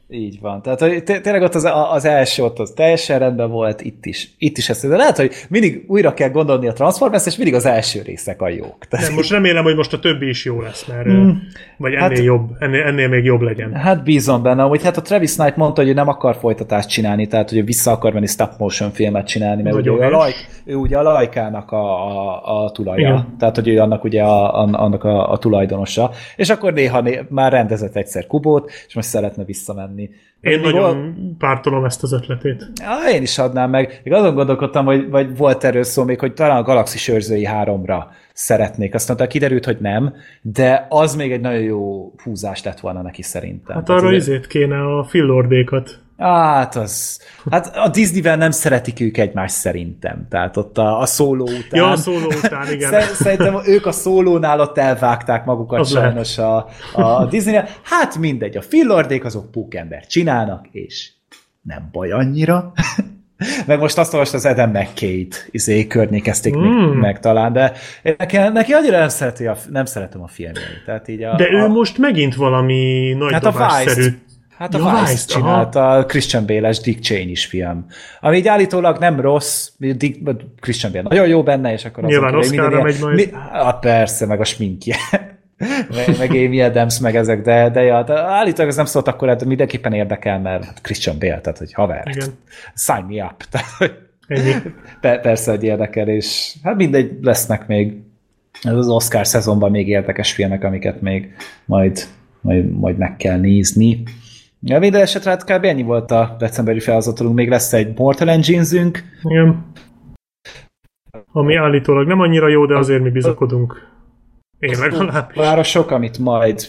Így van. Tehát hogy tényleg ott az első ott az teljesen rendben volt, itt is ezt. De lehet, hogy mindig újra kell gondolni a Transformers, és mindig az első részek a jók. Tehát most remélem, hogy most a többi is jó lesz, mert vagy ennél jobb, ennél még jobb legyen. Hát bízom benne, hogy hát a Travis Knight mondta, hogy ő nem akar folytatást csinálni, tehát hogy vissza akar menni stop motion filmet csinálni, mert ugye ő ugye a Lajkának a tulaja. Igen. Tehát, hogy ő annak ugye annak a tulajdonosa. És akkor néha már rendezett egyszer Kubót, és most szeretne visszamenni. Én nagyon pártolom ezt az ötletét. Ja, én is adnám meg. Még azon gondolkodtam, vagy volt erről szó még, hogy talán a Galaxis őrzői 3-ra szeretnék. Azt mondta, kiderült, hogy nem, de az még egy nagyon jó húzás lett volna neki szerintem. Hát arra izét kéne a Fillordékat. Hát a Disneyvel nem szeretik ők egymást szerintem. Tehát ott a szóló után. Ja, a szóló után, igen. Szerintem ők a szólónál ott elvágták magukat az sajnos a Disneynél. Hát mindegy, a Fillordék azok pókembert csinálnak, és nem baj annyira. Meg most azt olvastam, az Adam McKay-t környékezték meg talán, de neki annyira nem szeretem a filmjeit. Tehát így de ő most megint valami nagy dobásszerű. Hát a Vice-t csinálta, a Christian Bale-es Dick Cheney-s film. Ami így állítólag nem rossz, Christian Bale nagyon jó benne, és akkor nyilván Oscarra megy majd. Persze, meg a sminkje. meg Amy Adams, meg ezek, de állítólag ez nem szólt akkor, de mindenképpen érdekel, mert Christian Bale, tehát hogy haver, igen. Sign me up. Tehát, persze, hogy érdekel, és hát mindegy, lesznek még az Oscar szezonban még érdekes filmek, amiket még majd meg kell nézni. Ja, minden esetre hát kb. Ennyi volt a decemberi felhozatalunk, még lesz egy Mortal Engines-ünk. Igen. Ami állítólag nem annyira jó, de azért mi bizakodunk. Én legalábbis. Városok, amit majd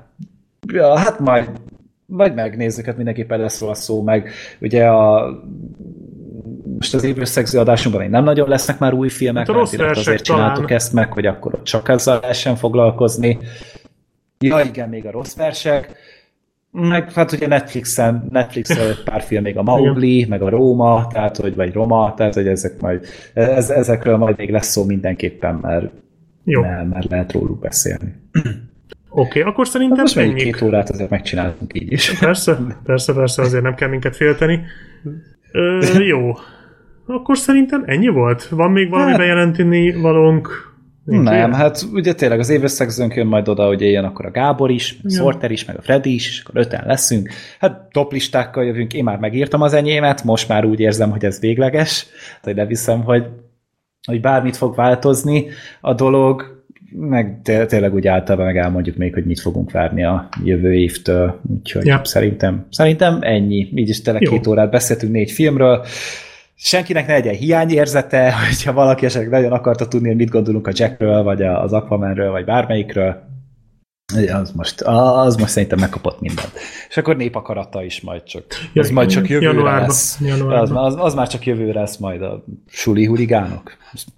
majd megnézzük, hát mindenképpen lesz róla szó, meg ugye most az évösszegző adásunkban még nem nagyon lesznek már új filmek, hát azért csináltuk ezt meg, hogy akkor ott csak ezzel lehessen foglalkozni. Ja, igen, még a rossz versek. Meg hát ugye Netflixen pár film, még a Mowgli, meg a Róma, tehát vagy Roma, tehát hogy ezekről majd még lesz szó mindenképpen, mert lehet róluk beszélni. Oké, akkor szerintem most még 2 órát azért megcsináltunk így is. Persze, azért nem kell minket félteni. Jó. Akkor szerintem ennyi volt? Van még valami bejelenteni valónk? Nem, hát ugye tényleg az évösszegzőnk jön majd oda, hogy jön akkor a Gábor is, a Sorter is, meg a Freddy is, és akkor 5-en leszünk. Hát toplistákkal jövünk, én már megírtam az enyémet, most már úgy érzem, hogy ez végleges, hogy leviszem, hogy bármit fog változni a dolog, meg tényleg úgy általában meg elmondjuk még, hogy mit fogunk várni a jövő évtől, úgyhogy szerintem ennyi. Így is tényleg 2 órát beszéltünk 4 filmről, senkinek ne legyen hiányérzete, hogyha valaki esetleg nagyon akarta tudni, hogy mit gondolunk a Jackről, vagy az Aquamanről, vagy bármelyikről, az most szerintem megkapott mindent. És akkor Népakarata is majd csak jövőre lesz. Az már csak jövőre lesz majd a suli huligánok.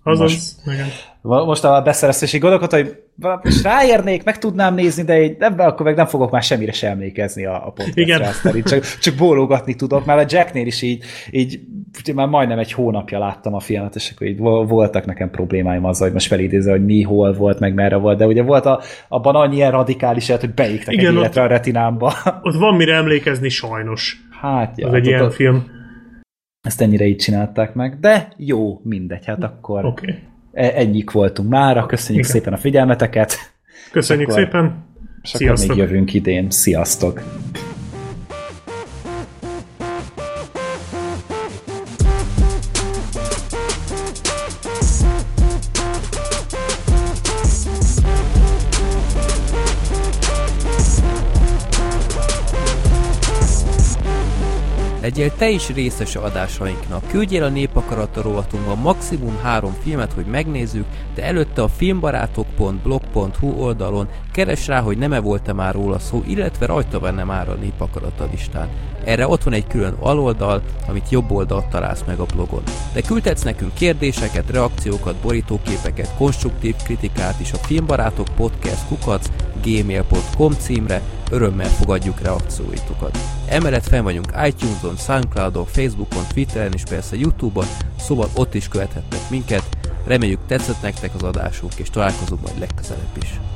Most a beszereztési gondokat, hogy most ráérnék, meg tudnám nézni, de ebben akkor meg nem fogok már semmire sem emlékezni a podcastra. Csak bólogatni tudok. Már a Jacknél is így már majdnem egy hónapja láttam a filmet, és akkor így voltak nekem problémáim azzal, hogy most felidézze, hogy mi, hol volt, meg merre volt, de ugye volt abban annyi ilyen radikális élet, hogy beégtek egy életre a retinámba. Ott van mire emlékezni sajnos. Hát, az egy ilyen film. Ezt ennyire így csinálták meg, de jó, mindegy, hát akkor ennyik voltunk mára, köszönjük szépen a figyelmeteket. Köszönjük szépen, és akkor még jövünk idén. Sziasztok! Legyél te is részes adásainknak. Küldjél a Népakarata rovatunkban maximum 3 filmet, hogy megnézzük, de előtte a filmbarátok.blog.hu oldalon keres rá, hogy nem-e volt-e már róla szó, illetve rajta benne már a Népakarata listán. Erre ott van egy külön aloldal, amit jobb oldalt találsz meg a blogon. De küldhetsz nekünk kérdéseket, reakciókat, borítóképeket, konstruktív kritikát is a filmbarátok.podcast@gmail.com címre, örömmel fogadjuk reakcióitokat. Emellett fenn vagyunk iTunes-on, Soundcloud-on, Facebookon, Twitteren és persze YouTube-on, szóval ott is követhetnek minket. Reméljük tetszett nektek az adásunk, és találkozunk majd legközelebb is.